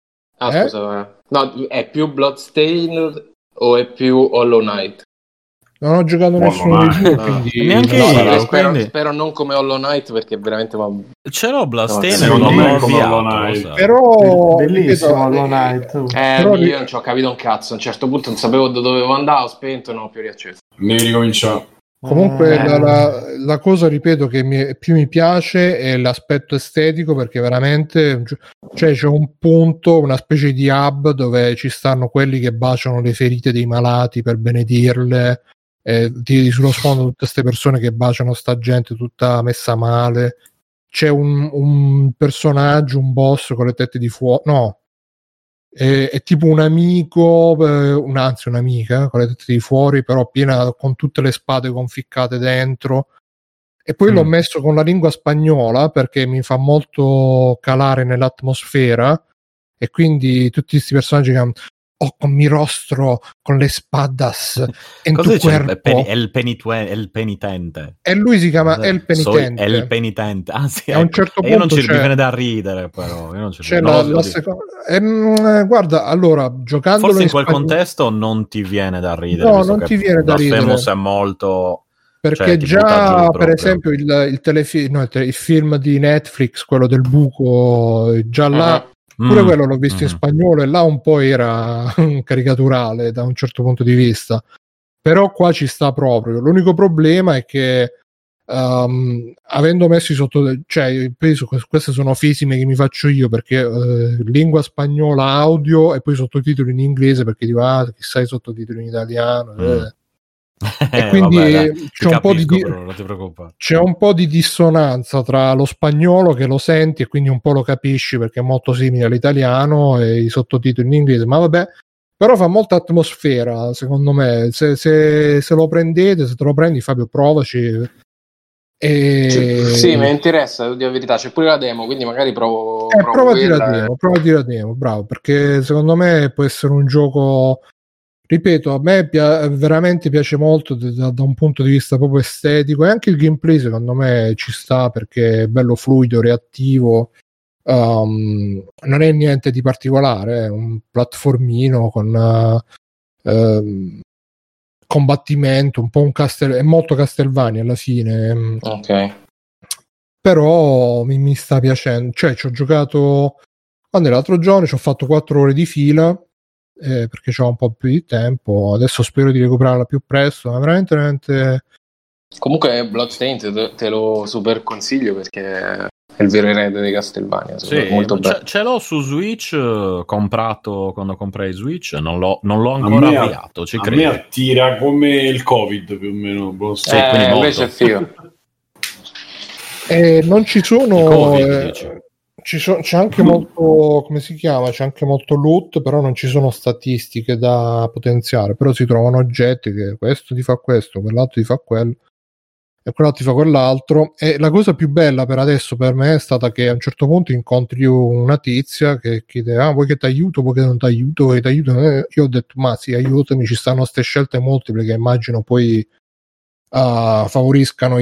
scusa, no, è più Bloodstained o è più Hollow Knight? Non ho giocato nessuno dei due, quindi neanche io. Spero non come Hollow Knight, perché veramente ce l'ho Bloodstained, no, non l'ho come avviato, Hollow Knight. però bellissimo Hollow Knight. Però io non ci ho capito un cazzo. A un certo punto non sapevo dove dovevo andare, ho spento e non ho più riacceso. Devi ricominciare. Comunque la cosa, ripeto, che più mi piace è l'aspetto estetico, perché veramente c'è un punto, una specie di hub dove ci stanno quelli che baciano le ferite dei malati per benedirle, tiri sullo sfondo tutte queste persone che baciano sta gente tutta messa male. C'è un personaggio, un boss con le tette di fuoco, è tipo un amico, anzi un'amica con le tette di fuori, però piena, con tutte le spade conficcate dentro. E poi l'ho messo con la lingua spagnola perché mi fa molto calare nell'atmosfera, e quindi tutti questi personaggi che con mi rostro, con le spadas en tu cuerpo. È il penitente. E lui si chiama El Penitente. È il penitente. Ah, sì, a un certo punto io non mi viene da ridere, però. Io non c'è la seconda. Guarda, allora, giocandolo forse in quel contesto non ti viene da ridere. No, non ti viene da ridere. Blasphemous è molto. Perché già, per esempio, il film di Netflix, quello del buco, già là. Pure quello l'ho visto in spagnolo, e là un po' era caricaturale da un certo punto di vista, però qua ci sta proprio. L'unico problema è che avendo messo queste sono fisime che mi faccio io, perché lingua spagnola audio e poi sottotitoli in inglese, perché ti va, chissà i sottotitoli in italiano. E quindi c'è un po' di dissonanza tra lo spagnolo, che lo senti e quindi un po' lo capisci perché è molto simile all'italiano, e i sottotitoli in inglese, ma vabbè, però fa molta atmosfera secondo me. Se lo prendete, se te lo prendi, Fabio, provaci. Sì, mi interessa, devo dire la verità, c'è pure la demo, quindi magari provati la demo, bravo, perché secondo me può essere un gioco. Ripeto, a me veramente piace molto da un punto di vista proprio estetico, e anche il gameplay secondo me ci sta, perché è bello fluido, reattivo, non è niente di particolare, è un platformino con combattimento, un po' è molto Castlevania alla fine. Ok. Però mi sta piacendo, cioè ci ho giocato l'altro giorno, ci ho fatto 4 ore di fila. Perché c'ho un po' più di tempo, adesso spero di recuperarla più presto, ma veramente. Comunque Bloodstained te lo super consiglio, perché è il vero erede di Castlevania. Sì, molto bello. Ce l'ho su Switch, comprato quando comprai Switch, non l'ho ancora avviato. A me attira come il Covid più o meno. Invece è figo. Non ci sono. C'è anche molto, come si chiama? C'è anche molto loot, però non ci sono statistiche da potenziare. Però si trovano oggetti che questo ti fa questo, quell'altro ti fa quello, e quell'altro ti fa quell'altro. E la cosa più bella per adesso per me è stata che a un certo punto incontri una tizia che chiede: vuoi che ti aiuto, vuoi che non ti aiuto, vuoi che ti aiuto? Io ho detto: ma sì, aiutami, ci stanno queste scelte multiple che immagino poi favoriscano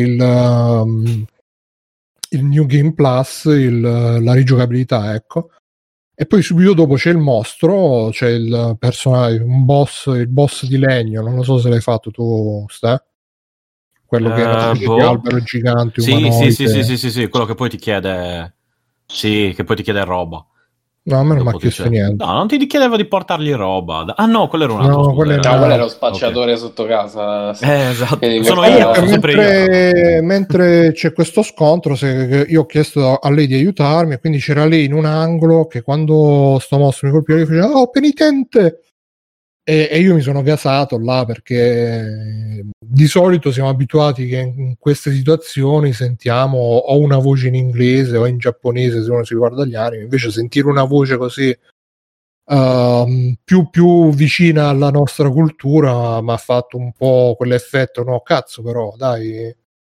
il New Game Plus, la rigiocabilità, ecco. E poi subito dopo c'è il mostro, c'è il personaggio, il boss di legno, non lo so se l'hai fatto tu, quello che era di albero gigante, umanoide. Sì, quello che poi ti chiede roba. No, a me non mi ha chiesto niente. No, non ti chiedeva di portargli roba. No, quello era un altro. No, quello era lo spacciatore sotto casa. Esatto. Sono io, mentre c'è questo scontro, io ho chiesto a lei di aiutarmi, e quindi c'era lei in un angolo che quando sto mostro mi colpiva, faceva: oh, penitente! E io mi sono gasato là, perché di solito siamo abituati che in queste situazioni sentiamo o una voce in inglese o in giapponese, se uno si guarda gli anime. Invece sentire una voce così più vicina alla nostra cultura mi ha fatto un po' quell'effetto, no cazzo, però dai,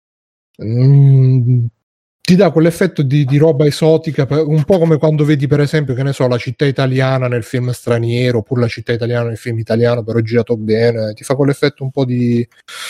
ti dà quell'effetto di roba esotica, un po' come quando vedi per esempio, che ne so, la città italiana nel film straniero, oppure la città italiana nel film italiano però girato bene, ti fa quell'effetto un po' di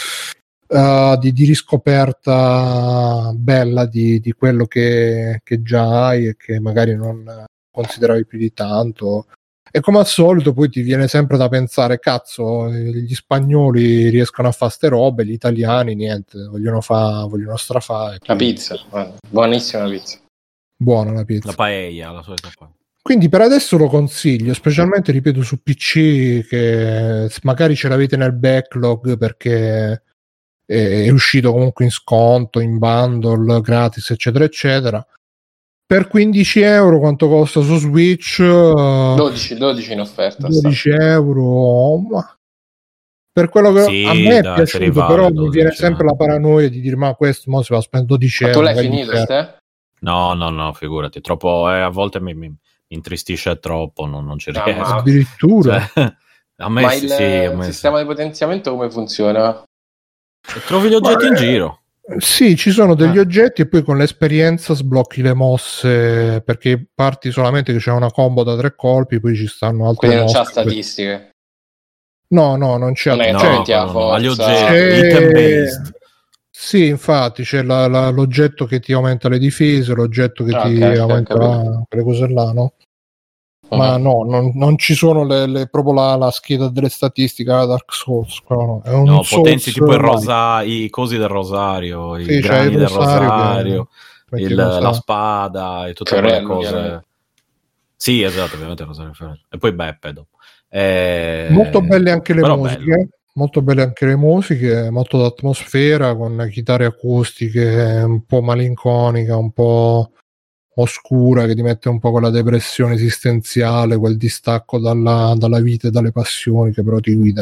riscoperta bella di quello che già hai e che magari non consideravi più di tanto. E come al solito poi ti viene sempre da pensare, cazzo, gli spagnoli riescono a fare ste robe, gli italiani niente, vogliono strafare. La pizza, buonissima la pizza. Buona la pizza. La paella, la solita paella. Quindi per adesso lo consiglio, specialmente, ripeto, su PC, che magari ce l'avete nel backlog perché è uscito comunque in sconto, in bundle, gratis, eccetera, eccetera. Per 15 euro quanto costa su Switch? 12 in offerta. 12 euro. Ma per quello che Sì, a me è dai, piaciuto, però mi viene sempre la paranoia di dire ma questo mo si va a spendere 12 Ma euro. tu l'hai finito, Ste? No, figurati, troppo, a volte mi intristisce troppo, non ci riesco. Addirittura. Cioè, a me Ma sì, il sistema di potenziamento come funziona? Trovi gli oggetti in giro. Sì, ci sono degli oggetti e poi con l'esperienza sblocchi le mosse, perché parti solamente che c'è una combo da 3 colpi, poi ci stanno altre Quindi non mosse. c'ha statistiche. No, non c'è. Non è che metti la forza. Gli oggetti, item based. Sì, infatti c'è l'oggetto che ti aumenta le difese, l'oggetto che ti aumenta quelle cose là, no? Ma no, non ci sono proprio la scheda delle statistiche alla Dark Souls. No, è un potenzi tipo i cosi del rosario, i sì, grani il del rosario, la spada e tutte quelle cose. Sì, esatto, ovviamente il rosario. E poi Beppe dopo. Molto belle anche le musiche. Bello. Molto belle anche le musiche, molto d'atmosfera, con chitarre acustiche, un po' malinconica, un po' oscura, che ti mette un po' quella depressione esistenziale, quel distacco dalla vita e dalle passioni, che però ti guida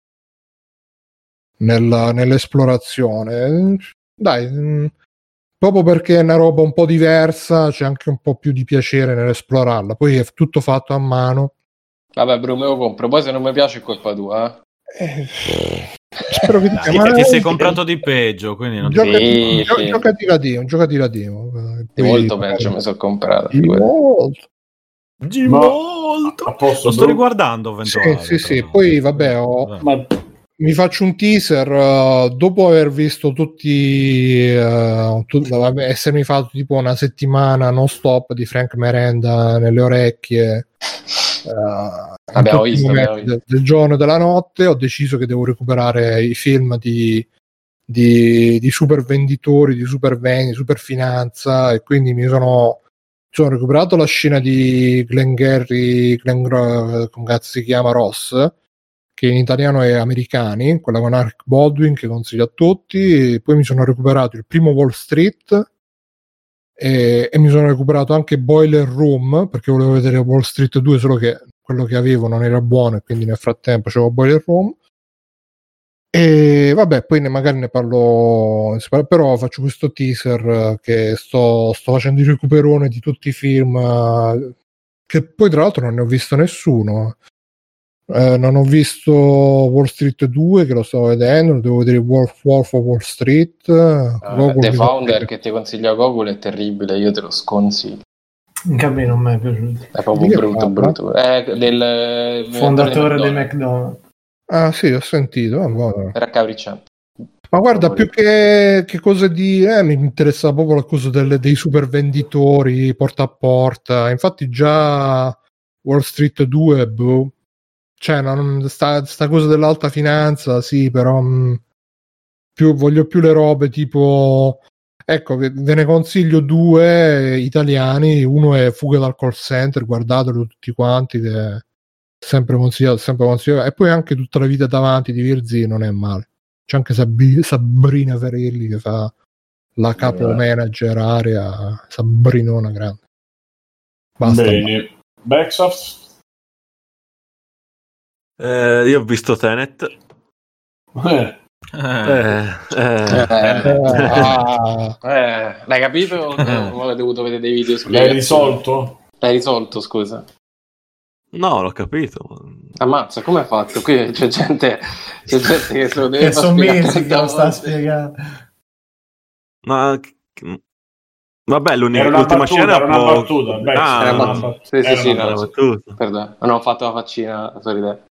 nell'esplorazione. Dai, proprio perché è una roba un po' diversa, c'è anche un po' più di piacere nell'esplorarla. Poi è tutto fatto a mano. Vabbè, Bru, me lo compro. Poi se non mi piace è colpa tua, spero che ti sei comprato di peggio, quindi non giocati la demo. Di molto peggio mi sono comprato. Di molto. Lo sto riguardando sì. Poi vabbè, mi faccio un teaser dopo aver visto essermi fatto tipo una settimana non stop di Frank Merenda nelle orecchie. Abbiamo visto. Del giorno e della notte ho deciso che devo recuperare i film di super venditori, di super finanza, e quindi mi sono recuperato la scena di come cazzo si chiama, Ross, che in italiano è Americani, quella con Alec Baldwin, che consiglio a tutti. E poi mi sono recuperato il primo Wall Street e mi sono recuperato anche Boiler Room, perché volevo vedere Wall Street 2, solo che quello che avevo non era buono e quindi nel frattempo c'avevo Boiler Room. E vabbè, poi magari ne parlo, però faccio questo teaser che sto facendo il recuperone di tutti i film, che poi tra l'altro non ne ho visto nessuno. Non ho visto Wall Street 2, che lo stavo vedendo, devo vedere Wolf of Wall Street. The Founder, che ti consiglia Google, è terribile, io te lo sconsiglio. Anche a me non mi è piaciuto. È proprio brutto. Del fondatore di McDonald's. Ah sì, ho sentito. Era raccapricciante. Ma guarda, più che cose mi interessa proprio la cosa dei super venditori porta a porta. Infatti già Wall Street 2, cioè sta cosa dell'alta finanza, sì, però voglio più le robe tipo, ecco, ve ne consiglio 2 italiani. Uno è Fuga dal call center, guardatelo tutti quanti, che è sempre consigliato, e poi anche Tutta la vita davanti di Virzì non è male. C'è anche Sabrina Ferelli che fa la capo manager area, Sabrinona grande. Basta. Bene. Backsoft? Io ho visto Tenet. L'hai capito? O hai dovuto vedere dei video? L'hai risolto? L'hai risolto, scusa. No, l'ho capito. Ammazza, come hai fatto? Qui c'è gente che se lo deve sono mesi che lo sta spiegando. Ma vabbè, l'ultima scena era una battuta. Sì, perdono. Non ho fatto la faccina sorridere.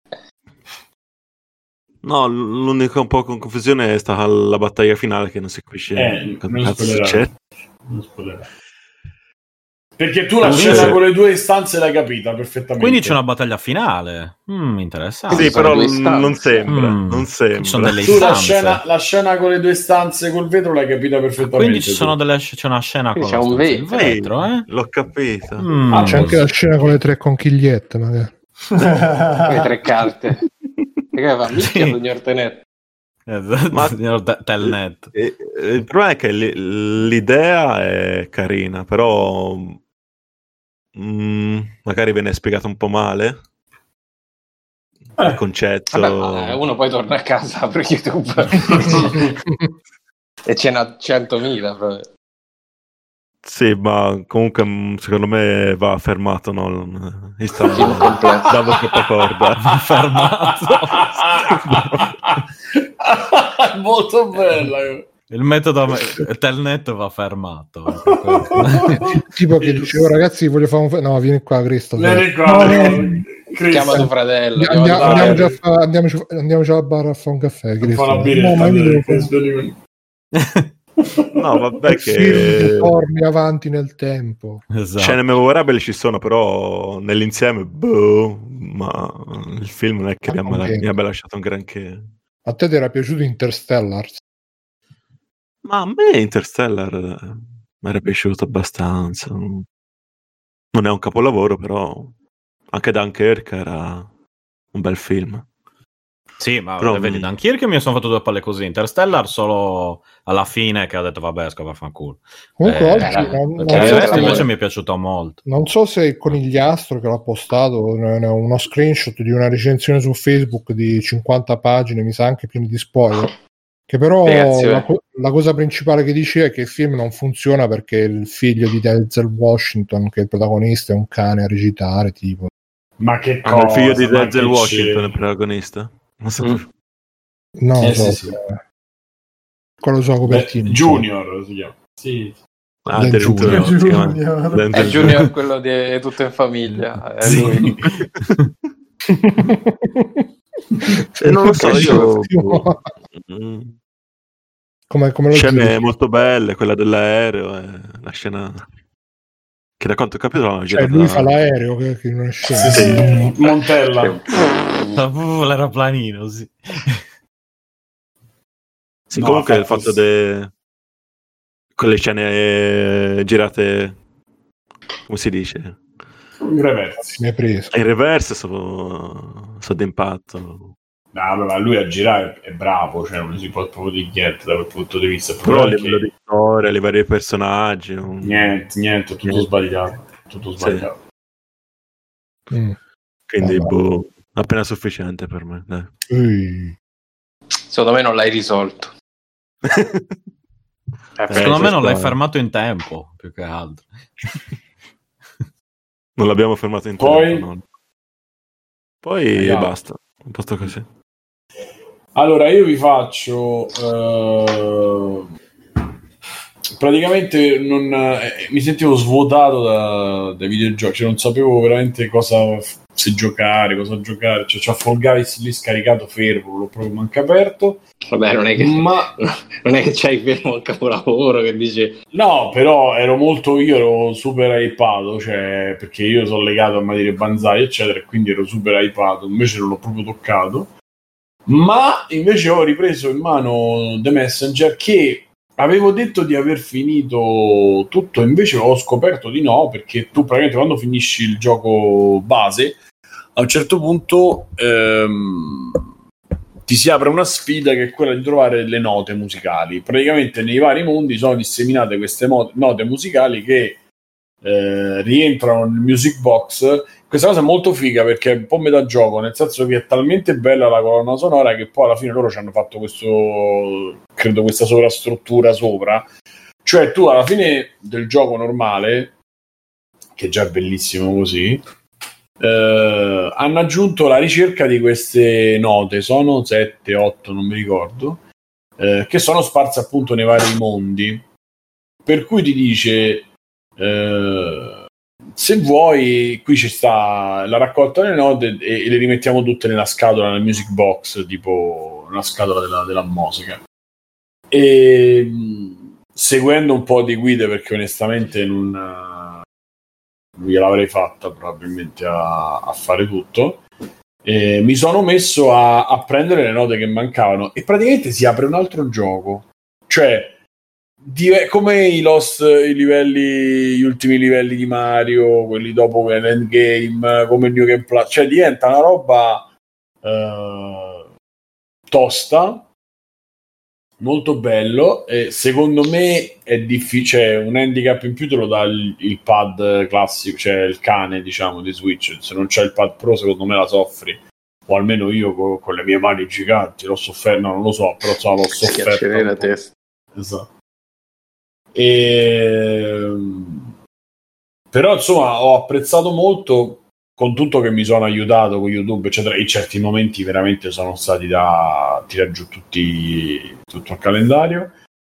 No, l'unica un po' confusione è stata la battaglia finale, che non si capisce non spoilerare. Perché tu la scena con le 2 istanze l'hai capita perfettamente. Quindi c'è una battaglia finale. Interessante. Sì, però non sembra. Non sembra. Ci sono delle tu istanze. la scena con le 2 istanze col vetro l'hai capita perfettamente. Quindi c'è una scena con il vetro, L'ho capito. C'è anche la scena con le 3 conchigliette, magari. Le 3 carte. Che fa? Mischia signor Tenet. Ma signor Telnet. Il problema è che l'idea è carina, però magari viene spiegato un po' male il concetto. Vabbè, uno poi torna a casa, apre YouTube e ce n'ha 100.000 proprio. Sì, ma comunque secondo me va fermato, no? Davo troppa corda. Va fermato. Molto bella. Il metodo Telnet va fermato. Tipo che dicevo, ragazzi, voglio fare un... No, vieni qua, Cristo. Vieni qua. Chiama tuo fratello. Andiamoci al bar a fare un caffè, Cristo. Fa una biretta. No, vabbè che torni avanti nel tempo. Esatto. Scene memorabili ci sono, però nell'insieme ma il film non è che mi abbia lasciato un granché. A te ti era piaciuto Interstellar? Ma a me Interstellar mi era piaciuto abbastanza. Non è un capolavoro, però anche Dunkirk era un bel film. Sì, ma vedi, Dunkirk mi sono fatto 2 palle così. Interstellar solo alla fine che ho detto vabbè, esco a fanculo. Comunque oggi invece mi è piaciuto molto. Non so se il Conigliastro che l'ha postato uno screenshot di una recensione su Facebook di 50 pagine, mi sa anche pieni di spoiler. Che però la cosa principale che dice è che il film non funziona perché il figlio di Denzel Washington, che è il protagonista, è un cane a recitare, tipo. Ma che cosa? Il figlio di Denzel Washington è il protagonista? Non so. No, sì. Quello sulla copertina. Junior si chiama. Sì. Junior. È Junior quello di Tutto in Famiglia. È lui. Non lo so, io come lo scene molto belle, quella dell'aereo, la scena che da quanto ho capito lui fa l'aereo che non è scena. Sì. Montella. L'aeroplanino, sì. Sì, no, comunque il fatto quelle scene girate, come si dice? In reverse. In reverse sono d'impatto. No, ma lui a girare è bravo, cioè non si può proprio dire niente da quel punto di vista. Però a livello di storia, a livello di personaggi, niente, tutto sbagliato. Sì. Quindi appena sufficiente per me. Dai. Secondo me non l'hai risolto. Secondo me non l'hai fermato in tempo, più che altro. Non l'abbiamo fermato in tempo. No. Poi basta, un posto così. Allora io vi faccio praticamente mi sentivo svuotato dai videogiochi, cioè non sapevo veramente cosa giocare, cioè c'ho Fall Guys lì scaricato fermo, l'ho proprio manco aperto. Vabbè, non è che c'hai fermo un capolavoro che dice. No, però io ero super hypato, cioè perché io sono legato a Matire Banzai eccetera, e quindi ero super hypato, invece non l'ho proprio toccato. Ma invece ho ripreso in mano The Messenger, che avevo detto di aver finito tutto, invece ho scoperto di no, perché tu praticamente quando finisci il gioco base a un certo punto ti si apre una sfida che è quella di trovare le note musicali. Praticamente nei vari mondi sono disseminate queste note musicali che rientrano nel music box. Questa cosa è molto figa perché è un po' metagioco, nel senso che è talmente bella la colonna sonora che poi alla fine loro ci hanno fatto questa sovrastruttura sopra. Cioè tu alla fine del gioco che già è bellissimo così, hanno aggiunto la ricerca di queste note, sono 7, 8, non mi ricordo, che sono sparse appunto nei vari mondi, per cui ti dice se vuoi qui ci sta la raccolta delle note e le rimettiamo tutte nella scatola, nel music box, tipo una scatola della musica, e seguendo un po' di guide, perché onestamente non gliel'avrei fatta probabilmente a fare tutto. Mi sono messo a prendere le note che mancavano e praticamente si apre un altro gioco, cioè come gli ultimi livelli di Mario, quelli dopo l'endgame, come il New Game Plus, cioè diventa una roba tosta, molto bello, e secondo me è difficile, un handicap in più te lo dà il pad classico, cioè il cane diciamo di Switch. Se non c'è il pad Pro secondo me la soffri, o almeno io con le mie mani giganti l'ho sofferto, no, non lo so, però l'ho sofferto la testa. Esatto. Però insomma ho apprezzato molto, con tutto che mi sono aiutato con YouTube eccetera, e certi momenti veramente sono stati da tirare giù tutto il calendario,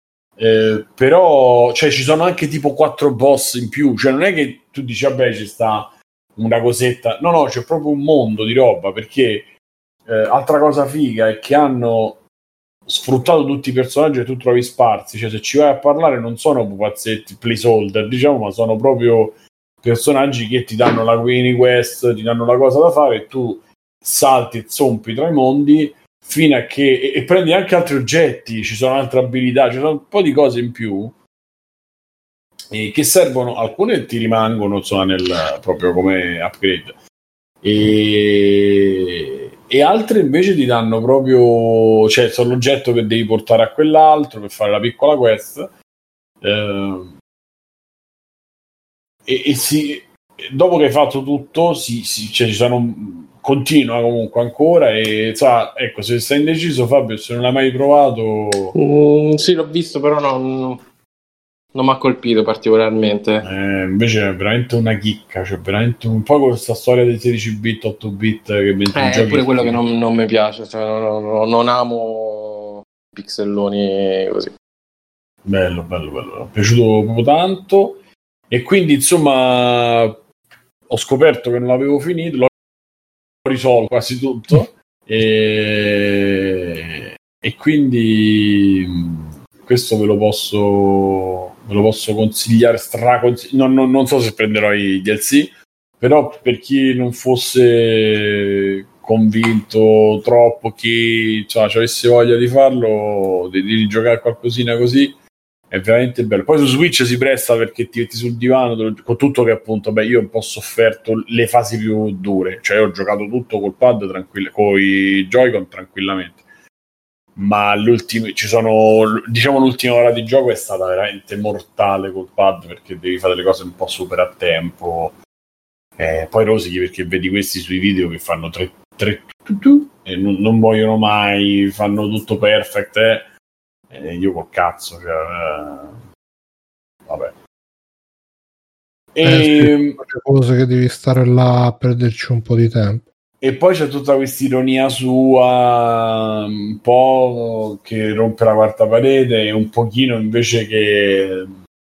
però cioè, ci sono anche tipo 4 boss in più, cioè non è che tu dici vabbè ci sta una cosetta, no c'è proprio un mondo di roba, perché altra cosa figa è che hanno sfruttato tutti i personaggi che tu trovi sparsi, cioè se ci vai a parlare non sono pupazzetti placeholder diciamo, ma sono proprio personaggi che ti danno la Queen Quest, ti danno la cosa da fare e tu salti e zompi tra i mondi fino a che e prendi anche altri oggetti, ci sono altre abilità, ci sono un po' di cose in più che servono, alcune ti rimangono insomma proprio come upgrade e altre invece ti danno proprio, cioè sono l'oggetto che devi portare a quell'altro per fare la piccola quest, dopo che hai fatto tutto cioè, ci sono, continua comunque ancora e ecco, se sei indeciso Fabio, se non l'hai mai provato sì l'ho visto però non mi ha colpito particolarmente. Invece è veramente una chicca, cioè veramente un po' questa storia dei 16 bit 8 bit che è pure quello che non mi piace, cioè, non amo pixelloni così. Bello, mi è piaciuto proprio tanto e quindi insomma ho scoperto che non l'avevo finito, l'ho risolto quasi tutto e quindi questo ve lo posso consigliare, non so se prenderò i DLC, però per chi non fosse convinto troppo, chi ci avesse voglia di farlo, di giocare qualcosina così, è veramente bello. Poi su Switch si presta perché ti metti sul divano, con tutto che appunto io ho un po' sofferto le fasi più dure, cioè ho giocato tutto col pad tranquillo, con i Joy-Con tranquillamente, ma l'ultima ora di gioco è stata veramente mortale col pad, perché devi fare le cose un po' super a tempo, poi rosichi perché vedi questi sui video che fanno 3 e non muoiono mai, fanno tutto perfect io col cazzo, cioè, vabbè. Cose che devi stare là a perderci un po' di tempo. E poi c'è tutta questa ironia sua, un po' che rompe la quarta parete e un pochino invece che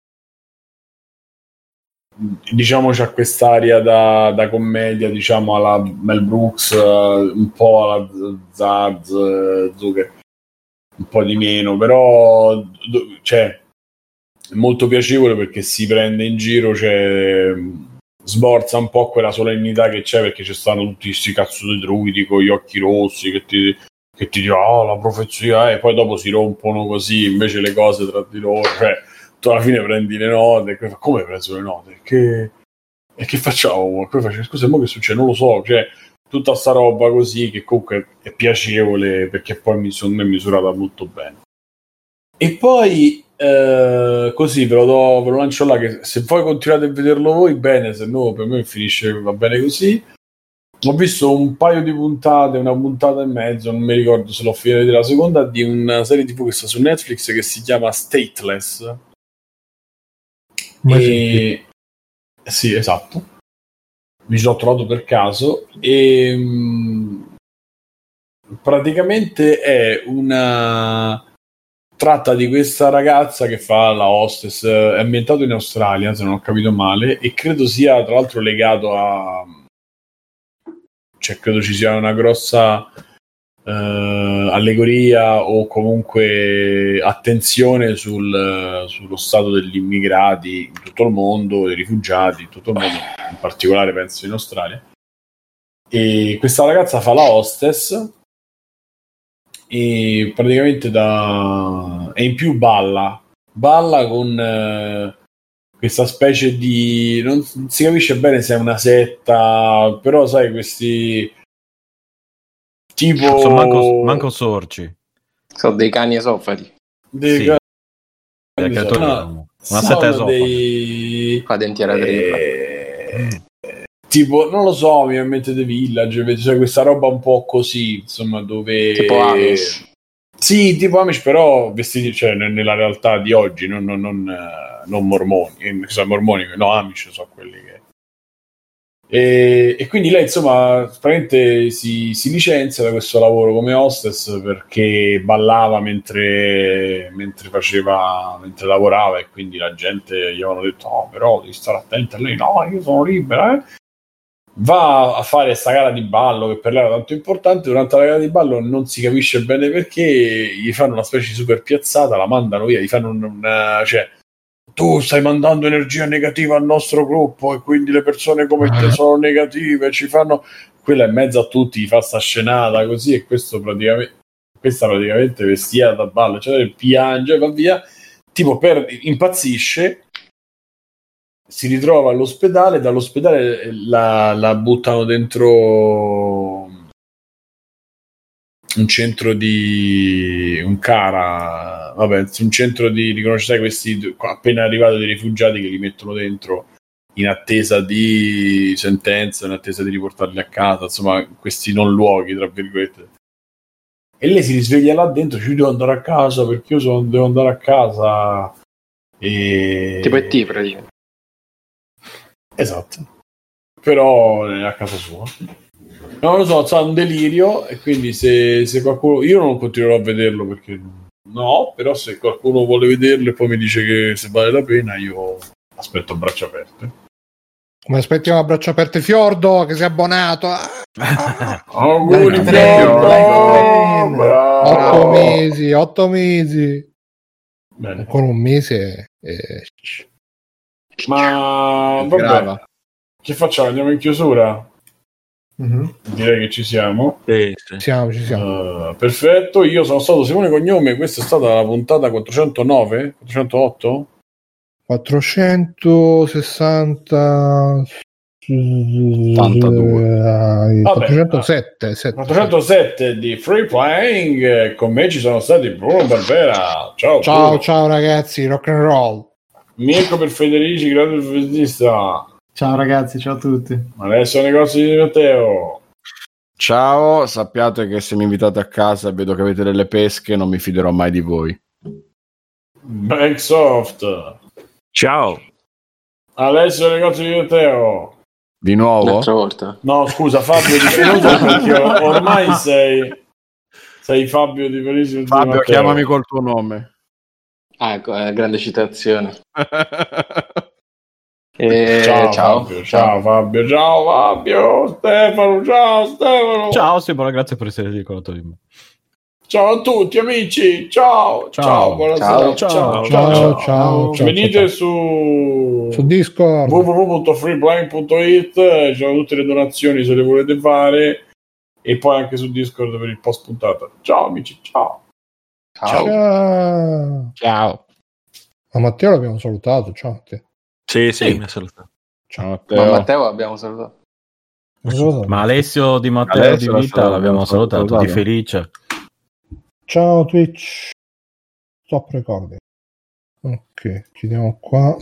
diciamo c'ha quest'aria da commedia, diciamo alla Mel Brooks, un po' alla Zaz, Zucker, un po' di meno, però cioè è molto piacevole perché si prende in giro, cioè sborza un po' quella solennità che c'è, perché ci stanno tutti questi cazzo di druidi con gli occhi rossi che ti dicono la profezia, e poi dopo si rompono così invece le cose tra di loro, cioè tu alla fine prendi le note, come preso le note? Che facciamo? Scusa, mo che succede? Non lo so, cioè tutta sta roba così che comunque è piacevole perché poi secondo me è misurata molto bene. E poi così ve lo lancio là, che se poi continuate a vederlo voi bene, se no per me finisce, va bene così. Ho visto un paio di puntate, una puntata e mezzo, non mi ricordo se l'ho finita di vedere la seconda, di una serie TV che sta su Netflix che si chiama Stateless. Sì, esatto, mi ci ho trovato per caso e praticamente tratta di questa ragazza che fa la hostess, è ambientato in Australia se non ho capito male, e credo sia tra l'altro legato credo ci sia una grossa allegoria o comunque attenzione sullo stato degli immigrati in tutto il mondo, dei rifugiati in tutto il mondo, in particolare penso in Australia. E questa ragazza fa la hostess e praticamente e in più balla con questa specie di, non si capisce bene se è una setta, però sai, questi tipo manco sorci, sono dei cani esofagi, una setta esofagi a dentiera tripla, tipo, non lo so, mi mente The Village, cioè questa roba un po' così, insomma, dove tipo Amish. Sì, tipo Amish, però vestiti, cioè nella realtà di oggi, non mormoni, mormoni, no, Amish sono quelli che... E quindi lei, insomma, praticamente si licenzia da questo lavoro come hostess perché ballava mentre lavorava, e quindi la gente gli avevano detto: oh, però devi stare attenta a lei. No, io sono libera, Va a fare sta gara di ballo che per lei era tanto importante. Durante la gara di ballo non si capisce bene perché gli fanno una specie di super piazzata, la mandano via, gli fanno cioè, tu stai mandando energia negativa al nostro gruppo e quindi le persone come te sono negative, ci fanno... Quella in mezzo a tutti gli fa sta scenata così, e questa praticamente vestita da ballo, cioè piange, va via, tipo impazzisce, si ritrova all'ospedale, dall'ospedale la buttano dentro un centro di un centro di riconoscere questi appena arrivati dei rifugiati che li mettono dentro in attesa di sentenza, in attesa di riportarli a casa, insomma questi non luoghi tra virgolette. E lei si risveglia là dentro, ci devo andare a casa perché io devo andare a casa, e tipo E.T. praticamente. Esatto, però è a casa sua. Non lo so, c'ha un delirio, e quindi se qualcuno... Io non continuerò a vederlo perché no, però se qualcuno vuole vederlo e poi mi dice che se vale la pena, io aspetto a braccia aperte. Come aspettiamo a braccia aperte Fiordo che si è abbonato? Auguri Fiordo! 8 mesi. Bene. Ancora un mese ma vabbè, che facciamo? Andiamo in chiusura? Mm-hmm. Direi che ci siamo. Ci siamo. Perfetto, io sono stato Simone Cognome, questa è stata la puntata 409, 408? 460 407 di Free Playing. Con me ci sono stati Bruno Barbera. Ciao ragazzi, rock and roll. Mirko per Federici, grande professionista. Ciao ragazzi, ciao a tutti. Adesso negozi di Matteo. Ciao, sappiate che se mi invitate a casa e vedo che avete delle pesche non mi fiderò mai di voi. Backsoft. Ciao. Alessio negozio di Matteo. Di nuovo? Un'altra volta. No, scusa Fabio di perché ormai sei Fabio di Parisi. Fabio, chiamami col tuo nome. Ah, ecco, grande citazione. Ciao Fabio, ciao Stefano, ciao Simone, grazie per essere ricordato di me. Ciao a tutti amici, ciao, buonasera, ciao. Venite su Discord, www.freeplaying.it, ci sono tutte le donazioni se le volete fare, e poi anche su Discord per il post puntata. Ciao amici, ciao. Ma Matteo l'abbiamo salutato, ciao Matteo. Sì, mi ha salutato. Ciao Matteo. Ma Matteo abbiamo salutato. Ma Alessio di Matteo di Vita l'abbiamo salutato, di Felice. Ciao Twitch. Stop recording. Ok, chiudiamo qua.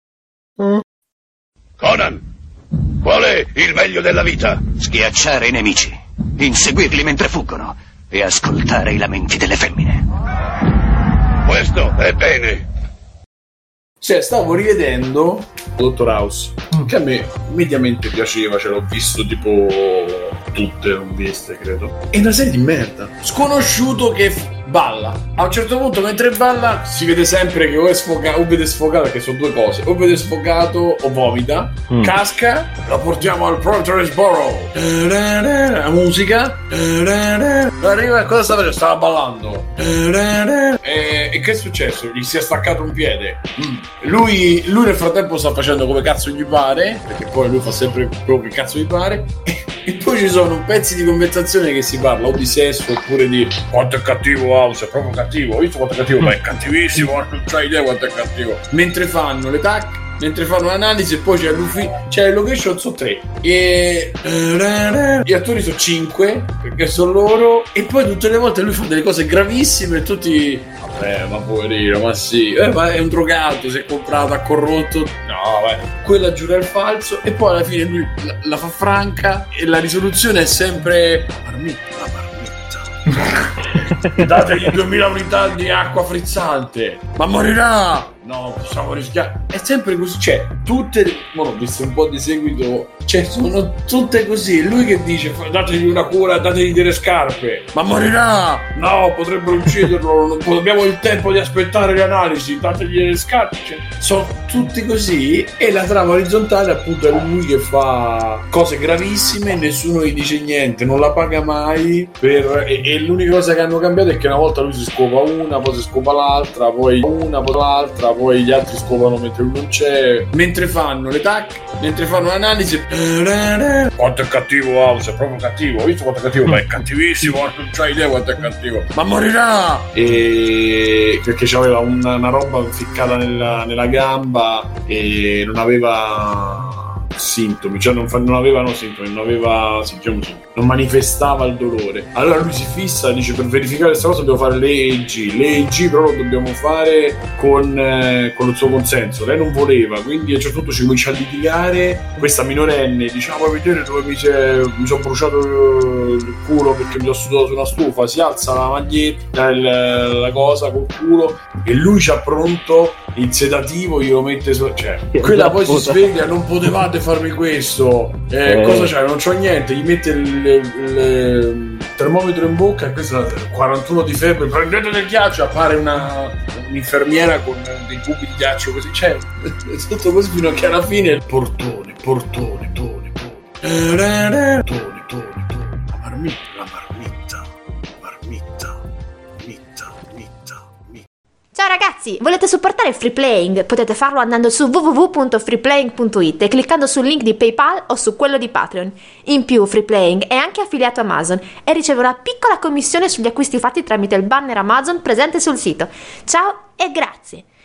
Conan, qual è il meglio della vita? Schiacciare i nemici, inseguirli mentre fuggono e ascoltare i lamenti delle femmine. Questo è bene. Cioè, stavo rivedendo Dottor House, che a me mediamente piaceva, ce l'ho visto tipo tutte, non viste credo. È una serie di merda. Sconosciuto che balla. A un certo punto mentre balla si vede sempre che o vede sfogato, perché sono due cose, o vede sfogato o vomita, casca, la portiamo al Proteresboro, la musica, arriva, cosa stava facendo? Stava ballando, e che è successo? Gli si è staccato un piede. Lui nel frattempo sta facendo come cazzo gli pare, perché poi lui fa sempre quello che cazzo gli pare. E poi ci sono pezzi di conversazione che si parla o di sesso oppure di quanto è cattivo House, è proprio cattivo, ho visto quanto è cattivo, ma è cattivissimo, non c'hai idea quanto è cattivo. Mentre fanno le mentre fanno l'analisi, e poi c'è le location, sono 3 e gli attori sono 5 perché sono loro, e poi tutte le volte lui fa delle cose gravissime e tutti vabbè, ma poverino, ma sì, ma è un drogato, si è comprato, ha corrotto, no vabbè, quella giura il falso, e poi alla fine lui la fa franca e la risoluzione è sempre la marmitta dategli 2000 unità di acqua frizzante, ma morirà. No, possiamo rischiare. È sempre così, cioè, tutte. Ho visto un po' di seguito, cioè, sono tutte così. Lui che dice: dategli una cura, dategli delle scarpe, ma morirà. No, potrebbero ucciderlo. Non abbiamo il tempo di aspettare le analisi, dategli delle scarpe. Cioè, sono tutti così. E la trama orizzontale, appunto, è lui che fa cose gravissime, nessuno gli dice niente, non la paga mai. E l'unica cosa che hanno cambiato è che una volta lui si scopa una, poi si scopa l'altra, poi una, poi l'altra. Poi gli altri scopano mentre lui non c'è, mentre fanno le mentre fanno l'analisi. Quanto è cattivo House, è proprio cattivo, ho visto quanto è cattivo, ma è cattivissimo, non c'hai idea quanto è cattivo, ma morirà. E perché c'aveva una roba ficcata nella gamba e non aveva sintomi, cioè non avevano sintomi, non manifestava il dolore. Allora lui si fissa, dice: per verificare questa cosa devo fare le EEG, però lo dobbiamo fare con il suo consenso. Lei non voleva, quindi a un certo punto ci comincia a litigare. Questa minorenne dice: vuoi vedere dove mi sono bruciato il culo perché mi sono sudato su una stufa? Si alza la maglietta, la cosa col culo, e lui c'ha pronto il sedativo, glielo mette cioè quella poi si sveglia: non potevate farmi questo, cosa c'è? Non c'ho niente, gli mette il termometro in bocca, e questo è 41 di febbre, prendete del ghiaccio, appare un'infermiera con dei cubi di ghiaccio così, cioè è tutto così fino a che alla fine il portone, Ciao ragazzi, volete supportare Free Playing? Potete farlo andando su www.freeplaying.it e cliccando sul link di PayPal o su quello di Patreon. In più, Free Playing è anche affiliato a Amazon e riceve una piccola commissione sugli acquisti fatti tramite il banner Amazon presente sul sito. Ciao e grazie!